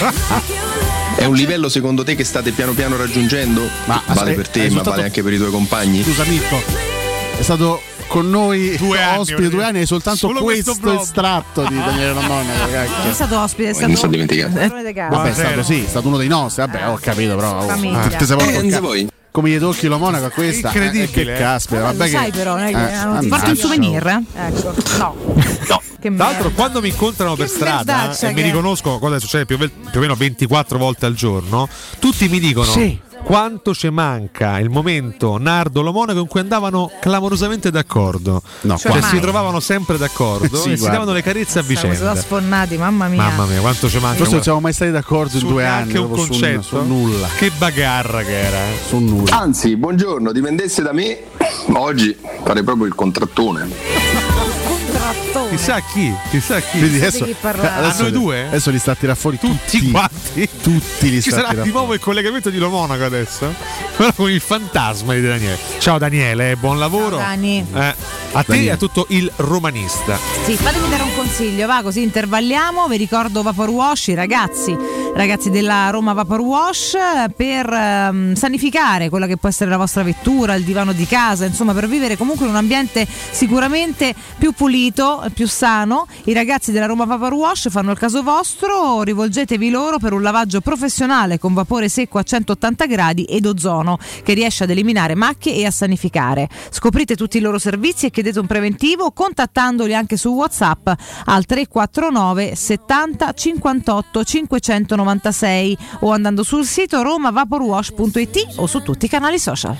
È un livello secondo te che state piano piano raggiungendo? Vale per te, ma vale anche per i tuoi compagni? Scusa Mirko, è stato con noi ospite 2 anni e soltanto questo estratto di Daniele Lo Monaco. Non è stato ospite, è stato non so dimenticato. Vabbè, è stato uno dei nostri. Vabbè, ho capito, però voi. come gli tocchi Lo Monaco a questa incredibile, che caspita, vabbè, lo sai, però non è che porti un souvenir, ecco. No. Tra l'altro, quando mi incontrano per strada e mi riconoscono, cosa succede più o meno 24 volte al giorno, tutti mi dicono quanto ci manca il momento Nardo Lo Monaco in cui andavano clamorosamente d'accordo, cioè si trovavano sempre d'accordo e si davano le carezze a vicenda. Sono sfonnati, mamma mia, quanto ci manca. Forse non siamo mai stati d'accordo in 2 anni. Anche un concetto su nulla. Che bagarra che era, su nulla. Anzi, buongiorno, dipendesse da me, oggi farei proprio il contrattone. Chissà chi. Quindi adesso noi due? Adesso li sta a tirare fuori tutti quanti. Tutti li ci sta a sarà tirare di nuovo il collegamento di Lo Monaco adesso? Però con il fantasma di Daniele. Ciao Daniele, buon lavoro. Ciao, Dani. A te e a tutto il romanista. Sì, fatemi dare un consiglio, va, così intervalliamo. Vi ricordo Vapor Wash, i ragazzi della Roma Vapor Wash, per sanificare quella che può essere la vostra vettura, il divano di casa, insomma, per vivere comunque in un ambiente sicuramente più pulito, più sano. I ragazzi della Roma Vapor Wash fanno il caso vostro, rivolgetevi loro per un lavaggio professionale con vapore secco a 180 gradi ed ozono che riesce ad eliminare macchie e a sanificare. Scoprite tutti i loro servizi e chiedete un preventivo contattandoli anche su WhatsApp al 349 70 58 596 o andando sul sito romavaporwash.it o su tutti i canali social.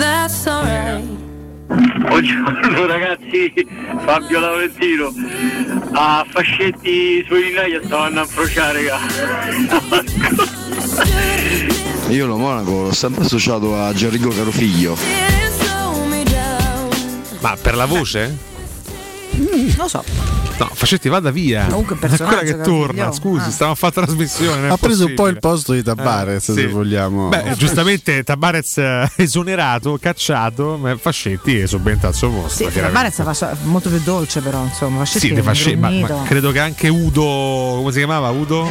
Buongiorno ragazzi, Fabio Laurentino. A Fascetti sui Linaia stavano a frociare. Io Lo Monaco l'ho sempre associato a Gerrigo Carofiglio. Ma per la voce? Non lo so. No, Fascetti vada via. Comunque ancora che torna, scusi, stavamo a fare trasmissione. Ha preso un po' il posto di Tabarez, se vogliamo. Beh, giustamente Tabarez esonerato, cacciato, ma Fascetti è subentra al suo posto. Sì, Tabarez fa molto più dolce, però insomma. Fascetti sì, Fascetti, ma credo che anche Udo, come si chiamava? Udo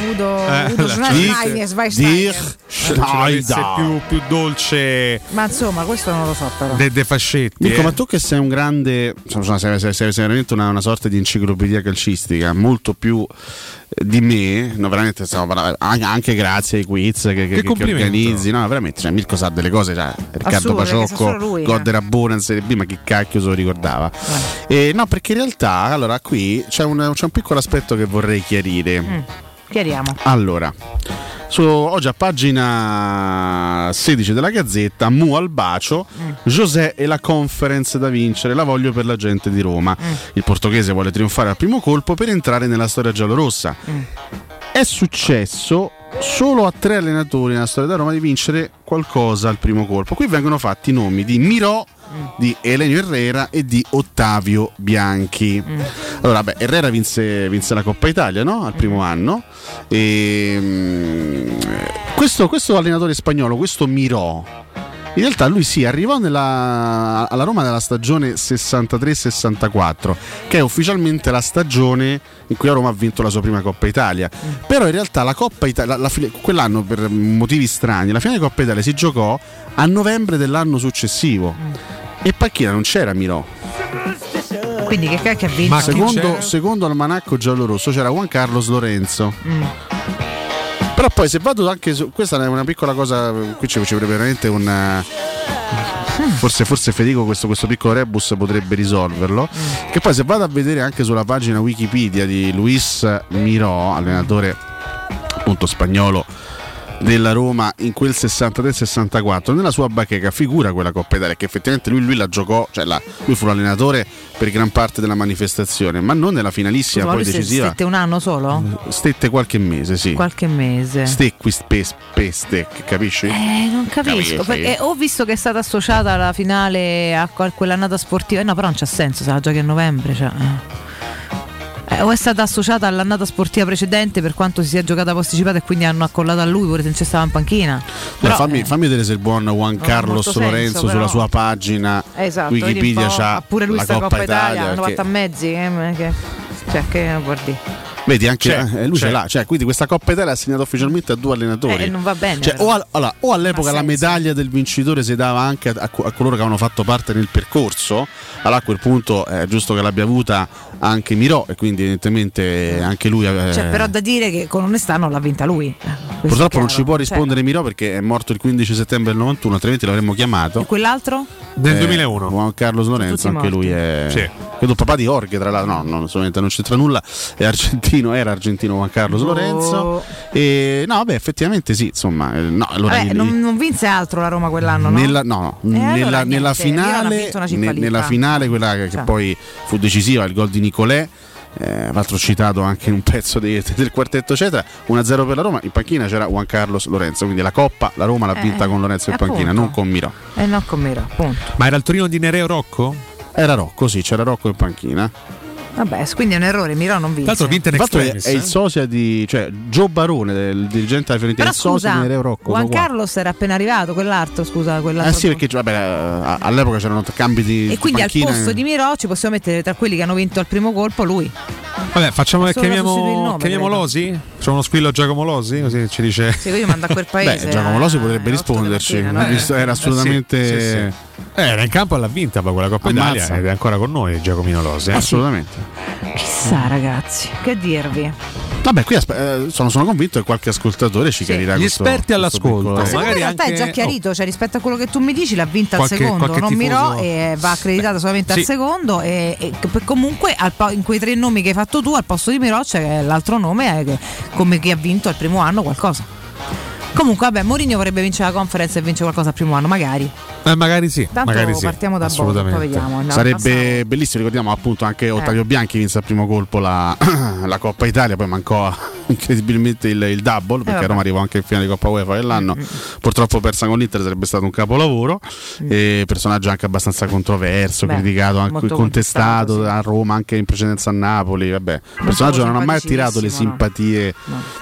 Schneider. più dolce. Ma insomma, questo non lo so, però. De Fascetti. Mirko, ma tu che sei un grande, sei veramente una sorta di enciclopedia calcistica, molto più di me, no, veramente stiamo parlando, anche grazie ai quiz che organizzi, no, veramente, cioè, Mirko sa delle cose, cioè, Riccardo Paciocco, Godera Buona in Serie B, ma chi cacchio se lo ricordava? No, perché in realtà, allora, qui c'è un piccolo aspetto che vorrei chiarire. Chiariamo. Allora, oggi a pagina 16 della Gazzetta, Mu al bacio, José e la conference da vincere, la voglio per la gente di Roma. Il portoghese vuole trionfare al primo colpo per entrare nella storia giallorossa. È successo solo a 3 allenatori nella storia della Roma di vincere qualcosa al primo colpo. Qui vengono fatti i nomi di Miró, di Elenio Herrera e di Ottavio Bianchi. Allora, Herrera vinse la Coppa Italia, no? Al primo anno. E questo allenatore spagnolo, questo Miró, in realtà lui arrivò alla Roma nella stagione 63-64, che è ufficialmente la stagione in cui la Roma ha vinto la sua prima Coppa Italia. Però in realtà la Coppa Italia, quell'anno per motivi strani, la finale di Coppa Italia si giocò a novembre dell'anno successivo. E Pacchina non c'era Miró. Quindi che cacchio ha vinto? Secondo l'almanacco giallorosso c'era Juan Carlos Lorenzo. Però poi se vado anche su, questa è una piccola cosa, qui ci vorrebbe veramente un forse Federico questo piccolo rebus potrebbe risolverlo, che poi se vado a vedere anche sulla pagina Wikipedia di Luis Miró, allenatore appunto spagnolo della Roma in quel 63-64, nella sua bacheca figura quella Coppa Italia, che effettivamente lui la giocò, cioè lui fu l'allenatore per gran parte della manifestazione, ma non nella finalissima. Poi decisiva. Stette un anno solo? Stette qualche mese, sì. Qualche mese. Stecque, capisci? Non capisco, perché ho visto che è stata associata alla finale a quell'annata sportiva, no, però non c'ha senso se la giochi a novembre, cioè. O è stata associata all'annata sportiva precedente, per quanto si sia giocata posticipata, e quindi hanno accollato a lui pure se non c'è stava in panchina. Però, fammi vedere se il buon Juan Carlos Lorenzo sulla sua pagina Wikipedia c'ha pure lui la sta Coppa Italia hanno fatto a mezzi che guardi. Vedi anche lui ce l'ha, cioè, quindi questa Coppa Italia ha assegnato ufficialmente a 2 allenatori. Non va bene. Cioè, o all'epoca la medaglia del vincitore si dava anche a coloro che avevano fatto parte nel percorso, allora a quel punto è giusto che l'abbia avuta anche Mirò, e quindi evidentemente anche lui. Però da dire che con onestà non l'ha vinta lui. Purtroppo non ci può rispondere Mirò perché è morto il 15 settembre del 91, altrimenti l'avremmo chiamato. E quell'altro? Del 2001. Juan Carlos Lorenzo, anche lui è. Sì. Credo papà di Jorge, tra l'altro, no, solamente non c'entra nulla, è argentino, era argentino Juan Carlos Lorenzo. E no, beh, effettivamente sì, insomma, no, allora non vinse altro la Roma quell'anno, no? Nella finale, quella che poi fu decisiva, il gol di Nicolè. Tra l'altro citato anche in un pezzo del quartetto eccetera, 1-0 per la Roma, in panchina c'era Juan Carlos Lorenzo, quindi la Coppa la Roma l'ha vinta con Lorenzo in panchina, non con Mirò. Non con Mirò, appunto. Ma era il Torino di Nereo Rocco? Era Rocco, sì, c'era Rocco in panchina. Vabbè, quindi è un errore, Mirò non vinse. Tanto vinta in extremis, è il sosia di, cioè Gio Barone, del dirigente della Fiorentina, il sosia di Nereo Rocco. Juan Carlos era appena arrivato, quell'altro. Sì, perché all'epoca c'erano cambi di. E quindi panchina. Al posto di Mirò ci possiamo mettere tra quelli che hanno vinto al primo colpo lui. Vabbè, facciamo che chiamiamo Losi? C'è uno squillo Giacomo Losi? Così ci dice. Sì, io mando a quel paese. Giacomo Losi potrebbe risponderci. Era assolutamente. Sì. Era in campo e l'ha vinta poi quella Coppa Italia ed è ancora con noi Giacomino Losi. Assolutamente. Chissà, ragazzi, che dirvi. Vabbè, qui sono convinto che qualche ascoltatore ci chiarirà. Gli esperti all'ascolto. Ma secondo me in realtà è già chiarito, cioè rispetto a quello che tu mi dici, l'ha vinta al secondo, non Mirò, e va accreditata solamente al secondo. E comunque in quei 3 nomi che hai fatto tu, al posto di Mirò c'è l'altro nome come chi ha vinto al primo anno qualcosa. Comunque vabbè, Mourinho vorrebbe vincere la Conference e vince qualcosa al primo anno, magari. Magari sì. Tanto magari partiamo da Bodo, poi vediamo. Sarebbe bellissimo, ricordiamo appunto anche Ottavio Bianchi vinse al primo colpo la Coppa Italia, poi mancò incredibilmente il double, perché Roma arrivò anche in finale di Coppa UEFA quell'anno. Purtroppo persa con l'Inter, sarebbe stato un capolavoro. Personaggio anche abbastanza controverso, criticato, anche contestato a Roma, anche in precedenza a Napoli. Vabbè, personaggio non ha mai attirato le simpatie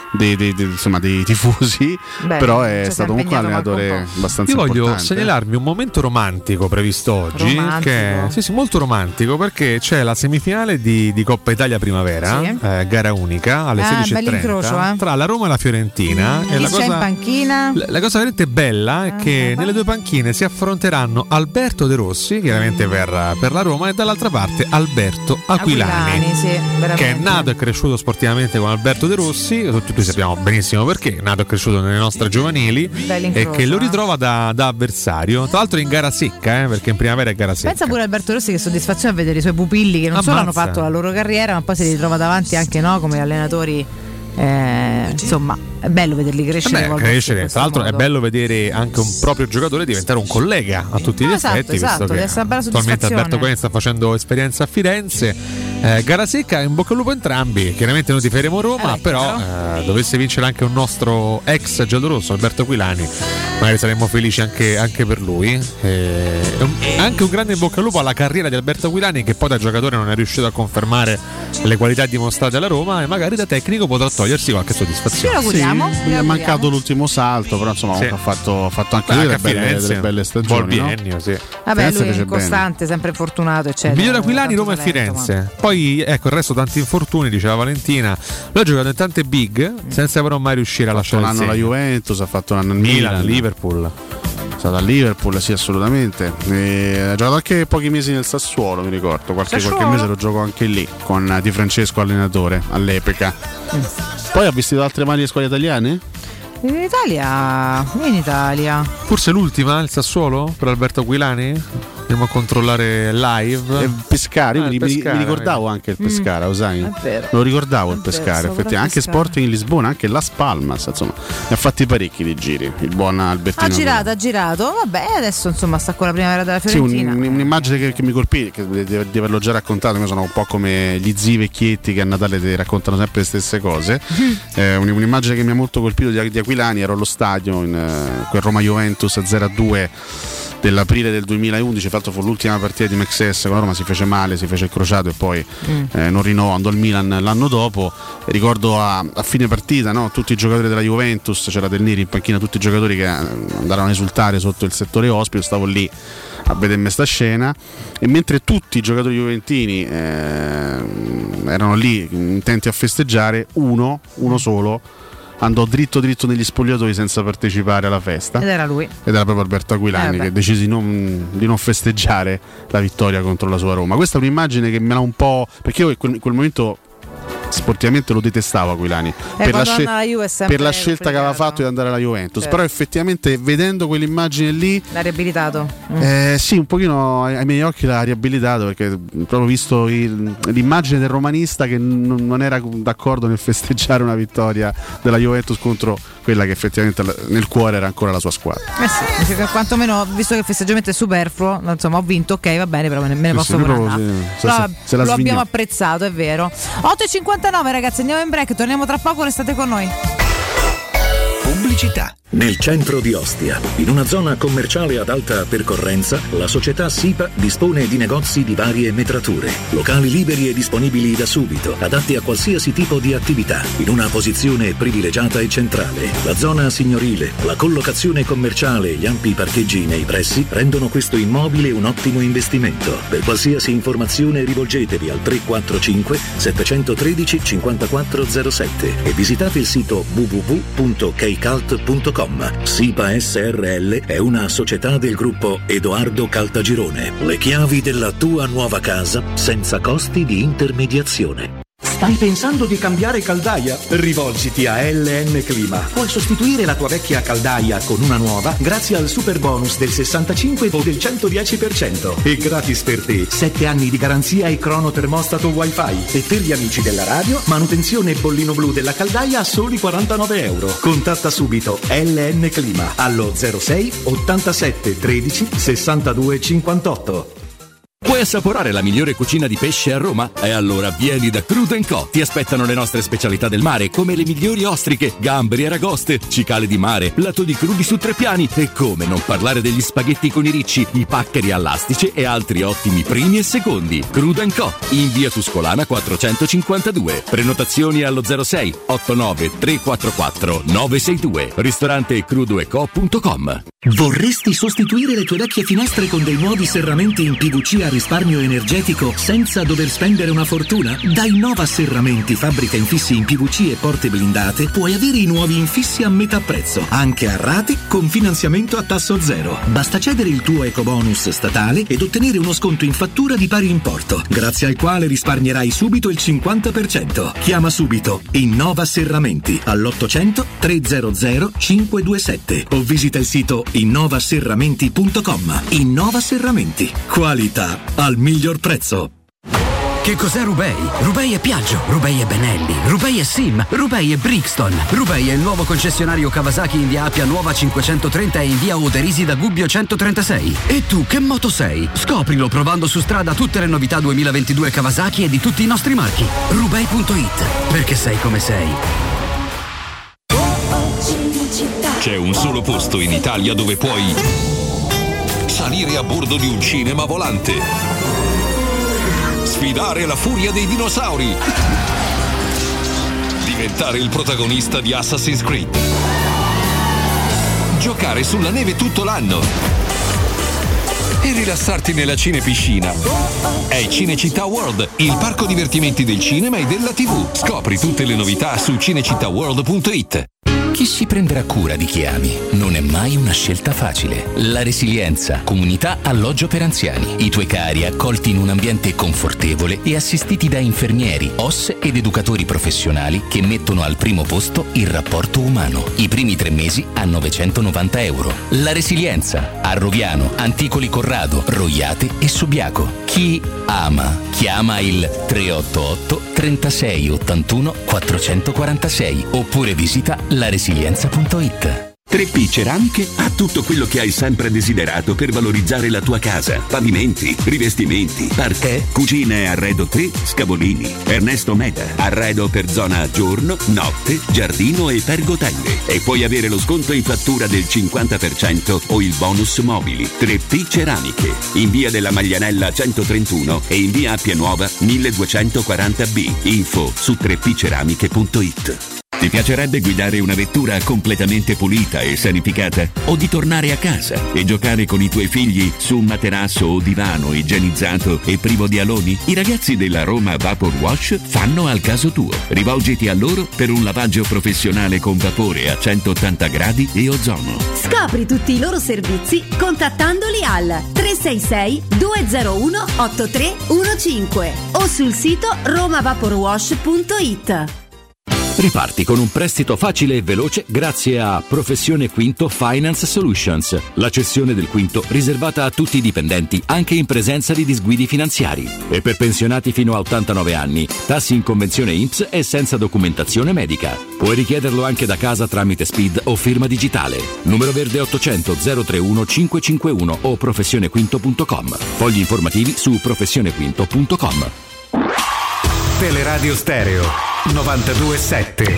dei tifosi. Però è stato comunque un allenatore abbastanza importante. Io voglio segnalarmi un momento romantico previsto oggi, che è molto romantico, perché c'è la semifinale di Coppa Italia Primavera, gara unica alle 16:30 tra la Roma e la Fiorentina. E c'è in panchina? La cosa veramente bella è che nelle 2 panchine si affronteranno Alberto De Rossi, chiaramente per la Roma, e dall'altra parte Alberto Aquilani, che è nato e cresciuto sportivamente con Alberto De Rossi. Tutti sappiamo benissimo perché, nato e cresciuto nelle nostre giovanili, e che lo ritrova da avversario, tra l'altro in gara secca, perché in primavera è gara secca. Pensa pure Alberto Rossi, che soddisfazione a vedere i suoi pupilli che non solo hanno fatto la loro carriera, ma poi si ritrova davanti anche come allenatori. Insomma, è bello vederli crescere. Tra l'altro è bello vedere anche un proprio giocatore diventare un collega a tutti gli effetti, visto che attualmente Alberto Coen sta facendo esperienza a Firenze. Gara secca, in bocca al lupo entrambi. Chiaramente noi tiferemo Roma, però dovesse vincere anche un nostro ex giallorosso, Alberto Aquilani, magari saremmo felici anche per lui. Anche un grande in bocca al lupo alla carriera di Alberto Aquilani, che poi da giocatore non è riuscito a confermare le qualità dimostrate alla Roma, e magari da tecnico potrà togliersi qualche soddisfazione. Gli è mancato l'ultimo salto, però insomma ha fatto anche lui delle belle stagioni. Biennio, sì. Vabbè, lui è incostante, sempre fortunato, eccetera. Il migliore Aquilani, Roma e Firenze. Poi il resto tanti infortuni, diceva Valentina. Lui ha giocato in tante big senza però mai riuscire a lasciare il segno. Ha fatto un anno la Juventus, ha fatto un anno il Milan, Liverpool. È stato a Liverpool, sì, assolutamente. Ha giocato anche pochi mesi nel Sassuolo, mi ricordo. Qualche mese lo giocò anche lì con Di Francesco allenatore all'epoca. Poi ha vestito altre maglie squadre italiane? In Italia. Forse l'ultima, il Sassuolo, per Alberto Aquilani? Andiamo a controllare live. Pescara, mi ricordavo anche il Pescara, lo sai? Lo ricordavo il Pescara, effettivamente. Anche Sporting in Lisbona, anche Las Palmas, insomma, ne ha fatti parecchi di giri. Il buon Albertino. Ha girato. Vabbè, adesso insomma sta con la primavera della Fiorentina. Sì, un'immagine che mi colpì, che di averlo già raccontato. Io sono un po' come gli zii vecchietti che a Natale ti raccontano sempre le stesse cose. Un'immagine che mi ha molto colpito di Aquilani, ero allo stadio in quel Roma-Juventus 0-2 dell'aprile del 2011, tra l'altro fu l'ultima partita di Mexes con la Roma, si fece male, si fece il crociato e poi non rinnovò, andò al Milan l'anno dopo. Ricordo a fine partita, no? Tutti i giocatori della Juventus, c'era Del Neri in panchina, tutti i giocatori che andarono a esultare sotto il settore ospite, stavo lì a vedermi sta scena, e mentre tutti i giocatori juventini erano lì intenti a festeggiare, uno solo andò dritto negli spogliatoi senza partecipare alla festa. Ed era lui. Ed era proprio Alberto Aquilani che decise di non festeggiare la vittoria contro la sua Roma. Questa è un'immagine che me l'ha un po'... perché io in quel momento sportivamente lo detestavo Aquilani per la scelta che aveva fatto di andare alla Juventus, però effettivamente vedendo quell'immagine lì l'ha riabilitato. Sì, un pochino ai miei occhi l'ha riabilitato, perché proprio visto l'immagine del romanista che non era d'accordo nel festeggiare una vittoria della Juventus contro quella che effettivamente nel cuore era ancora la sua squadra. Sì, quantomeno, visto che il festeggiamento è superfluo, insomma, ho vinto, ok, va bene, però me ne posso pure andare. Lo abbiamo apprezzato, è vero. 8:59 ragazzi, andiamo in break, torniamo tra poco, restate con noi. Pubblicità. Nel centro di Ostia, in una zona commerciale ad alta percorrenza, la società SIPA dispone di negozi di varie metrature, locali liberi e disponibili da subito, adatti a qualsiasi tipo di attività, in una posizione privilegiata e centrale. La zona signorile, la collocazione commerciale e gli ampi parcheggi nei pressi rendono questo immobile un ottimo investimento. Per qualsiasi informazione rivolgetevi al 345 713 5407 e visitate il sito www.kcalt.com. SIPA SRL è una società del gruppo Edoardo Caltagirone. Le chiavi della tua nuova casa senza costi di intermediazione. Stai pensando di cambiare caldaia? Rivolgiti a LN Clima. Puoi sostituire la tua vecchia caldaia con una nuova grazie al super bonus del 65 o del 110%. E gratis per te 7 anni di garanzia e cronotermostato wifi. E per gli amici della radio, manutenzione bollino blu della caldaia a soli €49. Contatta subito LN Clima allo 06 87 13 62 58. Vuoi assaporare la migliore cucina di pesce a Roma? E allora vieni da Crudo & Co. Ti aspettano le nostre specialità del mare, come le migliori ostriche, gamberi e aragoste, cicale di mare, latoni crudi su 3 piani e come non parlare degli spaghetti con i ricci, i paccheri all'astice e altri ottimi primi e secondi. Crudo & Co. in via Tuscolana 452. Prenotazioni allo 06 89 344 962. Ristorante crudoeco.com. Vorresti sostituire le tue vecchie finestre con dei nuovi serramenti in PVC a risparmio energetico senza dover spendere una fortuna? Da Innova Serramenti, fabbrica infissi in PVC e porte blindate, puoi avere i nuovi infissi a metà prezzo, anche a rate con finanziamento a tasso zero. Basta cedere il tuo ecobonus statale ed ottenere uno sconto in fattura di pari importo, grazie al quale risparmierai subito il 50%. Chiama subito Innova Serramenti all'800 300 527 o visita il sito innovaserramenti.com. Innova Serramenti, qualità al miglior prezzo. Che cos'è Rubei? Rubei è Piaggio, Rubei è Benelli, Rubei è Sim, Rubei è Brixton. Rubei è il nuovo concessionario Kawasaki in via Appia Nuova 530 e in via Oderisi da Gubbio 136. E tu che moto sei? Scoprilo provando su strada tutte le novità 2022 Kawasaki e di tutti i nostri marchi. Rubei.it, perché sei come sei. C'è un solo posto in Italia dove puoi salire a bordo di un cinema volante, sfidare la furia dei dinosauri, diventare il protagonista di Assassin's Creed, giocare sulla neve tutto l'anno e rilassarti nella cinepiscina. È Cinecittà World, il parco divertimenti del cinema e della TV. Scopri tutte le novità su cinecittàworld.it. Chi si prenderà cura di chi ami? Non è mai una scelta facile. La Resilienza, comunità alloggio per anziani. I tuoi cari accolti in un ambiente confortevole e assistiti da infermieri, OSS ed educatori professionali che mettono al primo posto il rapporto umano. I primi 3 mesi a €990. La Resilienza, a Roviano, Anticoli Corrado, Roiate e Subiaco. Chi ama, chiama il 388 36 81 446 oppure visita laresilienza.it. 3P Ceramiche ha tutto quello che hai sempre desiderato per valorizzare la tua casa. Pavimenti, rivestimenti, parquet, cucine e arredo 3, Scavolini. Ernesto Meda, arredo per zona giorno, notte, giardino e pergotelle. E puoi avere lo sconto in fattura del 50% o il bonus mobili. 3P Ceramiche, in via della Maglianella 131 e in via Appia Nuova 1240B. Info su 3pceramiche.it. Ti piacerebbe guidare una vettura completamente pulita e sanificata? O di tornare a casa e giocare con i tuoi figli su un materasso o divano igienizzato e privo di aloni? I ragazzi della Roma Vapor Wash fanno al caso tuo. Rivolgiti a loro per un lavaggio professionale con vapore a 180 gradi e ozono. Scopri tutti i loro servizi contattandoli al 366 201 8315 o sul sito romavaporwash.it. Riparti con un prestito facile e veloce grazie a Professione Quinto Finance Solutions, la cessione del quinto riservata a tutti i dipendenti anche in presenza di disguidi finanziari. E per pensionati fino a 89 anni, tassi in convenzione INPS e senza documentazione medica. Puoi richiederlo anche da casa tramite SPID o firma digitale. Numero verde 800 031 551 o professionequinto.com. Fogli informativi su professionequinto.com. Teleradio Stereo 92.7.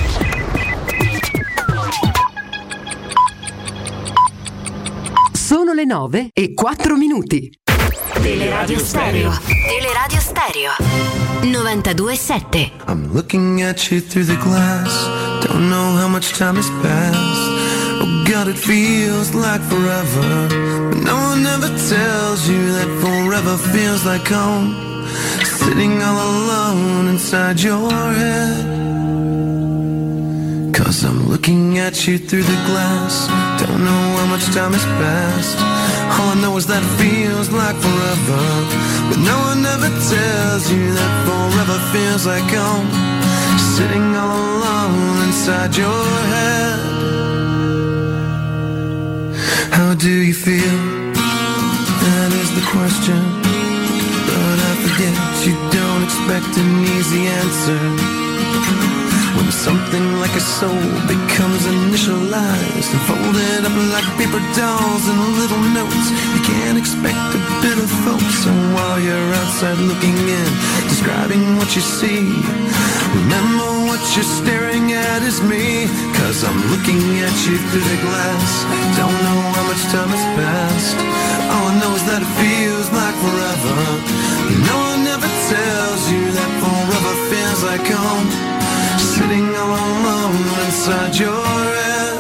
Sono le 9:04. Teleradio Stereo. Teleradio Stereo 92.7. I'm looking at you through the glass. Don't know how much time has passed. Oh God, it feels like forever. But no one ever tells you that forever feels like home. Sitting all alone inside your head. 'Cause I'm looking at you through the glass. Don't know how much time has passed. All I know is that it feels like forever. But no one ever tells you that forever feels like home. Sitting all alone inside your head. How do you feel? That is the question. But I forget you don't expect an easy answer. When something like a soul becomes initialized and folded up like paper dolls and little notes, you can't expect a bit of folks. So while you're outside looking in, describing what you see, remember what you're staring at is me. 'Cause I'm looking at you through the glass. Don't know how much time has passed. All I know is that it feels like forever. No one ever tells you that forever feels like home. Sitting all alone inside your head.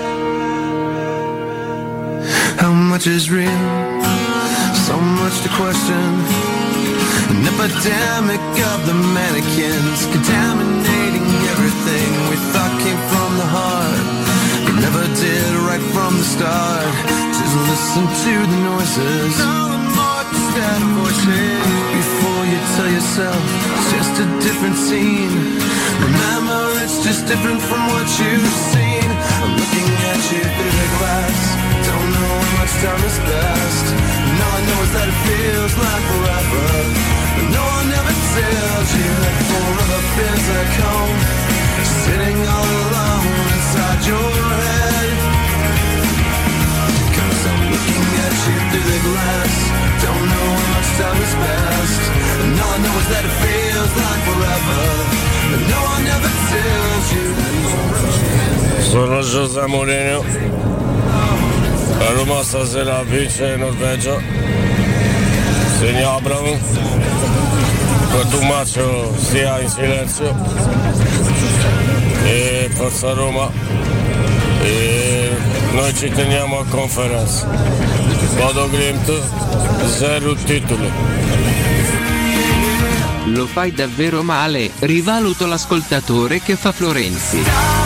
How much is real? So much to question. An epidemic of the mannequins, contaminating everything we thought came from the heart. It never did right from the start. Just listen to the noises. No more instead of voices. Before you tell yourself it's just a different scene, remember it's just different from what you've seen. I'm looking at you through the glass. Don't know how much time has passed. And all I know is that it feels like forever. But no one ever tells you that forever feels like home. Sitting all alone inside your head. 'Cause I'm looking at you through the glass. Don't know how much time has passed. And all I know is that it feels like forever. But no one ever tells you that forever. Sono José Mourinho. La Roma stasera vince in Norvegia. Segna Abramo. Cotumaccio stia in silenzio. E forza Roma. E noi ci teniamo a conferenza. Bodo Glimt, 0 titoli. Lo fai davvero male, rivaluto l'ascoltatore che fa Florenzi.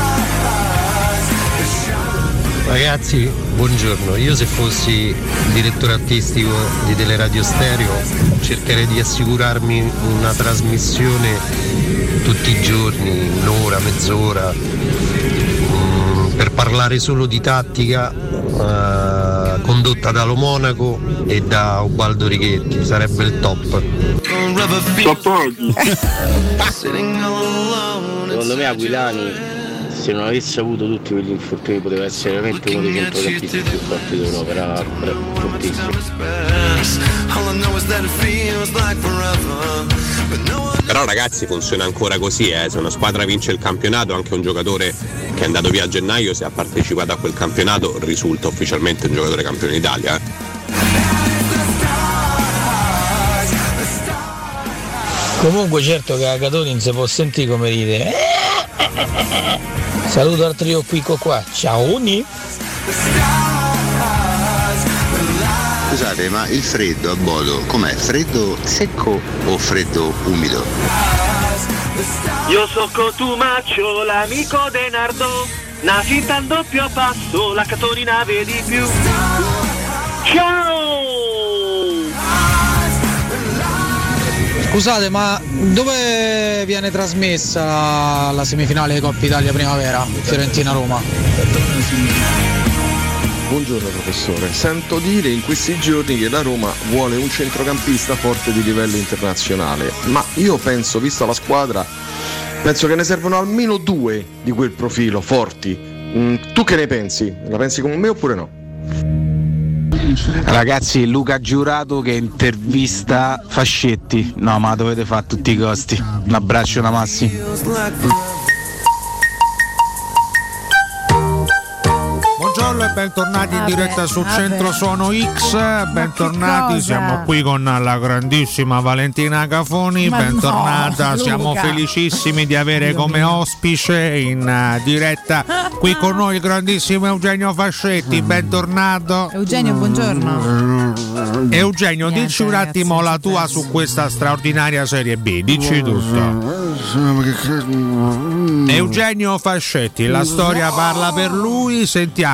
Ragazzi, buongiorno. Io se fossi direttore artistico di Teleradio Stereo cercherei di assicurarmi una trasmissione tutti i giorni, un'ora, mezz'ora, per parlare solo di tattica, condotta da Lo Monaco e da Ubaldo Righetti. Sarebbe il top. Secondo me Aquilani, se non avesse avuto tutti quegli infortuni, poteva essere veramente uno dei centrocampisti più forti d'Europa. Era fortissimo. Però ragazzi, funziona ancora così, se una squadra vince il campionato, anche un giocatore che è andato via a gennaio, se ha partecipato a quel campionato, risulta ufficialmente un giocatore campione d'Italia. Comunque certo che a Catoni non si può sentire come ride. Saluto al trio Quico qua. Ciao Uni. Scusate, ma il freddo a Bodo com'è? Freddo secco o freddo umido? Io so Cotumaccio, l'amico Denardo, nascita in doppio passo, la Catorina vedi più. Ciao! Scusate, ma dove viene trasmessa la semifinale di Coppa Italia Primavera? Fiorentina-Roma. Buongiorno professore, sento dire in questi giorni che la Roma vuole un centrocampista forte di livello internazionale, ma io penso, vista la squadra, penso che ne servono almeno 2 di quel profilo, forti. Tu che ne pensi? La pensi come me oppure no? Ragazzi, Luca Giurato che intervista Fascetti. No, ma la dovete fare a tutti i costi. Un abbraccio da Massi. Buongiorno e bentornati in diretta su Centro Suono X, bentornati, siamo qui con la grandissima Valentina Cafoni, bentornata, siamo felicissimi di avere come ospice in diretta qui con noi il grandissimo Eugenio Fascetti, bentornato. Eugenio, buongiorno. Eugenio, dici un attimo la tua su questa straordinaria Serie B, dici tutto. Eugenio Fascetti, la storia parla per lui, sentiamola.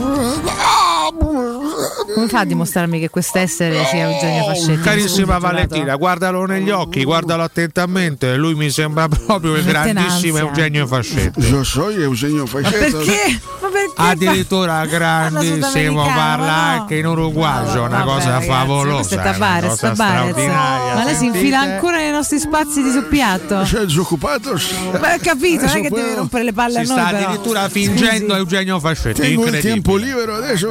Come fa a dimostrarmi che quest'essere sia Eugenio Fascetti? Carissima Valentina, guardalo negli occhi, guardalo attentamente, lui mi sembra proprio il grandissimo Eugenio Fascetti. Io so Eugenio Fascetti. Ma perché? Addirittura grandissimo, parla anche in uruguayo, una cosa favolosa, una cosa straordinaria. Ma lei si infila ancora nei nostri spazi di soppiatto? Sei disoccupato? Beh, ho capito, non è che deve rompere le palle a noi. Si sta addirittura fingendo Eugenio Fascetti. Tengo il tempo libero adesso.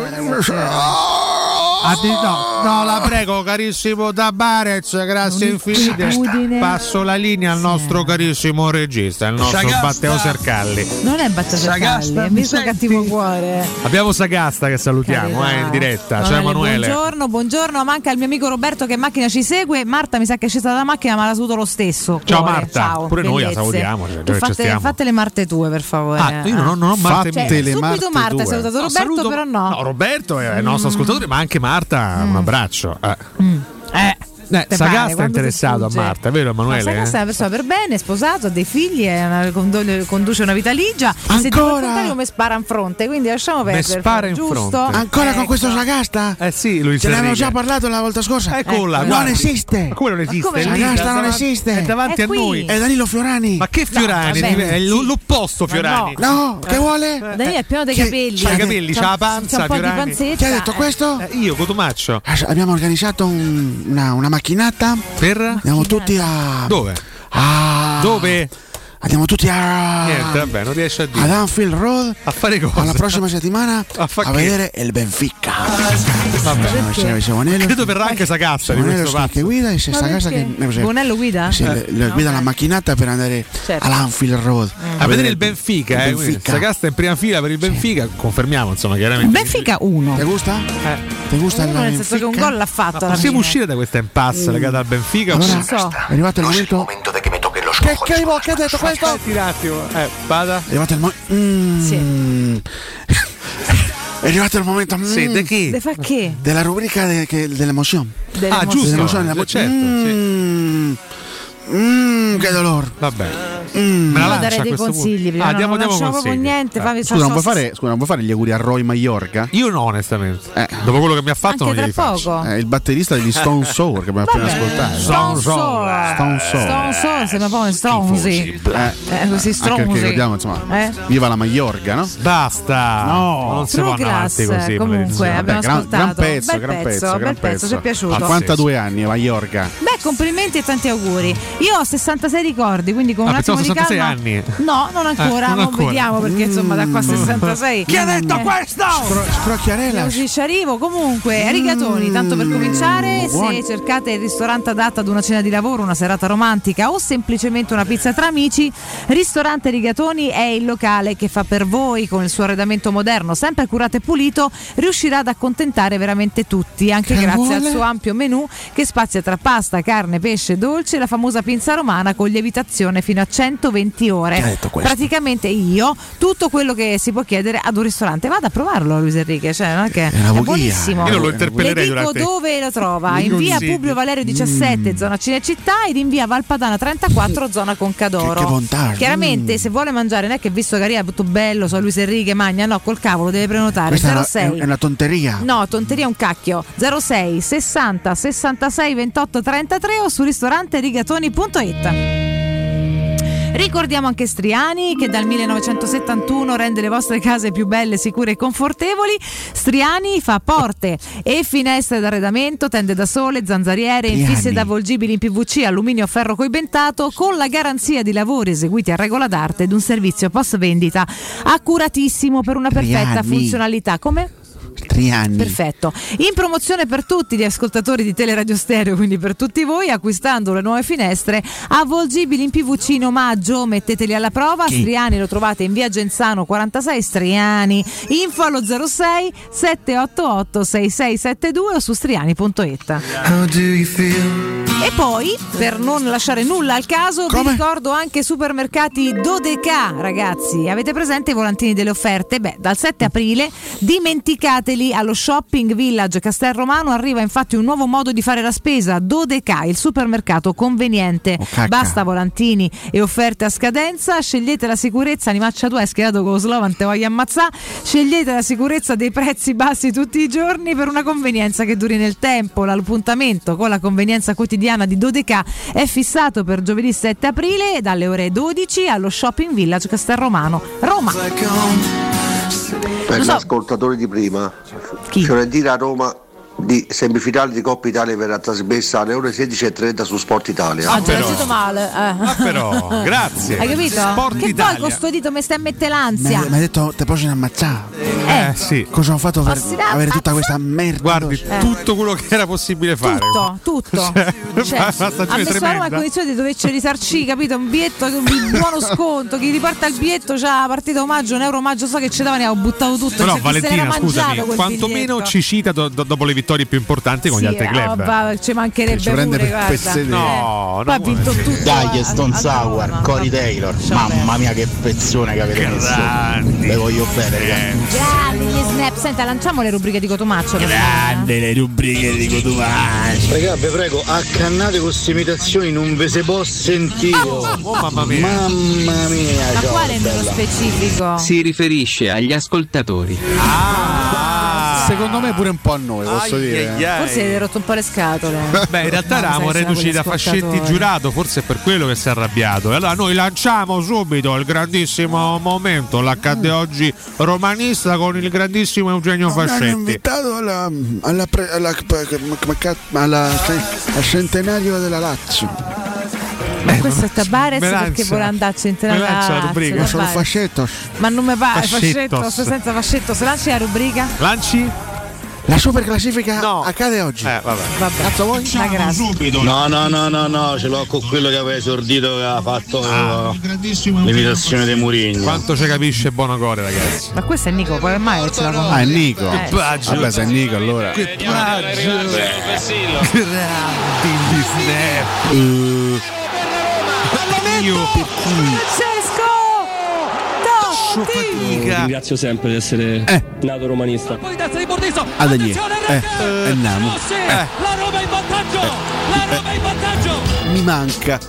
No, la prego, carissimo Tabarez, grazie infinite. Passo la linea al nostro carissimo regista, il nostro Matteo Sercalli. Non è Matteo Sercalli, è visto cattivo cuore. Abbiamo Sagasta che salutiamo in diretta. Ciao Emanuele. Buongiorno, manca il mio amico Roberto che in macchina ci segue. Marta mi sa che è scesa dalla macchina, ma la saluto lo stesso. Ciao cuore. Marta, ciao, pure bellezze. noi la salutiamo. Fate le Marte tue, per favore. Io non ho Marte mie. Subito Marta, hai salutato Roberto, però no. No, Roberto è il nostro ascoltatore, ma anche Marta, un abbraccio. Sagasta è interessato a Marta, vero Emanuele? Sagasta è una persona per bene, sposato, ha dei figli, conduce una vita ligia. Ancora? Se ti vuoi contare come spara in fronte, quindi lasciamo perdere. Spara in fronte. Ancora con questo Sagasta? Sì, lui ce ne avevamo già parlato la volta scorsa. Eccola, non esiste. Ma come non esiste? Sagasta non esiste. È davanti a noi. È Danilo Fiorani. Ma che Fiorani? È l'opposto Fiorani. No, che vuole? Danilo è pieno dei capelli. C'ha i capelli, c'ha la panza, Fiorani. Chi ha detto questo? Io, Cotumaccio. Abbiamo organizzato una macchinata. Andiamo tutti a... Dove? Dove? Andiamo tutti a... Niente, vabbè, non riesce a dire. Ad Anfield Road. A fare cosa? La prossima settimana a vedere il Benfica. Vabbè. Credo verrà anche Sagasta di questo fatto. Che guida e se Sagasta che... Bonello guida? Guida la macchinata per andare all'Anfield Road. A vedere il Benfica. Sagasta in prima fila per il Benfica. Confermiamo, insomma, chiaramente. Benfica 1. Ti gusta? Ti gusta il Benfica? Nel senso che un gol l'ha fatto. Possiamo uscire da questa impasse legata al Benfica? Allora, è arrivato il momento de che mi tocchi lo che ha detto questo? Aspetti un attimo. Vada. È arrivato il momento. È arrivato il momento. Sì, di chi? De fa che? Della rubrica dell'emozione. Giusto. Certo. Che dolore. Vabbè. Me la darei dei consigli prima. Andiamo proprio consigli. Niente. Scusa, non puoi fare gli auguri a Roy Mayorga? Io no, onestamente. Dopo quello che mi ha fatto anche non glieli faccio. Il batterista degli Stone Sour che abbiamo appena ascoltato. Stone Sour sembra proprio Stronzi. Così Stronzi. Anche ricordiamo, insomma, viva la Mayorga, no? Basta. No, non si va avanti così. Comunque abbiamo ascoltato. Gran pezzo. Ci è piaciuto. 52 anni Mayorga. Beh, complimenti e tanti auguri. Io ho 66 ricordi, quindi con un attimo di calma. Anni. No, non ancora, vediamo perché insomma da qua a 66. Chi ha detto questo? Scrocchiarella. Ci arrivo. Comunque, rigatoni, tanto per cominciare, se cercate il ristorante adatto ad una cena di lavoro, una serata romantica o semplicemente una pizza tra amici, Ristorante Rigatoni è il locale che fa per voi. Con il suo arredamento moderno, sempre curato e pulito, riuscirà ad accontentare veramente tutti, anche grazie al suo ampio menù che spazia tra pasta, carne, pesce, dolce e la famosa pinza romana con lievitazione fino a 100 120 ore. Praticamente io tutto quello che si può chiedere ad un ristorante. Vada a provarlo, Luis Enrique, cioè non è che è buonissimo. Io non lo interpellerei. Le dico dove lo trova: in via Publio Valerio 17, zona Cinecittà, ed in via Valpadana 34, zona Concadoro. Chiaramente se vuole mangiare, non è che visto che arriva tutto bello, so Luis Enrique magna, no, col cavolo deve prenotare. Questa 06 è una tonteria. No, tonteria un cacchio. 06 60 66 28 33 o su ristorante rigatoni.it. Ricordiamo anche Striani, che dal 1971 rende le vostre case più belle, sicure e confortevoli. Striani fa porte e finestre d'arredamento, tende da sole, zanzariere, infissi ed avvolgibili in PVC, alluminio, ferro coibentato, con la garanzia di lavori eseguiti a regola d'arte ed un servizio post vendita accuratissimo per una perfetta funzionalità. Come? 3 anni. Perfetto. In promozione per tutti gli ascoltatori di Teleradio Stereo, quindi per tutti voi, acquistando le nuove finestre avvolgibili in PVC in omaggio, metteteli alla prova. Striani lo trovate in via Genzano 46, Striani. Info allo 06 788 6672 o su striani.it. E poi, per non lasciare nulla al caso, vi ricordo anche supermercati Dodecà, ragazzi. Avete presente i volantini delle offerte? Beh, dal 7 aprile dimenticateli. Allo Shopping Village Castel Romano arriva infatti un nuovo modo di fare la spesa. Dodecà, il supermercato conveniente. Basta volantini e offerte a scadenza. Scegliete la sicurezza. Animaccia tu, hai schierato con lo slogan, te voglio ammazzare. Scegliete la sicurezza dei prezzi bassi tutti i giorni per una convenienza che duri nel tempo. L'appuntamento con la convenienza quotidiana di Dodecà è fissato per giovedì 7 aprile dalle ore 12 allo Shopping Village Castel Romano, Roma. Per gli ascoltatori di prima, Fiorentina a Roma di semifinale di Coppa Italia verrà trasmessa alle ore 16:30 su Sport Italia. Ah, già sentito male. Però, grazie. Hai capito? Sport che Italia. poi con sto dito mi stai a mettere l'ansia. Mi ha detto te poi ammazzare. Sì. Cosa ho fatto per avere tutta questa merda? Guardi, tutto quello che era possibile fare. Tutto. Ha messo a Roma in condizione di doverci risarcire, capito? Un biglietto, un buono sconto. Chi riparta il biglietto c'ha la partita omaggio, un euro omaggio, so che ci davano, ne avevo buttato tutto. Però Valentina, scusami, quantomeno ci cita dopo le vittorie più importanti con gli altri club. Ci mancherebbe pure, guarda. No, poi ha vinto tutto. Dai, Stone Sour, Cory Taylor. Mamma mia, che pezzone che avete messo. Le voglio bene, ragazzi. Grandi gli snap. Senta, lanciamo le rubriche di Cotumaccio. Grande le rubriche di Cotumaccio. Raga, vi prego, accannate con queste imitazioni, non ve se può sentire. Mamma mia. Mamma mia. Ma quale nello specifico? Si riferisce agli ascoltatori. Secondo me pure un po' a noi, posso dire. Forse avete rotto un po' le scatole. Beh, in realtà eravamo reduci da Fascetti giurato, forse è per quello che si è arrabbiato. E allora noi lanciamo subito il grandissimo momento, l'accade oggi romanista con il grandissimo Eugenio Fascetti. Mi hanno invitato al centenario della Lazio. Ma questo è Tabares perché vuole andare a centrare la rubrica. Sono Fascettos. Ma non mi pare Fascettos senza Fascetto. Se lanci la rubrica? Lanci? La super classifica accade oggi. Vabbè. Cazzo vuoi? No, ce l'ho con quello che aveva esordito, che ha fatto l'imitazione dei Mourinho. Quanto ci capisce Bonocore, ragazzi. Ma questo è Nico, poi ormai ce l'ha con è Nico. Che plagio. Vabbè, se è Nico allora. Che plagio. Grandi snap. Ringrazio sempre di essere nato romanista. Poi destra di Bordiso. Andiamo. La Roma in vantaggio. Mi manca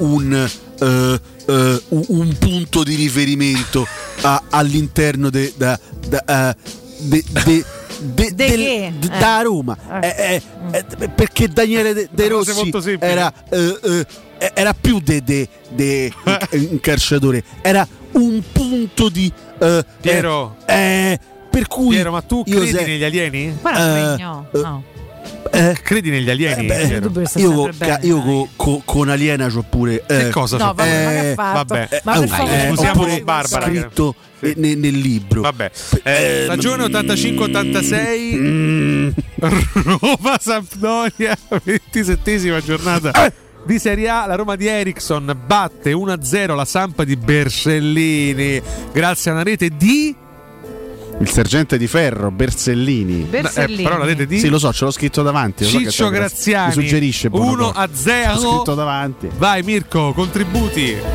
un punto di riferimento all'interno da Roma. Perché Daniele De Rossi era più un calciatore, era un punto di Piero. Per cui Piero, ma tu credi negli alieni? No. Credi negli alieni? Io con Aliena c'ho pure che cosa? No, vabbè. Scusiamo Barbara scritto nel libro. Vabbè. Stagione 85-86 Roma Sampdoria, 27esima giornata di Serie A. La Roma di Eriksson batte 1-0 la Samp di Bersellini grazie a una rete di il sergente di ferro Bersellini. Però la rete di sì, lo so, ce l'ho scritto davanti. Ciccio Graziani. Mi suggerisce 1-0. L'ho scritto davanti. Vai Mirko, contributi.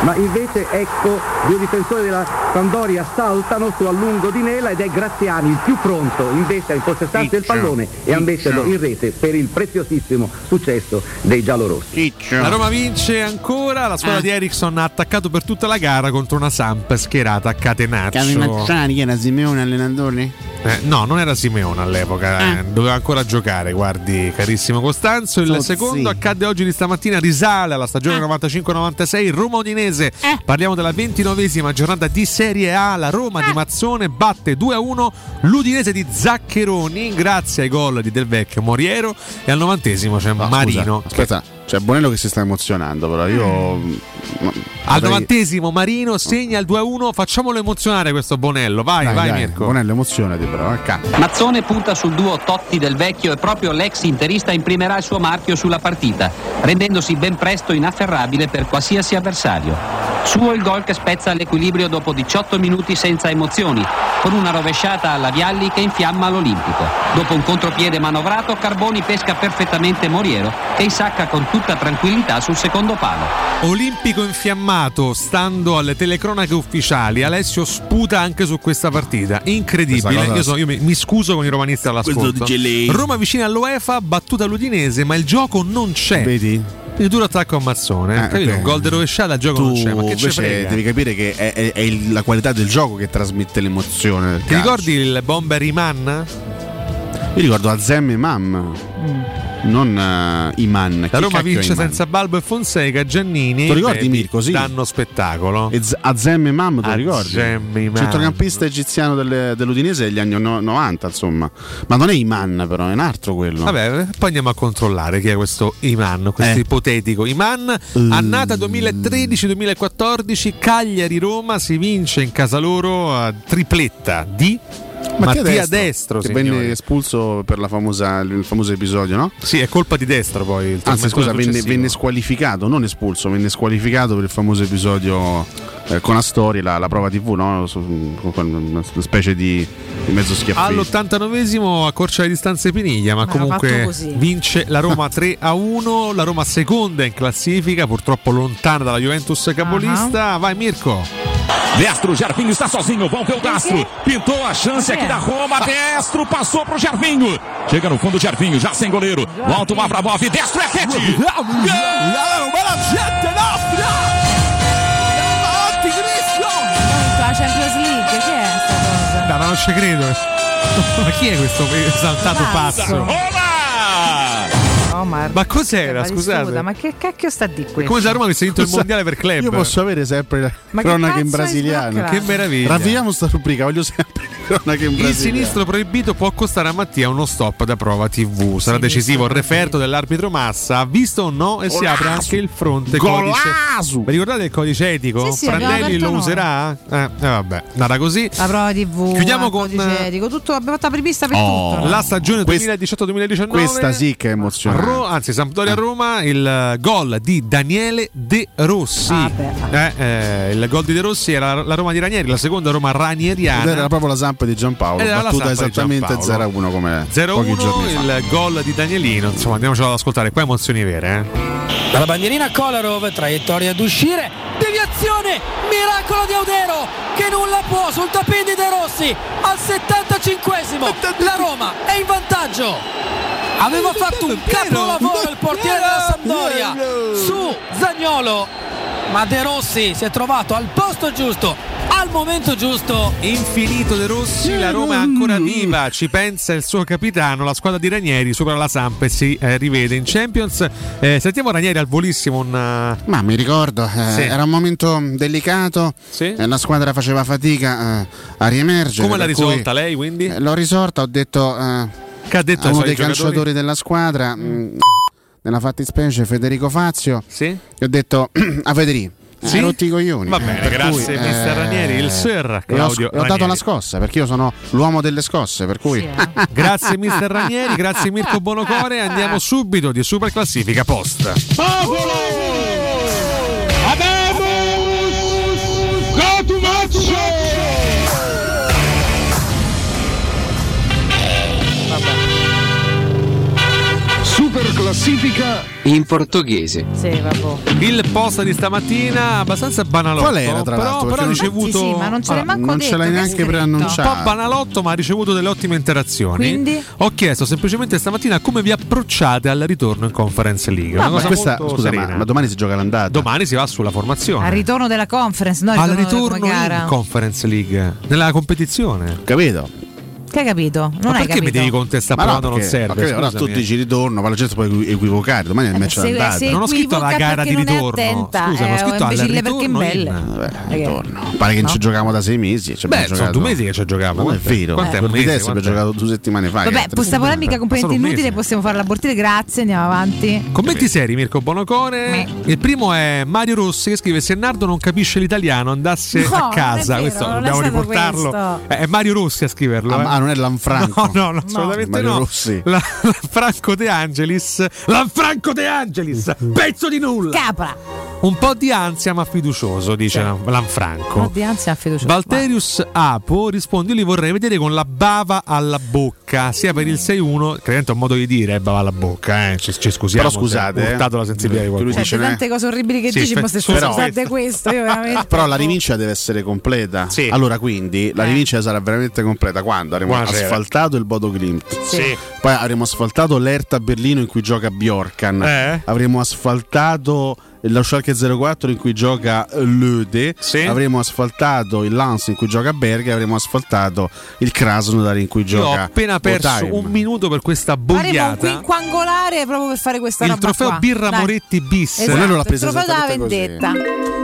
ma invece ecco due difensori della Sampdoria saltano su Allungo di Nela ed è Graziani il più pronto invece a impossessarsi del pallone e a metterlo in rete per il preziosissimo successo dei giallorossi. La Roma vince ancora, la squadra di Eriksson ha attaccato per tutta la gara contro una Samp schierata a catenaccio. Catenacciani, che era Simeone allenatore? No, non era Simeone all'epoca, doveva ancora giocare, guardi carissimo Costanzo. Il secondo accadde oggi di stamattina, risale alla stagione 95-96, Roma-Udinese. Parliamo della 29esima giornata di Serie A. La Roma di Mazzone batte 2-1 l'Udinese di Zaccheroni grazie ai gol di Del Vecchio, Moriero, e al 90esimo c'è Marino. Aspetta, c'è Bonello che si sta emozionando, però io al 90esimo Marino segna il 2-1. Facciamolo emozionare questo Bonello, vai Mirko. Bonello, emozionati però. Mazzone punta sul duo Totti Del Vecchio e proprio l'ex interista imprimerà il suo marchio sulla partita, rendendosi ben presto inafferrabile per qualsiasi avversario. Suo il gol che spezza l'equilibrio dopo 18 minuti senza emozioni, con una rovesciata alla Vialli che infiamma l'Olimpico. Dopo un contropiede manovrato, Carboni pesca perfettamente Moriero e insacca con tutta tranquillità sul secondo palo. Olimpico infiammato, stando alle telecronache ufficiali. Alessio sputa anche su questa partita, incredibile. Io mi scuso con i romanisti all'ascolto. Roma vicina all'UEFA, battuta l'Udinese, ma il gioco non c'è. Vedi? Il duro attacco a Mazzone, capito? Un gol di rovesciata, il gioco non c'è, ma che ci frega? Devi capire che è la qualità del gioco che trasmette l'emozione del calcio. Ti ricordi il bomber Iman? Io ricordo Azem Imam, non Iman. La Roma vince senza Balbo e Fonseca, Giannini. Ti ricordi Mirko? Sì. Danno spettacolo. Azem Imam, te lo ricordi? Imam. Centrocampista egiziano dell'Udinese degli anni 90, insomma. Ma non è Iman, però, è un altro quello. Vabbè, poi andiamo a controllare chi è questo Iman, questo ipotetico Iman. Annata 2013-2014, Cagliari-Roma, si vince in casa loro a tripletta di Mattia Destro, che venne espulso per il famoso episodio, no? Sì, è colpa di Destro poi. Anzi, scusa, venne squalificato, non espulso, venne squalificato per il famoso episodio con Astori, la prova TV, no? Una specie di mezzo schiaffetto. All'89esimo accorcia le distanze Piniglia, ma comunque vince la Roma 3-1. La Roma seconda in classifica, purtroppo lontana dalla Juventus capolista. Vai Mirko. Destro, Gervinho está sozinho, vão ver o Destro, pintou a chance aqui da Roma, Destro passou pro Gervinho, chega no fundo o Gervinho, já sem goleiro, volta o Mavravov, Destro é rede! La Champions League, che è sta cosa? No, ma non ci credo. Ma chi è questo esaltato pazzo? Ma cos'era? Scusate. Ma che cacchio sta di questo? Come se la Roma avesse vinto il mondiale per club. Io posso avere sempre la cronaca in brasiliano. Che meraviglia. Ravviviamo sta rubrica, voglio sempre cronaca in brasiliano. Il sinistro proibito può costare a Mattia uno stop da prova TV. Sarà decisivo il referto dell'arbitro Massa. Visto o no? E si apre anche il fronte codice. Vi ricordate il codice etico? Sì, Prandelli lo userà? Vabbè, nada così. La prova TV. Chiudiamo con codice etico. Tutto, abbiamo fatto la prevista per tutto. La stagione 2018-2019. Questa sì che è emozionante. Anzi, Sampdoria-Roma, il gol di Daniele De Rossi. Il gol di De Rossi era la Roma di Ranieri, la seconda Roma ranieriana. Ed era proprio la Samp di Giampaolo, battuta esattamente 0-1 come 0-1 il gol di Danielino. Insomma, andiamocelo ad ascoltare, qua emozioni vere. Dalla bandierina Kolarov, traiettoria ad uscire, deviazione, miracolo di Audero che nulla può sul tappeto di De Rossi al 75esimo. La Roma è in vantaggio. Aveva fatto un capolavoro il portiere della Sampdoria su Zaniolo, ma De Rossi si è trovato al posto giusto, al momento giusto. Infinito De Rossi, la Roma è ancora viva, ci pensa il suo capitano, la squadra di Ranieri supera la Samp e si rivede in Champions. Sentiamo Ranieri al volissimo. Ma mi ricordo, era un momento delicato, la squadra faceva fatica a riemergere. Come l'ha risolta lei quindi? L'ho risolta, ho detto... Che ha detto uno dei calciatori della squadra, nella fattispecie Federico Fazio, e ho detto a Federico, rotti i coglioni. Va bene, grazie mister Ranieri, il Sir Claudio ho dato la scossa perché io sono l'uomo delle scosse, per cui grazie mister Ranieri, grazie Mirko Bonocore. Andiamo subito di Super Classifica Post. Popolo! Abemus! Cotumaccio! Super Classifica classifica in portoghese. Sì, vabbè. Il post di stamattina abbastanza banalotto. Qual era, tra l'altro? Però ha ricevuto. Sì, ma non ce l'hai manco non detto, ce l'hai neanche preannunciato. Un po' banalotto, ma ha ricevuto delle ottime interazioni. Quindi? Ho chiesto semplicemente stamattina come vi approcciate al ritorno in Conference League. Una cosa questa, molto scusa, serena. ma domani si gioca l'andata. Domani si va sulla formazione. Al ritorno della Conference, no? Al ritorno come gara. in Conference League, nella competizione. Capito? Che hai capito? Non ma hai perché capito? mi devi contestare quando non serve? Ora tu dici ritorno, ma la gente può equivocare. Domani è il match d'andata. Non ho scritto la gara di ritorno. Scusa, ho scritto al ritorno. Ritorno. Pare che non ci giochiamo da 6 mesi. Sono 2 mesi che ci giochiamo. Non è vero. Quanto è un mese? mese? Abbiamo giocato 2 settimane fa. Vabbè, questa polemica completamente inutile, possiamo farla abortire. Grazie, andiamo avanti. Commenti seri, Mirko Bonocore. Il primo è Mario Rossi che scrive: se Nardo non capisce l'italiano andasse a casa. Questo dobbiamo riportarlo. È Mario Rossi a scriverlo. Ah, non è Lanfranco. No, assolutamente Mario no. Rossi. Franco De Angelis. Lanfranco De Angelis, pezzo di nulla. Capra. Un po' di ansia ma fiducioso, dice Lanfranco. Un po' di ansia ma fiducioso. Valterius Apo risponde: io li vorrei vedere con la bava alla bocca, sia per il 6-1, che è un modo di dire bava alla bocca, ci scusiamo. Però scusate, ho portato la sensibilità di qualcuno. C'è tante cose orribili che dici, ma se scusate questo, io veramente. Però la rivincita deve essere completa. Sì. Allora quindi la rivincita sarà veramente completa quando avremo asfaltato il Bodo Glimt. Sì. Poi avremo asfaltato l'Hertha Berlino in cui gioca Bjorkan. Avremo asfaltato lo Schalke 04 in cui gioca Löde. Avremo asfaltato il Lens in cui gioca Berga. Avremo asfaltato il Krasnodar in cui gioca. Io ho appena perso Otheim. un minuto per questa bogliata. Faremo un quinquangolare proprio per fare questa roba trofeo qua. Birra Moretti bis. Esatto, non l'ha presa il trofeo della esattamente vendetta.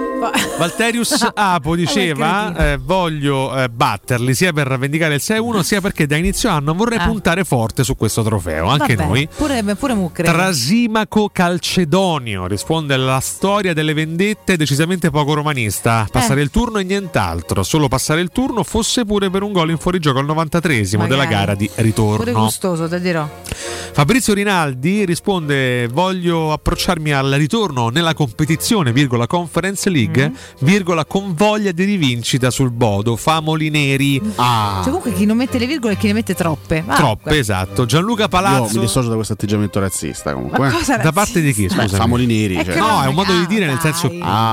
Valterius Apo diceva voglio batterli sia per vendicare il 6-1 sia perché da inizio anno vorrei puntare forte su questo trofeo, anche noi. Pure Mucre. Trasimaco Calcedonio risponde: la storia delle vendette è decisamente poco romanista, passare il turno e nient'altro, solo passare il turno, fosse pure per un gol in fuorigioco al 93esimo della gara di ritorno. Pure gustoso, te dirò. Fabrizio Rinaldi risponde: voglio approcciarmi al ritorno nella competizione, virgola Conference League, virgola con voglia di rivincita sul Bodo, famoli neri. Cioè, comunque chi non mette le virgole e chi ne mette troppe. Troppe, esatto. Gianluca Palazzo. Io mi dissocio da questo atteggiamento razzista comunque. Ma cosa da parte di chi? Scusa. Famoli neri. No, è un modo di dire nel senso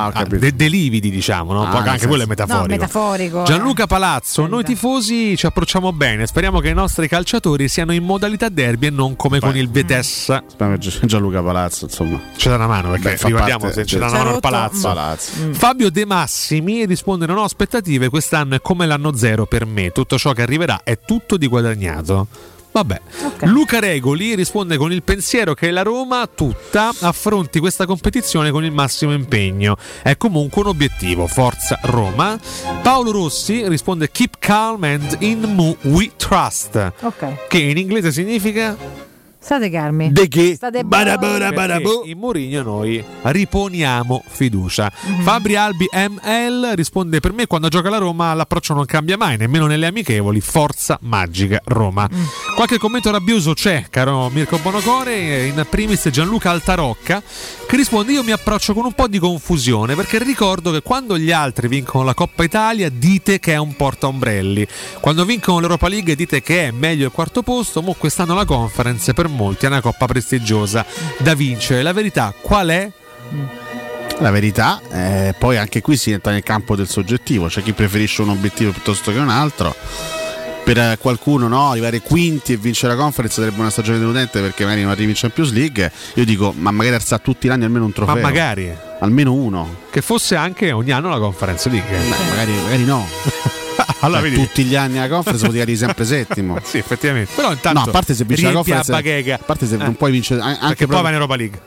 dei lividi, diciamo, no? Anche quello è metaforico. No, metaforico. Gianluca Palazzo, noi tifosi ci approcciamo bene, speriamo che i nostri calciatori siano in modalità derby e non come con il Vitesse. Gianluca Palazzo, insomma. C'è da una mano, perché ricordiamo se c'è da una mano al Palazzo. Fabio De Massimi risponde: non ho aspettative, quest'anno è come l'anno zero per me, tutto ciò che arriverà è tutto di guadagnato. Vabbè. Luca Regoli risponde con il pensiero che la Roma tutta affronti questa competizione con il massimo impegno, è comunque un obiettivo, forza Roma. Paolo Rossi risponde: keep calm and in Mu we trust, che in inglese significa state calmi. De che? State in Mourinho noi riponiamo fiducia. Fabri Albi ML risponde: per me quando gioca la Roma l'approccio non cambia mai, nemmeno nelle amichevoli, forza magica Roma. Qualche commento rabbioso c'è, caro Mirko Bonocore, in primis Gianluca Altarocca che risponde: io mi approccio con un po' di confusione perché ricordo che quando gli altri vincono la Coppa Italia dite che è un portaombrelli, quando vincono l'Europa League dite che è meglio il quarto posto, mo quest'anno la Conference per molti è una coppa prestigiosa da vincere. La verità qual è? La verità, poi anche qui si entra nel campo del soggettivo, c'è chi preferisce un obiettivo piuttosto che un altro. Per qualcuno arrivare quinti e vincere la Conference sarebbe una stagione deludente perché magari non arrivi in Champions League. Io dico, ma magari alzare tutti gli anni almeno un trofeo. Ma magari almeno uno. Che fosse anche ogni anno la Conference League. Magari no. Allora, tutti gli anni la Conference potevi arrivare sempre settimo. Sì, effettivamente. Però intanto a parte se vince la Conference, a parte se non puoi vincere anche poi va in Europa League.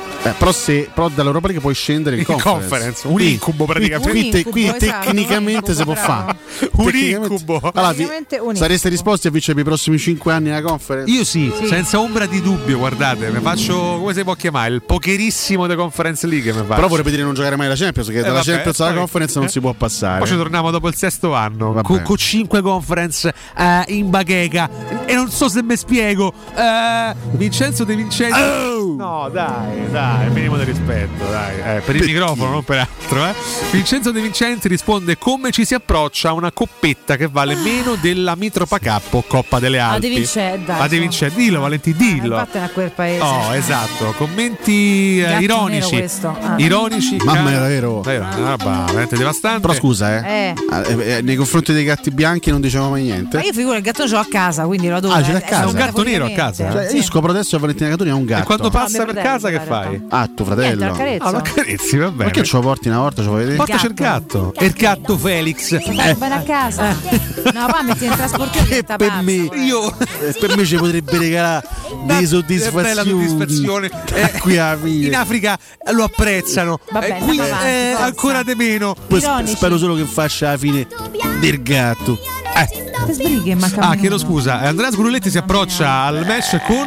Però dall'Europa League puoi scendere in Conference. Un incubo praticamente. Qui tecnicamente si può fare. Un incubo. Allora, sareste disposti a vincere per i prossimi 5 anni la Conference? Io sì, senza ombra di dubbio. Guardate, mi faccio, come si può chiamare, il pokerissimo di Conference League. Però vorrei vedere non giocare mai la Champions, perché dalla Champions alla Conference non si può passare. Poi ci torniamo dopo il 6º anno con 5 Conference in bacheca. E non so se mi spiego. Vincenzo De Vincenzi No, dai, minimo di rispetto, dai. Per il microfono, non per altro, Vincenzo De Vincenti risponde: come ci si approccia a una coppetta che vale meno della Mitropa Cup Coppa delle Alpi? De Vincenti, dillo Valentino, dillo. Vattene a quel paese. Oh, esatto, commenti ironici. Ironici. Mamma mia, davvero. Una roba veramente devastante. Però scusa, nei confronti dei gatti bianchi non dicevamo mai niente. Ma io figuro il gatto ce l'ho a casa, quindi lo adoro. Ce l'ha a casa. È un gatto nero a casa. Cioè, io scopro adesso che Valentina Catoni ha un gatto. E quando passa per casa che fai? Tuo fratello. Lo accarezzi, va bene. Perché ce lo porti una volta? Ce lo vedete? Portaci il gatto. E il gatto Felix. Bene a casa. No, va, metti nel trasportino. Per me ci potrebbe regalare delle soddisfazioni. Bella soddisfazione. Qui in Africa lo apprezzano. Qui ancora di meno. Spero solo che faccia la fine del gatto. Chiedo scusa. Andrea Sgurulletti si approccia al match con.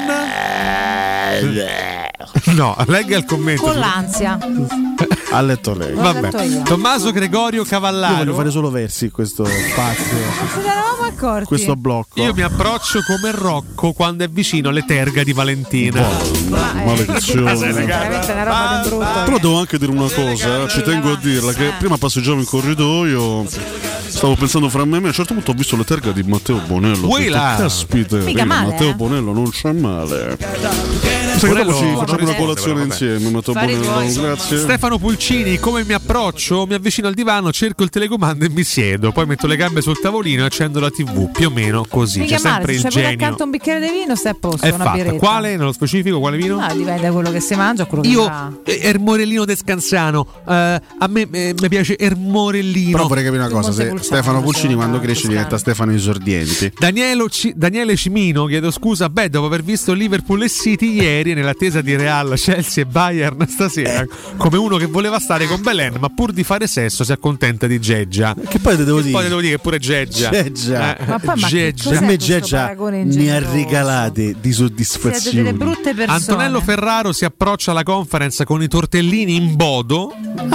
No, legga il commento. Con l'ansia. Ha letto lei. Vabbè. Tommaso Gregorio Cavallaro. Io voglio fare solo versi in questo spazio. Non ce l'eravamo accorti. Questo blocco. Io mi approccio come Rocco quando è vicino alle terga di Valentina. Maledizione. Veramente una roba di brutto. Però devo anche dire una cosa, ci tengo a dirla, che prima passeggiavo in corridoio, stavo pensando fra me e me, a un certo punto ho visto le terga di Matteo Bonello. Caspita, Matteo Bonello non c'è male. Dopo ci facciamo una colazione insieme, Matteo Bonello. Grazie. Stefano Pulcini, come mi approccio? Mi avvicino al divano, cerco il telecomando e mi siedo, poi metto le gambe sul tavolino e accendo la TV, più o meno così. C'è sempre il genio. Accanto un bicchiere di vino, stai a posto. È una fatta. birretta. Quale? Nello specifico, quale vino? Dipende da quello che si mangia, quello che io fa. Ermorellino de Scansano. A me mi piace Ermorellino. Però vorrei capire una cosa, se Stefano Pulcini quando cresce diventa Stefano Esordienti. Daniele Cimino, chiedo scusa, dopo aver visto Liverpool e City ieri, nell'attesa di Real, Chelsea e Bayern stasera, come uno che voleva stare con Belen, ma pur di fare sesso si accontenta di Geggia. Che poi te devo dire? Poi devo dire che pure Geggia. Ma poi per me Geggia ne ha regalate di soddisfazioni. Siete delle brutte persone. Antonello Ferraro si approccia alla conference con i tortellini in bodo. Che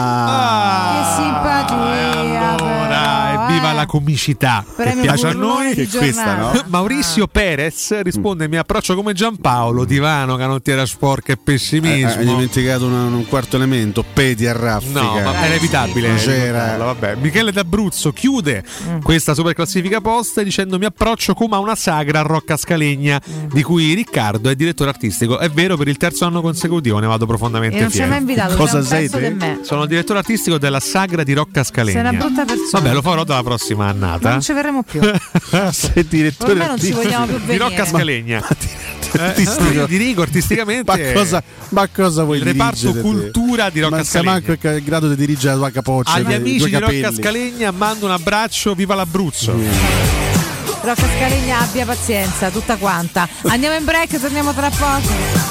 simpatia. Viva la comicità che piace a noi. Che questa, no? Maurizio Perez risponde: mi approccio come Giampaolo, divano, canottiera sporca e pessimismo. Hai dimenticato un quarto elemento, peti a raffica. No, ma era evitabile. C'era. Vabbè. Michele D'Abruzzo chiude questa super classifica post dicendo: mi approccio come a una sagra a Rocca Scalegna, di cui Riccardo è direttore artistico. È vero, per il terzo anno consecutivo ne vado profondamente non fiero. ci hai mai invitato. Cosa sei te? Sono il direttore artistico della sagra di Rocca Scalegna. Sei una brutta persona. Vabbè, lo farò dalla prossima annata. Non ci verremo più. Sei direttore ormai non ci vogliamo più venire. Di Rocca Scalegna. Io dirigo artisticamente. Ma cosa vuoi il reparto cultura di Rocca Scalegna. Ma manco il grado di dirigere la tua capoccia. Agli amici di Rocca Scalegna mando un abbraccio, viva l'Abruzzo. Rocca Scalegna abbia pazienza, tutta quanta. Andiamo in break, torniamo tra poco.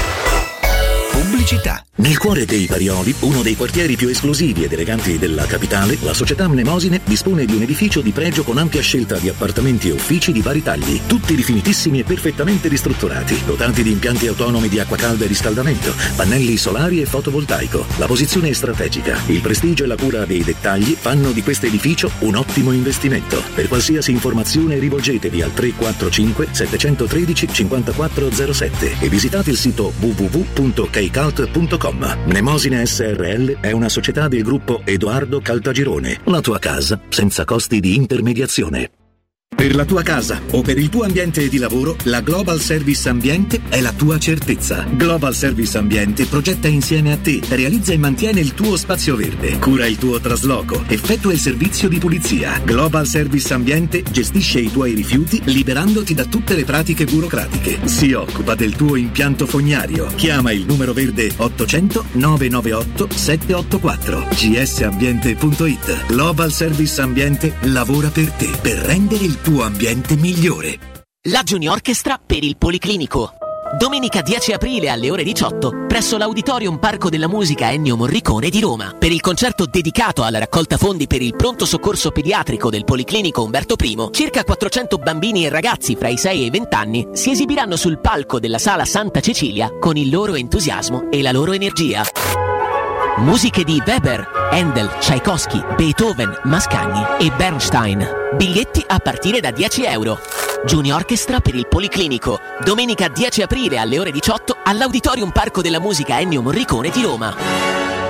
Pubblicità. Nel cuore dei Parioli, uno dei quartieri più esclusivi ed eleganti della capitale, la società Mnemosine dispone di un edificio di pregio con ampia scelta di appartamenti e uffici di vari tagli, tutti rifinitissimi e perfettamente ristrutturati, dotati di impianti autonomi di acqua calda e riscaldamento, pannelli solari e fotovoltaico. La posizione è strategica, il prestigio e la cura dei dettagli fanno di questo edificio un ottimo investimento. Per qualsiasi informazione rivolgetevi al 345 713 5407 e visitate il sito www.kcult.com. Mnemosine SRL è una società del gruppo Edoardo Caltagirone. La tua casa senza costi di intermediazione. Per la tua casa o per il tuo ambiente di lavoro, la Global Service Ambiente è la tua certezza. Global Service Ambiente progetta insieme a te, realizza e mantiene il tuo spazio verde, cura il tuo trasloco, effettua il servizio di pulizia. Global Service Ambiente gestisce i tuoi rifiuti liberandoti da tutte le pratiche burocratiche. Si occupa del tuo impianto fognario. Chiama il numero verde 800 998 784 gsambiente.it. Global Service Ambiente lavora per te, per rendere il tuo ambiente migliore. La Junior Orchestra per il Policlinico. Domenica 10 aprile alle ore 18 presso l'Auditorium Parco della Musica Ennio Morricone di Roma per il concerto dedicato alla raccolta fondi per il pronto soccorso pediatrico del Policlinico Umberto I. Circa 400 bambini e ragazzi fra i 6 e i 20 anni si esibiranno sul palco della Sala Santa Cecilia con il loro entusiasmo e la loro energia. Musiche di Weber, Handel, Tchaikovsky, Beethoven, Mascagni e Bernstein. Biglietti a partire da €10. Junior Orchestra per il Policlinico. Domenica 10 aprile alle ore 18 all'Auditorium Parco della Musica Ennio Morricone di Roma.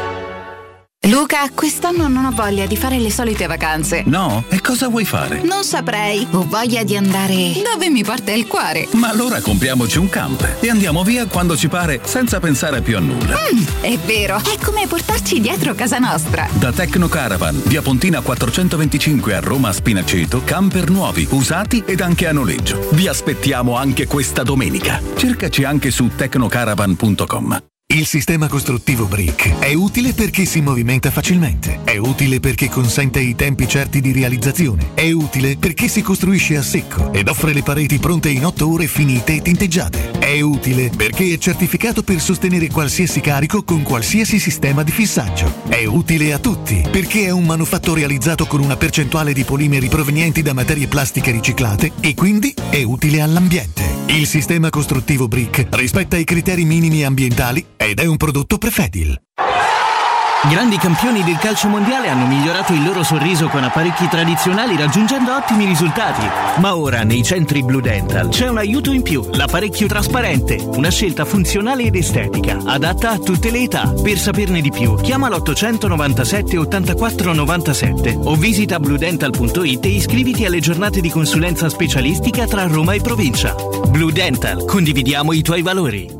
Luca, quest'anno non ho voglia di fare le solite vacanze. No? E cosa vuoi fare? Non saprei. Ho voglia di andare dove mi porta il cuore. Ma allora compriamoci un camper e andiamo via quando ci pare, senza pensare più a nulla. È vero, è come portarci dietro casa nostra. Da Tecno Caravan, via Pontina 425 a Roma Spinaceto, camper nuovi, usati ed anche a noleggio. Vi aspettiamo anche questa domenica. Cercaci anche su tecnocaravan.com. Il sistema costruttivo Brick è utile perché si movimenta facilmente, è utile perché consente i tempi certi di realizzazione, è utile perché si costruisce a secco ed offre le pareti pronte in 8 ore finite e tinteggiate, è utile perché è certificato per sostenere qualsiasi carico con qualsiasi sistema di fissaggio, è utile a tutti perché è un manufatto realizzato con una percentuale di polimeri provenienti da materie plastiche riciclate e quindi è utile all'ambiente. Il sistema costruttivo Brick rispetta i criteri minimi ambientali ed è un prodotto Prefedil. Grandi campioni del calcio mondiale hanno migliorato il loro sorriso con apparecchi tradizionali raggiungendo ottimi risultati. Ma ora nei centri Blue Dental c'è un aiuto in più, l'apparecchio trasparente, una scelta funzionale ed estetica, adatta a tutte le età. Per saperne di più, chiama l'897 84 97 o visita bluedental.it e iscriviti alle giornate di consulenza specialistica tra Roma e provincia. Blue Dental, condividiamo i tuoi valori.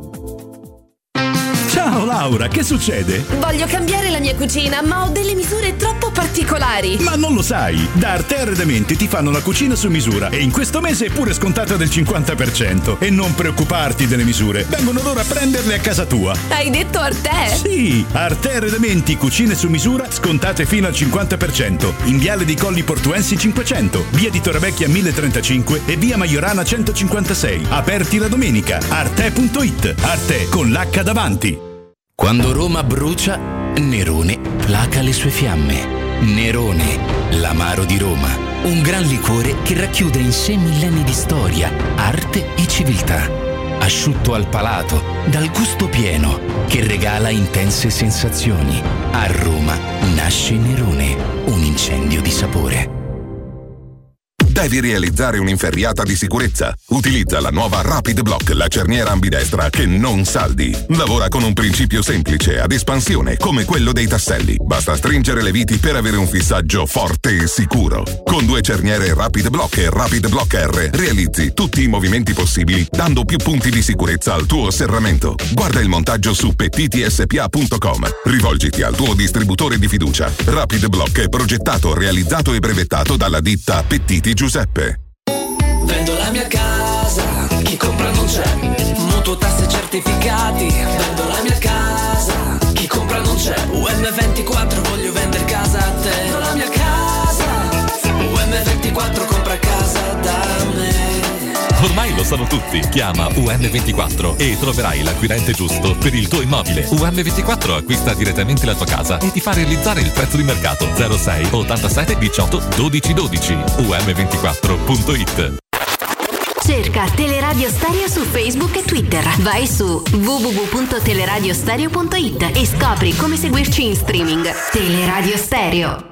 Ciao Laura, che succede? Voglio cambiare la mia cucina, ma ho delle misure troppo particolari. Ma non lo sai, da Arte Arredamenti ti fanno la cucina su misura e in questo mese è pure scontata del 50%. E non preoccuparti delle misure, vengono loro a prenderle a casa tua. Hai detto Arte? Sì, Arte Arredamenti, cucine su misura, scontate fino al 50%. In Viale dei Colli Portuensi 500, via di Torrevecchia 1035 e via Maiorana 156. Aperti la domenica. Arte.it. Arte con l'H davanti. Quando Roma brucia, Nerone placa le sue fiamme. Nerone, l'amaro di Roma. Un gran liquore che racchiude in sé millenni di storia, arte e civiltà. Asciutto al palato, dal gusto pieno, che regala intense sensazioni. A Roma nasce Nerone, un incendio di sapore. Devi realizzare un'inferriata di sicurezza? Utilizza la nuova Rapid Block, la cerniera ambidestra che non saldi. Lavora con un principio semplice, ad espansione, come quello dei tasselli. Basta stringere le viti per avere un fissaggio forte e sicuro. Con 2 cerniere Rapid Block e Rapid Block R realizzi tutti i movimenti possibili, dando più punti di sicurezza al tuo serramento. Guarda il montaggio su pettitispa.com. Rivolgiti al tuo distributore di fiducia. Rapid Block è progettato, realizzato e brevettato dalla ditta Pettiti Giuseppe. Vendo la mia casa, chi compra non c'è. Mutuo, tasse, certificati. Vendo la mia casa, chi compra non c'è. UM24, voglio vendere casa a te. Vendo la mia casa, UM24, compra casa da me. Ormai lo sanno tutti. Chiama UM24 e troverai l'acquirente giusto per il tuo immobile. UM24 acquista direttamente la tua casa e ti fa realizzare il prezzo di mercato. 06 87 18 12 12. UM24.it. Cerca Teleradio Stereo su Facebook e Twitter. Vai su www.teleradiostereo.it e scopri come seguirci in streaming. Teleradio Stereo.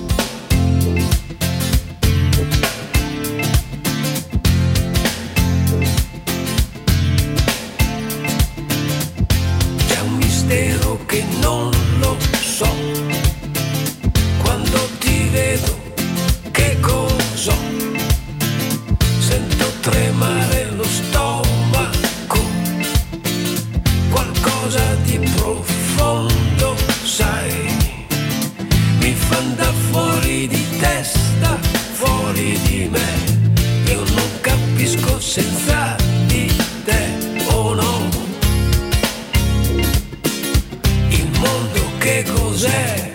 C'è un mistero che non lo so. Quando ti vedo, che cosa? Sento tremare lo stomaco, qualcosa di profondo, sai, mi fa andare fuori di testa, fuori di me, io non capisco senza di te, oh no, il mondo che cos'è?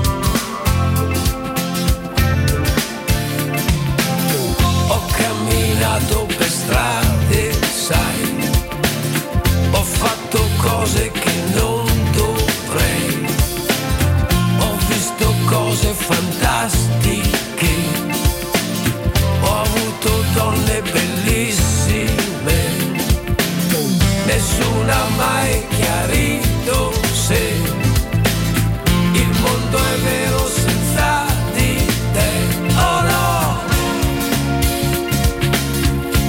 Per strade, sai, ho fatto cose che non dovrei, ho visto cose fantastiche, ho avuto donne bellissime, nessuno ha mai chiarito se il mondo è vero senza di te, oh no.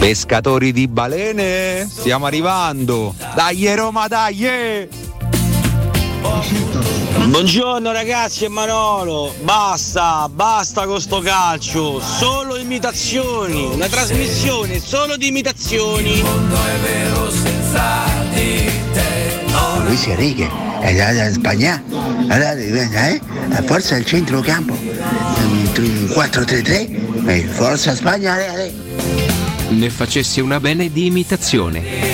Pescatori di balene, stiamo arrivando. Dai Roma, dai! Buongiorno ragazzi e Manolo, basta con sto calcio, solo imitazioni, una trasmissione solo di imitazioni. Luis Enrique, è Spagna, forza il centrocampo, 4-3-3, forza Spagna. Ne facessi una bene di imitazione.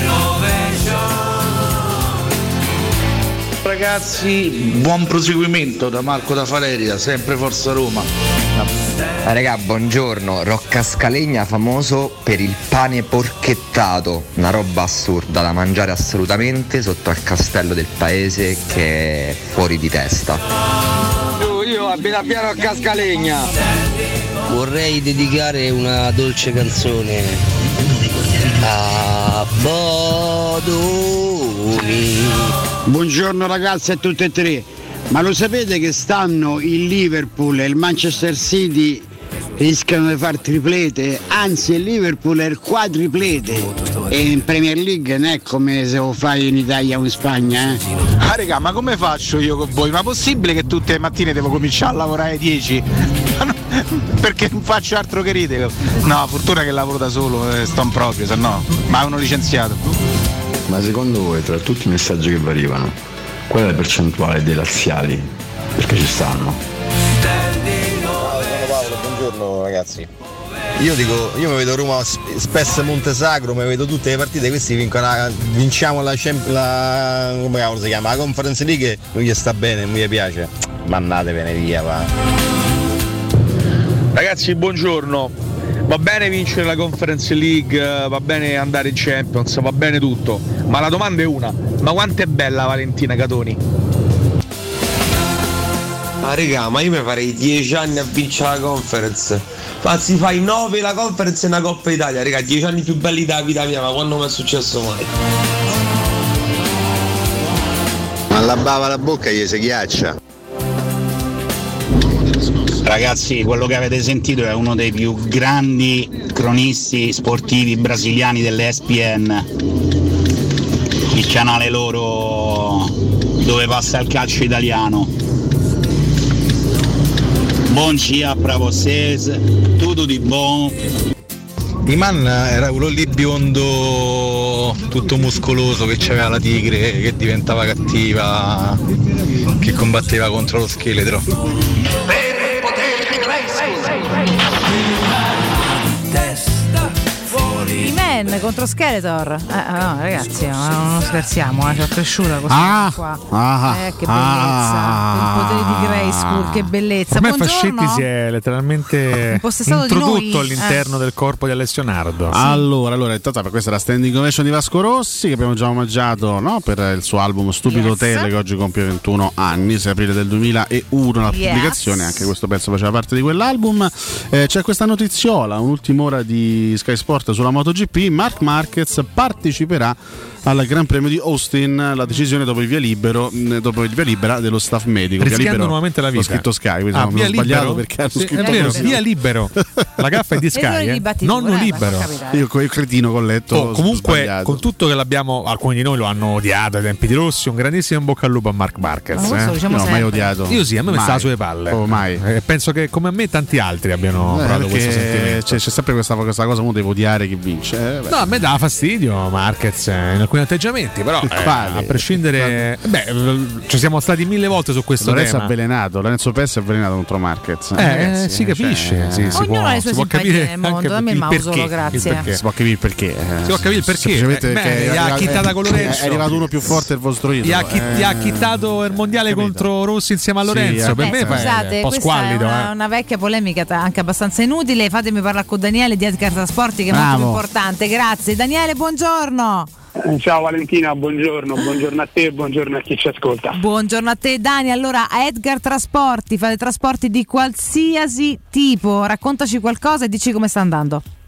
Ragazzi, buon proseguimento da Marco da Valeria, sempre Forza Roma. Raga, buongiorno. Roccascalegna famoso per il pane porchettato, una roba assurda da mangiare assolutamente sotto al castello del paese che è fuori di testa. Io abito a Via Roccascalegna. Vorrei dedicare una dolce canzone a Bodoni. Buongiorno ragazzi a tutti e tre, ma lo sapete che stanno il Liverpool e il Manchester City rischiano di far triplete? Anzi il Liverpool è il quadriplete e in Premier League non è come se lo fai in Italia o in Spagna. Ah raga, ma come faccio io con voi? Ma possibile che tutte le mattine devo cominciare a lavorare alle 10? Perché non faccio altro che ridere? No, fortuna che lavoro da solo, sto in proprio, se no, ma uno licenziato. Ma secondo voi, tra tutti i messaggi che vi arrivano, qual è la percentuale dei laziali? Perché ci stanno? Paolo, buongiorno ragazzi. Io mi vedo Roma spesso Montesagro, mi vedo tutte le partite, questi vinciamo la come si chiama? La Conference League, lui gli sta bene, mi piace. Mandatevene via, va. Ragazzi, buongiorno. Va bene vincere la Conference League, va bene andare in Champions, va bene tutto, ma la domanda è una: ma quanto è bella Valentina Catoni? Ah raga, ma io mi farei 10 anni a vincere la Conference. Ma si fai 9 la Conference e una Coppa Italia, raga, 10 anni più belli della vita mia, ma quando mi è successo mai? Ma la bava la bocca gli si ghiaccia. Ragazzi, quello che avete sentito è uno dei più grandi cronisti sportivi brasiliani dell'ESPN, il canale loro dove passa il calcio italiano. Bom dia pra vocês, tudo di buon. Iman era quello lì biondo, tutto muscoloso, che c'aveva la tigre, che diventava cattiva, che combatteva contro lo scheletro. I-Man contro Skeletor. No, ragazzi, non scherziamo, ci ho cresciuta questa qua. Che bellezza. Il potere di Grayskull, che bellezza. A me Fascetti si è letteralmente introdotto all'interno del corpo di Alessio Nardo. Sì. Allora, intanto questa è la standing ovation di Vasco Rossi, che abbiamo già omaggiato, no? Per il suo album Stupido Hotel, che oggi compie 21 anni, 6 aprile del 2001 la pubblicazione, anche questo pezzo faceva parte di quell'album. C'è questa notiziola, un'ultima ora di Sky Sport sulla MotoGP. Marc Marquez parteciperà al Gran Premio di Austin, la decisione dopo il via libera dello staff medico. Rischiando nuovamente la vita. Ho scritto Sky, quindi via sbagliato perché hanno scritto è vero, via libero. La gaffa è di Sky, nonno libero. Io cretino con letto. Comunque, con tutto che l'abbiamo, alcuni di noi lo hanno odiato ai tempi di Rossi, un grandissimo in bocca al lupo a Marc Marquez. Diciamo no, mai odiato. Io sì, a me stava sulle palle. Mai. Penso che come a me tanti altri abbiano provato questo sentimento. C'è sempre questa cosa, uno deve odiare chi vince. No, a me dà fastidio Marquez in alcuni atteggiamenti, però a prescindere, ci siamo stati 1000 volte su questo tema. Lorenzo Pesce è avvelenato contro Marquez. Si capisce, ognuno ha le sue simpatie nel mondo, dammi il mouse, grazie. Si può capire il perché. Si può capire il perché. Gli ha chittata con Lorenzo. È arrivato uno più forte del vostro idolo. Gli ha chittato il mondiale contro Rossi insieme a Lorenzo. Per me scusate, è un po' squallido. È una vecchia polemica anche abbastanza inutile. Fatemi parlare con Daniele di Edgar Trasporti, che è molto più importante. Grazie. Daniele, buongiorno. Ciao Valentina, buongiorno a te e buongiorno a chi ci ascolta. Buongiorno a te Dani, allora a Edgar Trasporti, fate trasporti di qualsiasi tipo, raccontaci qualcosa e dici come sta andando.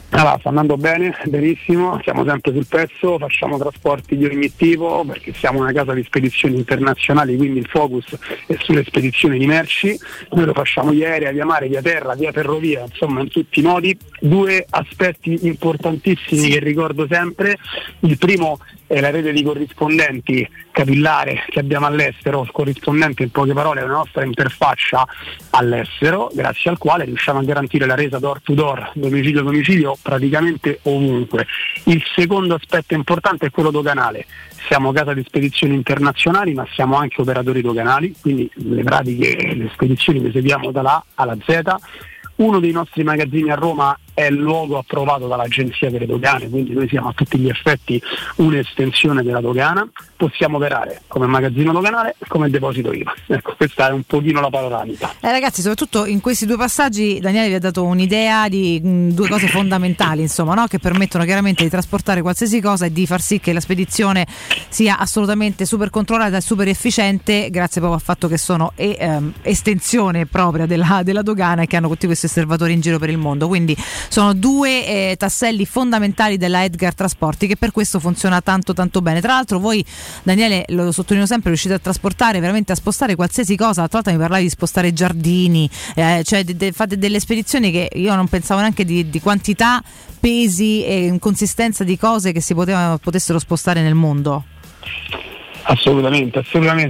Allora, sta andando bene, benissimo, siamo sempre sul pezzo, facciamo trasporti di ogni tipo perché siamo una casa di spedizioni internazionali, quindi il focus è sulle spedizioni di merci. Noi lo facciamo via aerea, via mare, via terra, via ferrovia, insomma in tutti i modi. Due aspetti importantissimi che ricordo sempre: il primo è la rete di corrispondenti capillare che abbiamo all'estero. Il corrispondente, in poche parole, è la nostra interfaccia all'estero, grazie al quale riusciamo a garantire la resa door to door, domicilio a domicilio, praticamente ovunque. Il secondo aspetto importante è quello doganale. Siamo casa di spedizioni internazionali, ma siamo anche operatori doganali, quindi le pratiche, le spedizioni le seguiamo dalla A alla Z. Uno dei nostri magazzini a Roma è il luogo approvato dall'Agenzia delle Dogane, quindi noi siamo a tutti gli effetti un'estensione della dogana. Possiamo operare come magazzino doganale e come deposito IVA. Ecco, questa è un pochino la panoramica. Ragazzi, soprattutto in questi due passaggi Daniele vi ha dato un'idea di due cose fondamentali, insomma, no? Che permettono chiaramente di trasportare qualsiasi cosa e di far sì che la spedizione sia assolutamente super controllata e super efficiente, grazie proprio al fatto che sono estensione propria della dogana e che hanno tutti questi osservatori in giro per il mondo. Quindi sono due tasselli fondamentali della Edgar Trasporti, che per questo funziona tanto tanto bene. Tra l'altro voi, Daniele, lo sottolineo sempre, riuscite a trasportare, veramente a spostare qualsiasi cosa. L'altra volta mi parlavi di spostare giardini, cioè fate delle spedizioni che io non pensavo neanche di quantità, pesi e consistenza di cose che si potessero spostare nel mondo. Assolutamente.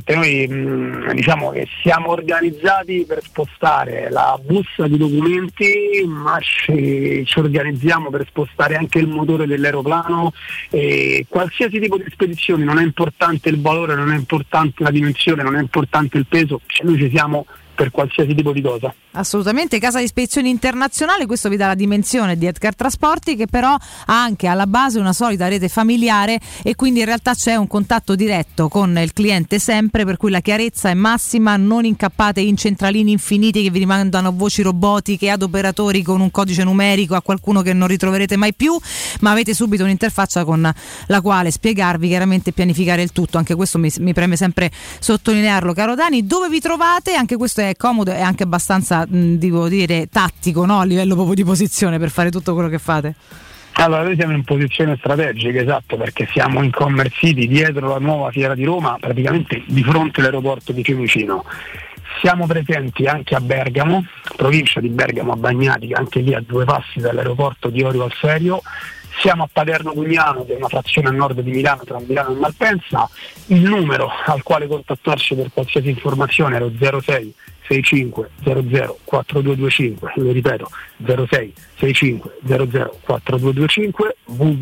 Noi diciamo che siamo organizzati per spostare la busta di documenti, ma ci organizziamo per spostare anche il motore dell'aeroplano, e qualsiasi tipo di spedizione. Non è importante il valore, non è importante la dimensione, non è importante il peso, noi ci siamo per qualsiasi tipo di cosa. Assolutamente, casa di spedizioni internazionale, questo vi dà la dimensione di Edgar Trasporti, che però ha anche alla base una solida rete familiare, e quindi in realtà c'è un contatto diretto con il cliente sempre, per cui la chiarezza è massima. Non incappate in centralini infiniti che vi rimandano voci robotiche, ad operatori con un codice numerico, a qualcuno che non ritroverete mai più, ma avete subito un'interfaccia con la quale spiegarvi, chiaramente pianificare il tutto. Anche questo mi preme sempre sottolinearlo, caro Dani. Dove vi trovate? Anche questo è comodo e anche abbastanza, devo dire, tattico, no? A livello proprio di posizione, per fare tutto quello che fate. Allora, noi siamo in posizione strategica, esatto, perché siamo in Commerce City, dietro la nuova Fiera di Roma, praticamente di fronte all'aeroporto di Fiumicino. Siamo presenti anche a Bergamo, provincia di Bergamo, a Bagnati, anche lì a 2 passi dall'aeroporto di Orio al Serio. Siamo a Paderno Cugnano, che è una frazione a nord di Milano, tra Milano e Malpensa. Il numero al quale contattarci per qualsiasi informazione è lo 06 65 00 4225, lo ripeto, 06 65 00 4225.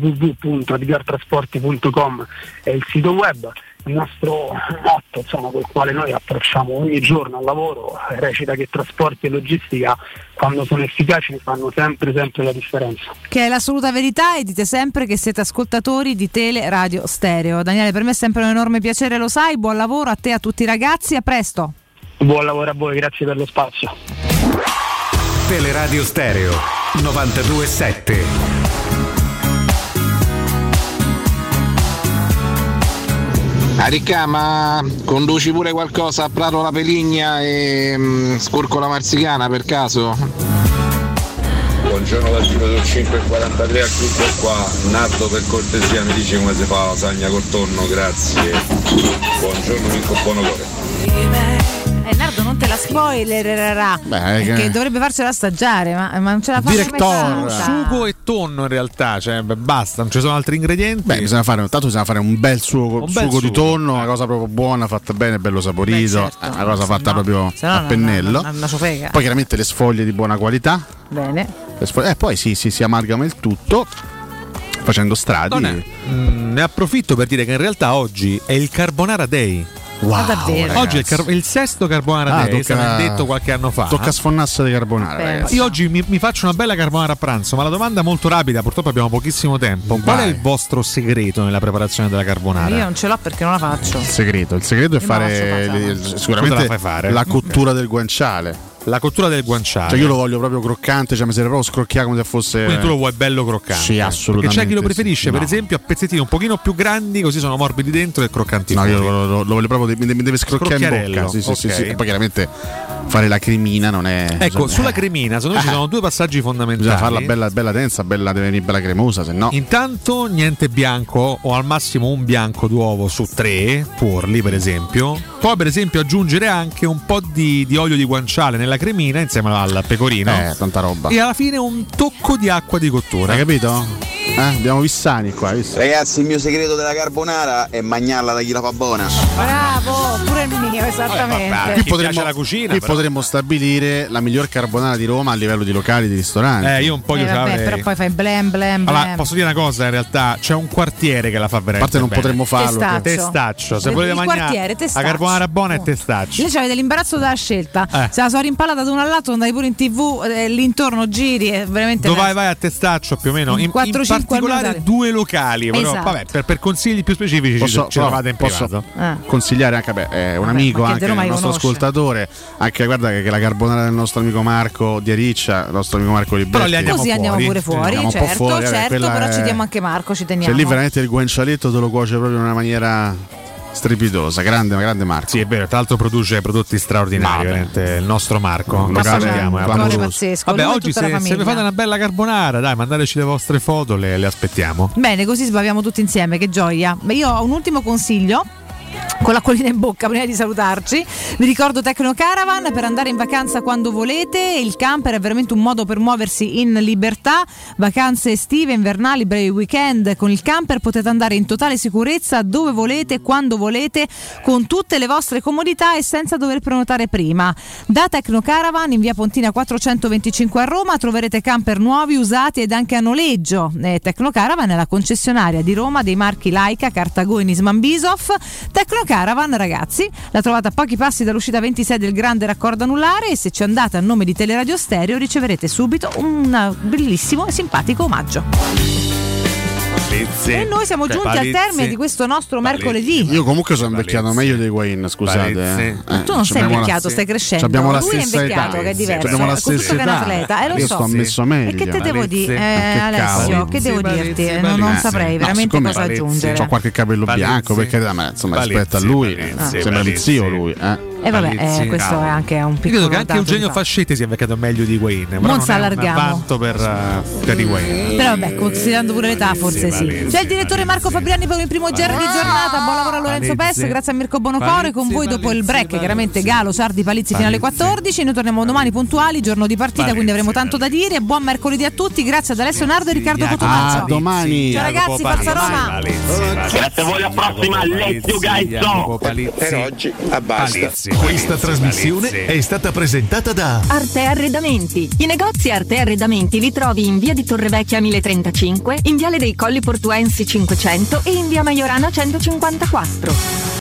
www.edgartrasporti.com è il sito web. Il nostro motto, insomma, col quale noi approcciamo ogni giorno al lavoro, recita che trasporti e logistica, quando sono efficaci, fanno sempre la differenza. Che è l'assoluta verità, e dite sempre che siete ascoltatori di Tele Radio Stereo. Daniele, per me è sempre un enorme piacere, lo sai. Buon lavoro a te e a tutti i ragazzi, a presto. Buon lavoro a voi, grazie per lo spazio. Teleradio Stereo 92.7. Ricca, ma conduci pure qualcosa a Prato la Peligna e Scurco la Marzicana per caso? Buongiorno dal giro del 5.43 a tutto qua. Nardo, per cortesia mi dice come si fa la lasagna col tonno, grazie. Buongiorno Mirko Buonocore. Nardo, non te la spoilererà, perché dovrebbe farcela assaggiare, ma non ce la fa Director, sugo e tonno in realtà, cioè basta, non ci sono altri ingredienti. Bisogna fare un bel sugo di tonno, una cosa proprio buona, fatta bene, bello saporito, una cosa fatta proprio a pennello. Poi chiaramente le sfoglie di buona qualità. Bene. Poi si amalgama il tutto facendo strati. Ne approfitto per dire che in realtà oggi è il Carbonara Day. Wow, oggi è il sesto Carbonara Day, se ne è detto qualche anno fa. Tocca sfonnasse di carbonara. Io oggi mi faccio una bella carbonara a pranzo, ma la domanda è molto rapida, purtroppo abbiamo pochissimo tempo. Qual è il vostro segreto nella preparazione della carbonara? Io non ce l'ho perché non la faccio. Il segreto è fare sicuramente la cottura del guanciale. la cottura del guanciale. Cioè io lo voglio proprio croccante, cioè mi serve proprio scrocchiare come se fosse. Quindi tu lo vuoi bello croccante? Sì, assolutamente. Perché c'è chi lo preferisce, sì. per esempio, a pezzettini un pochino più grandi, così sono morbidi dentro e croccanti no, fuori. io lo voglio proprio, mi deve scrocchiare in bocca. Sì, sì, sì. E poi chiaramente fare la cremina non è. Ecco, sulla cremina, secondo me ci sono due passaggi fondamentali. Bisogna farla bella densa, deve venire bella cremosa, se no. Intanto niente bianco, o al massimo un bianco d'uovo su 3 tuorli, per esempio. Poi, per esempio, aggiungere anche un po' di olio di guanciale nella cremina insieme al pecorino. Tanta roba. E alla fine un tocco di acqua di cottura. Hai capito? Abbiamo Vissani qua, visto? Ragazzi, il mio segreto della carbonara è mangiarla da chi la fa buona. Bravo, pure il mio, esattamente. Qui potremmo stabilire la miglior carbonara di Roma a livello di locali, di ristoranti. Io un po' però poi fai blam. Allora, posso dire una cosa, in realtà c'è un quartiere che la fa veramente. A parte non bene. potremmo farlo. Testaccio. Se volete mangiare la carbonara buona è Testaccio. Lì avete l'imbarazzo della scelta. Se la sono rimpallata da uno all'altro, andai pure in TV, l'intorno giri è veramente. Dove vai a Testaccio più o meno? In particolare 2 locali. Però, esatto. Vabbè, per consigli più specifici ci trovate in privato. Consigliare anche è un amico, anche il nostro ascoltatore, anche guarda che la carbonara del nostro amico Marco di Ariccia, il nostro amico Marco Liberti. Però li andiamo così fuori. Andiamo pure fuori, certo, però ci diamo anche Marco, ci teniamo. Cioè lì veramente il guancialetto te lo cuoce proprio in una maniera strepitosa, grande Marco. Sì, è vero, tra l'altro produce prodotti straordinari, veramente il nostro Marco. Un cuore pazzesco. Vabbè, oggi se vi fate una bella carbonara, dai, mandateci le vostre foto, le aspettiamo. Bene, così sbaviamo tutti insieme, che gioia. Io ho un ultimo consiglio. Con l'acquolina in bocca prima di salutarci, vi ricordo Tecno Caravan per andare in vacanza quando volete. Il camper è veramente un modo per muoversi in libertà. Vacanze estive, invernali, brevi weekend. Con il camper potete andare in totale sicurezza dove volete, quando volete, con tutte le vostre comodità e senza dover prenotare prima. Da Tecno Caravan in via Pontina 425 a Roma troverete camper nuovi, usati ed anche a noleggio. Tecno Caravan è la concessionaria di Roma dei marchi Laika, Cartago e Nisman Bisoff. Tecno Caravan, ragazzi, la trovate a pochi passi dall'uscita 26 del grande raccordo anulare, e se ci andate a nome di Teleradio Stereo riceverete subito un bellissimo e simpatico omaggio. E noi siamo giunti al termine di questo nostro mercoledì. Io comunque sono invecchiato meglio dei Higuain, scusate. Tu non sei invecchiato, stai crescendo. Abbiamo la Lui è stessa invecchiato, età, che è diverso. Abbiamo la stessa età. Che è un atleta, lo io so. sto messo meglio. E che te devo dire, Alessio? Che devo dirti? Non saprei veramente cosa aggiungere. Ho qualche capello bianco, perché ma insomma rispetto a lui sembra zio lui. E vabbè, questo è anche un piccolo. Credo che anche Eugenio Fascetti sia invecchiato meglio di Higuain. Non si allarghiamo. Un vanto per Higuain. Però vabbè, considerando pure l'età, forse sì. C'è il direttore Marco Fabriani per il primo GR di giornata. Buon lavoro a Lorenzo Pes, grazie a Mirko Bonocore. Con voi dopo il break, chiaramente Galo, Sardi, Palizzi fino alle 14. Noi torniamo domani puntuali, giorno di partita, quindi avremo tanto da dire. Buon mercoledì a tutti, grazie ad Alessio Nardo e Riccardo Cotomazzo. Domani. Ciao ragazzi, forza Roma. Grazie a voi, alla prossima. Let's you guys. Per oggi basta. Questa trasmissione è stata presentata da Arte Arredamenti. I negozi Arte Arredamenti li trovi in via di Torrevecchia 1035, in viale dei Colli Portuensi 500 e in via Maiorana 154.